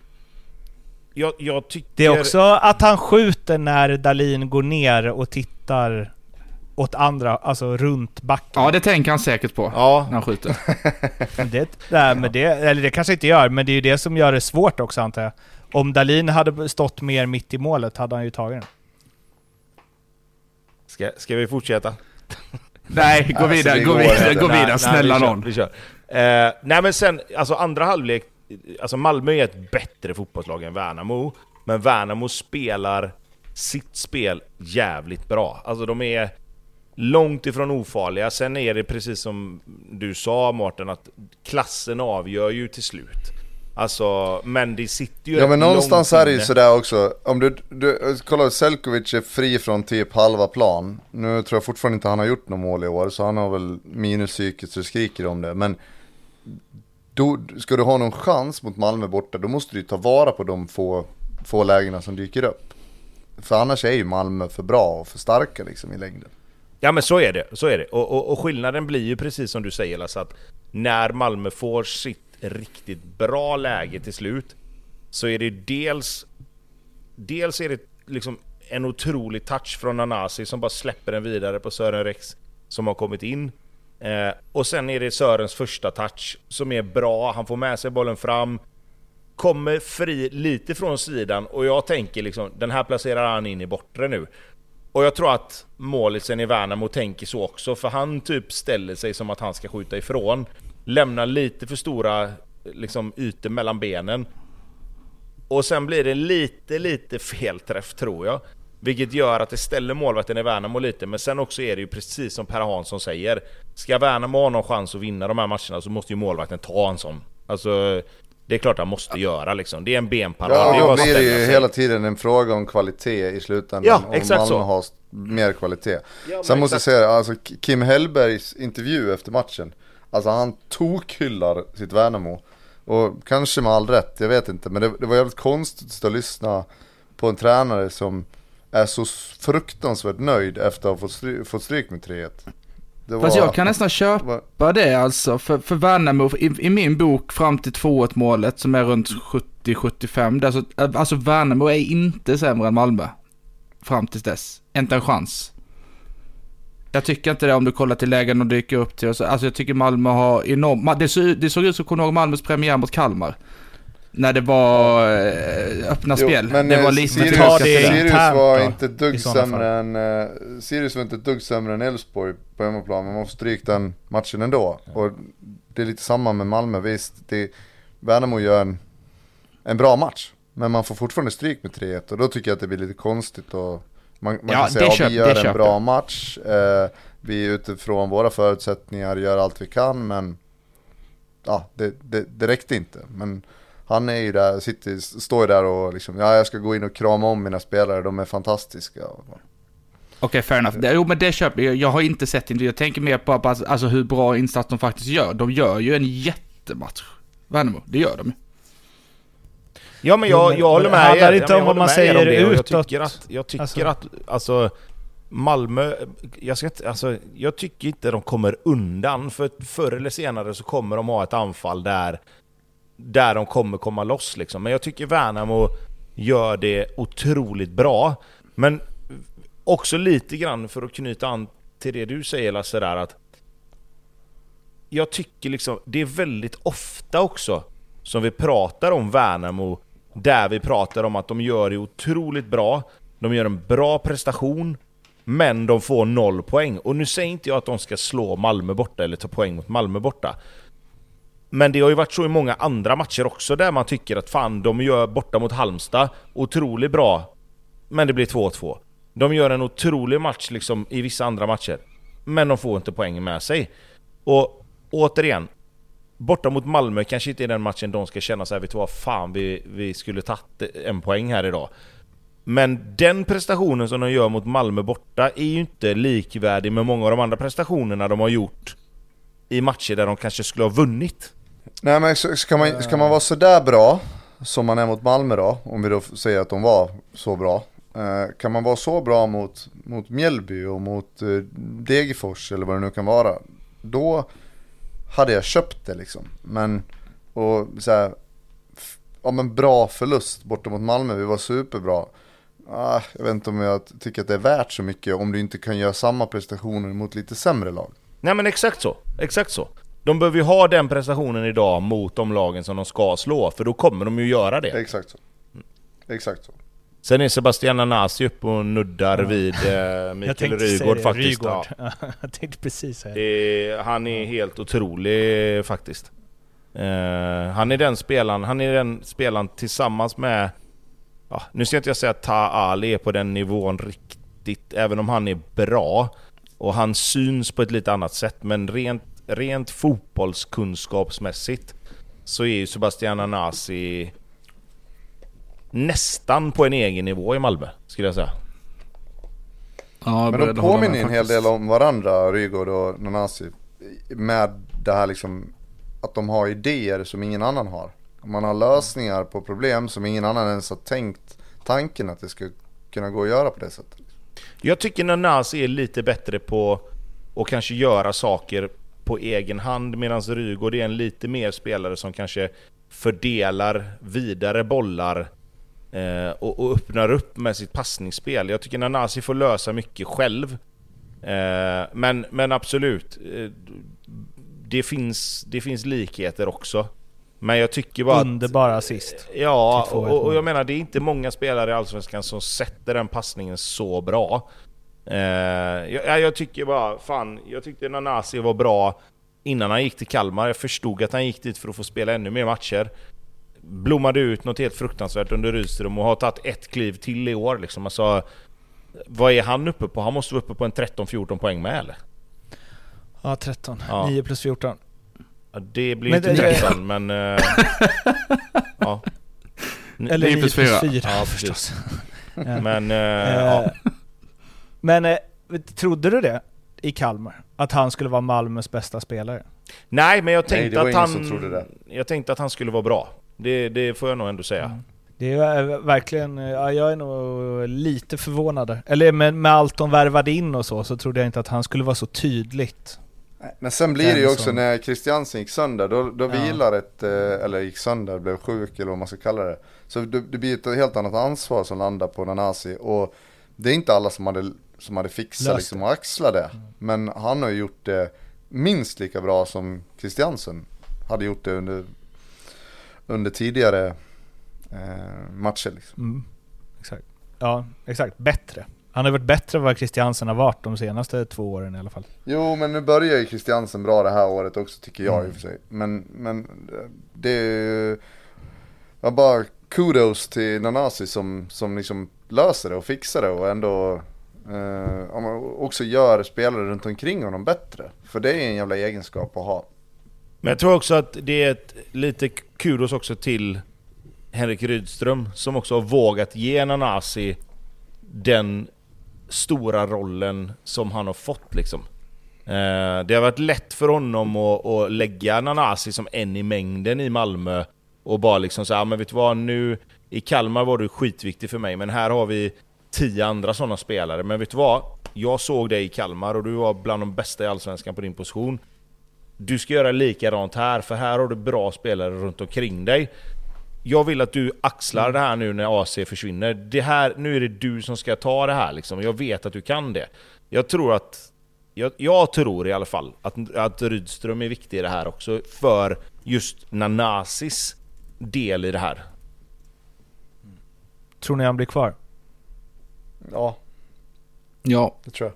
Jag, jag tycker... Det är också att han skjuter när Dahlin går ner och tittar åt andra, alltså runt backen. Ja, det tänker han säkert på, ja. När han skjuter. det, nej, men det, eller det kanske inte gör, men det är ju det som gör det svårt också, antar jag. Om Dahlin hade stått mer mitt i målet hade han ju tagit den. Ska, ska vi fortsätta? Nej, gå vidare, gå vidare, gå vidare, snälla någon. Vi kör. Eh, nej men sen, alltså andra halvlek, alltså Malmö är ett bättre fotbollslag än Värnamo, men Värnamo spelar sitt spel jävligt bra. Alltså de är långt ifrån ofarliga. Sen är det precis som du sa, Mårten, att klassen avgör ju till slut. Alltså, men det sitter ju... Ja, men någonstans är det ju sådär också. Om du, du kollar, Selkovic är fri från typ halva plan. Nu tror jag fortfarande inte han har gjort något mål i år, så han har väl minus psykiskt, så skriker om det. Men då ska du ha någon chans mot Malmö borta, då måste du ta vara på de få, få lägena som dyker upp. För annars är ju Malmö för bra och för starka liksom i längden. Ja, men så är det, så är det. Och, och, och skillnaden blir ju precis som du säger, Lasse, att när Malmö får sitt riktigt bra läge till slut, så är det dels dels är det liksom en otrolig touch från Nanasi som bara släpper den vidare på Sören Rex som har kommit in. Eh, och sen är det Sörens första touch som är bra. Han får med sig bollen fram, kommer fri lite från sidan, och jag tänker liksom, den här placerar han in i bortre nu. Och jag tror att målisen i Värnamo tänker så också, för han typ ställer sig som att han ska skjuta ifrån, lämnar lite för stora liksom ytor mellan benen, och sen blir det lite lite felträff tror jag, vilket gör att det ställer målvakten i Värnamo lite. Men sen också är det ju precis som Per Hansson säger, ska Värnamo ha någon chans att vinna de här matcherna så måste ju målvakten ta en sån. Alltså det är klart han måste göra liksom. Det är en benparad. Ja, det är då blir det ju hela tiden en fråga om kvalitet i slutändan. Ja, om exakt Malmö så. har mer kvalitet. Ja, sen måste exakt. jag säga, alltså Kim Hellbergs intervju efter matchen, alltså han tokhyllar sitt Värnamo. Och kanske med all rätt, jag vet inte. Men det, det var jävligt konstigt att lyssna på en tränare som är så fruktansvärt nöjd efter att ha fått stryk, fått stryk med tre ett. Det Fast var- jag kan nästan köpa det alltså. För, för Värnamo, i, i min bok fram till två ett målet som är runt sjuttio sjuttiofem. Alltså, alltså Värnamo är inte sämre än Malmö. Fram till dess. Inte en chans. Jag tycker inte det om du kollar till lägen och dyker upp till. Alltså jag tycker Malmö har enormt. Det, så, det såg ut som kommer ihåg Malmös premiär mot Kalmar. När det var eh, öppna Jo, spel. men det var eh, lite Sirius, ta det Sirius internt var då, inte ett dugg i sådana sämre än eh, Sirius var inte ett dugg sämre än Elfsborg på hemmaplan, men man får stryk den matchen ändå. Och det är lite samma med Malmö, visst. Det, Värnamo gör en, en bra match, men man får fortfarande stryk med tre ett, och då tycker jag att det blir lite konstigt. Och man, man Ja, kan säga det att köp- vi gör det en köper bra jag. match, eh, vi utifrån våra förutsättningar gör allt vi kan, men ja, det, det, det räckte inte. Men han är ju där, sitter, står ju där och liksom, ja, jag ska gå in och krama om mina spelare, de är fantastiska. Okej, okay, fair enough. Det, jo, men det köper jag. Jag har inte sett det. Jag tänker mer på, på alltså, hur bra insats de faktiskt gör. De gör ju en jättematch. Värnamo, det gör de ju. Ja, men jag, jag håller med. Det handlar er. inte Jag om vad håller man med säger er om det, och utåt. Jag tycker att, jag tycker Alltså. att alltså, Malmö, jag, ska inte, alltså, jag tycker inte de kommer undan. För förr eller senare så kommer de ha ett anfall där, där de kommer komma loss. Liksom. Men jag tycker Värnamo gör det otroligt bra. Men också lite grann för att knyta an till det du säger, Lasse, där, att jag tycker liksom, det är väldigt ofta också som vi pratar om Värnamo, där vi pratar om att de gör det otroligt bra, de gör en bra prestation, men de får noll poäng. Och nu säger inte jag att de ska slå Malmö borta eller ta poäng mot Malmö borta, men det har ju varit så i många andra matcher också, där man tycker att fan, de gör borta mot Halmstad otroligt bra, men det blir två två. De gör en otrolig match liksom i vissa andra matcher, men de får inte poäng med sig. Och återigen, borta mot Malmö kanske inte är den matchen de ska känna så här, vet du vad, fan, vi, vi skulle tagit en poäng här idag. Men den prestationen som de gör mot Malmö borta är ju inte likvärdig med många av de andra prestationerna de har gjort i matcher där de kanske skulle ha vunnit. Nej, men så- ska man, ska man vara så där bra som man är mot Malmö då, om vi då säger att de var så bra, eh, kan man vara så bra mot, mot Mjällby och mot eh, Degerfors eller vad det nu kan vara, då hade jag köpt det liksom. Men och så här, f- om en bra förlust borta mot Malmö, vi var superbra. Ah, jag vet inte om jag tycker att det är värt så mycket om du inte kan göra samma prestationer mot lite sämre lag. Nej, men exakt så, exakt så. De behöver ju ha den prestationen idag mot de lagen som de ska slå, för då kommer de ju göra det. Exakt så. Exakt så. Sen är Sebastian Nanasi upp och nuddar vid eh, Mikael Rygaard faktiskt. Ja. Ja. Jag tänkte precis säga det. Det, han är helt otrolig faktiskt. Eh, han är den spelaren, han är den spelaren tillsammans med, ja, nu ska inte jag säga att Ta Ali är på den nivån riktigt, även om han är bra och han syns på ett lite annat sätt, men rent, rent fotbollskunskapsmässigt så är ju Sebastian Nanasi nästan på en egen nivå i Malmö, skulle jag säga. Ja, Men de påminner en hel del om varandra, Rygaard och Nanasi, med det här liksom att de har idéer som ingen annan har. Man har lösningar på problem som ingen annan ens har tänkt tanken att det ska kunna gå att göra på det sättet. Jag tycker Nanasi är lite bättre på att kanske göra saker på egen hand, medan Rygaard är en lite mer spelare som kanske fördelar vidare bollar eh, och, och öppnar upp med sitt passningsspel. Jag tycker Nanasi får lösa mycket själv. Eh, men, men absolut, eh, det, finns, det finns likheter också. Men jag tycker bara underbara assist. Ja, och, och jag menar, det är inte många spelare i Allsvenskan som sätter den passningen så bra. Eh, jag, jag tycker bara, fan, jag tyckte Nanasi var bra innan han gick till Kalmar. Jag förstod att han gick dit för att få spela ännu mer matcher. Blommade ut något helt fruktansvärt under Rydström och har tagit ett kliv till i år. Liksom. Alltså, vad är han uppe på? Han måste vara uppe på en tretton fjorton poäng med, eller? Ja, tretton. Ja. nio plus fjorton. Ja, det blir men inte det, tretton, men... Uh, ja. Eller nio plus fyra. Ja, förstås. Ja. Men... Uh, ja. Men uh, trodde du det i Kalmar? Att han skulle vara Malmös bästa spelare? Nej, men jag tänkte Nej, att han... Jag tänkte att han skulle vara bra. Det, det får jag nog ändå säga. Mm. Det är verkligen... Ja, jag är nog lite förvånad. Eller med, med allt de värvade in och så, så trodde jag inte att han skulle vara så tydligt. Men sen blir det ju också när Christiansen gick sönder, då, då ja. vilar ett, eller gick sönder, blev sjuk eller vad man ska kalla det. Så det, det blir ett helt annat ansvar som landar på Nanasi, och det är inte alla som hade, som hade fixat liksom att axla det. Mm. Men han har ju gjort det minst lika bra som Christiansen hade gjort det under, under tidigare eh, matcher liksom. Mm. Exakt. Ja, exakt. Bättre. Han har varit bättre än vad Christiansen har varit de senaste två åren i alla fall. Jo, men nu börjar ju Christiansen bra det här året också, tycker jag mm. i och för sig. Men, men det är ju... Jag bara kudos till Nanasi som, som liksom löser det och fixar det och ändå eh, också gör spelare runt omkring honom bättre. För det är en jävla egenskap att ha. Men jag tror också att det är ett lite kudos också till Henrik Rydström, som också har vågat ge Nanasi den stora rollen som han har fått liksom. Eh, det har varit lätt för honom att, att lägga Nanasi som en i mängden i Malmö och bara liksom säga, men vet du vad, nu i Kalmar var du skitviktig för mig, men här har vi tio andra sådana spelare. Men vet du vad, jag såg dig i Kalmar och du var bland de bästa i Allsvenskan på din position. Du ska göra likadant här, för här har du bra spelare runt omkring dig. Jag vill att du axlar det här nu när A C försvinner. Det här, nu är det du som ska ta det här liksom. Jag vet att du kan det. Jag tror att jag, jag tror i alla fall att, att Rydström är viktig i det här också, för just Nanasis del i det här. Tror ni han blir kvar? Ja. Ja, det tror jag.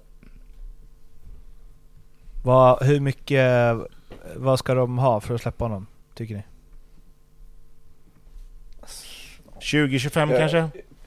Vad, hur mycket, vad ska de ha för att släppa honom, tycker ni? tjugo tjugofem ja. Kanske?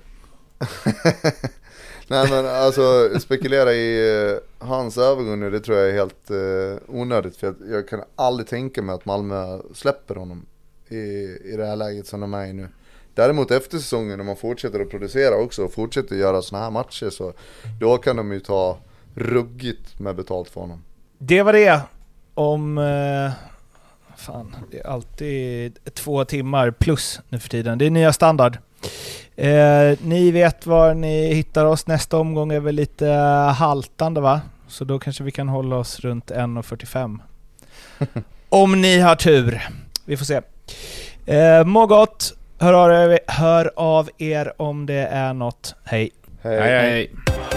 Nej, men alltså spekulera i uh, hans övergång nu, det tror jag är helt uh, onödigt, för jag, jag kan aldrig tänka mig att Malmö släpper honom i, i det här läget som de är i nu. Däremot efter säsongen, när man fortsätter att producera också och fortsätter göra såna här matcher, så då kan de ju ta ruggigt med betalt för honom. Det var det om uh, fan, det är alltid två timmar plus nu för tiden. Det är nya standard. Eh, ni vet var ni hittar oss. Nästa omgång är väl lite haltande, va? Så då kanske vi kan hålla oss runt en fyrtiofem. Om ni har tur. Vi får se. Eh, må gott. Hör av, er, hör av er om det är något. Hej. Hej. Hej, hej.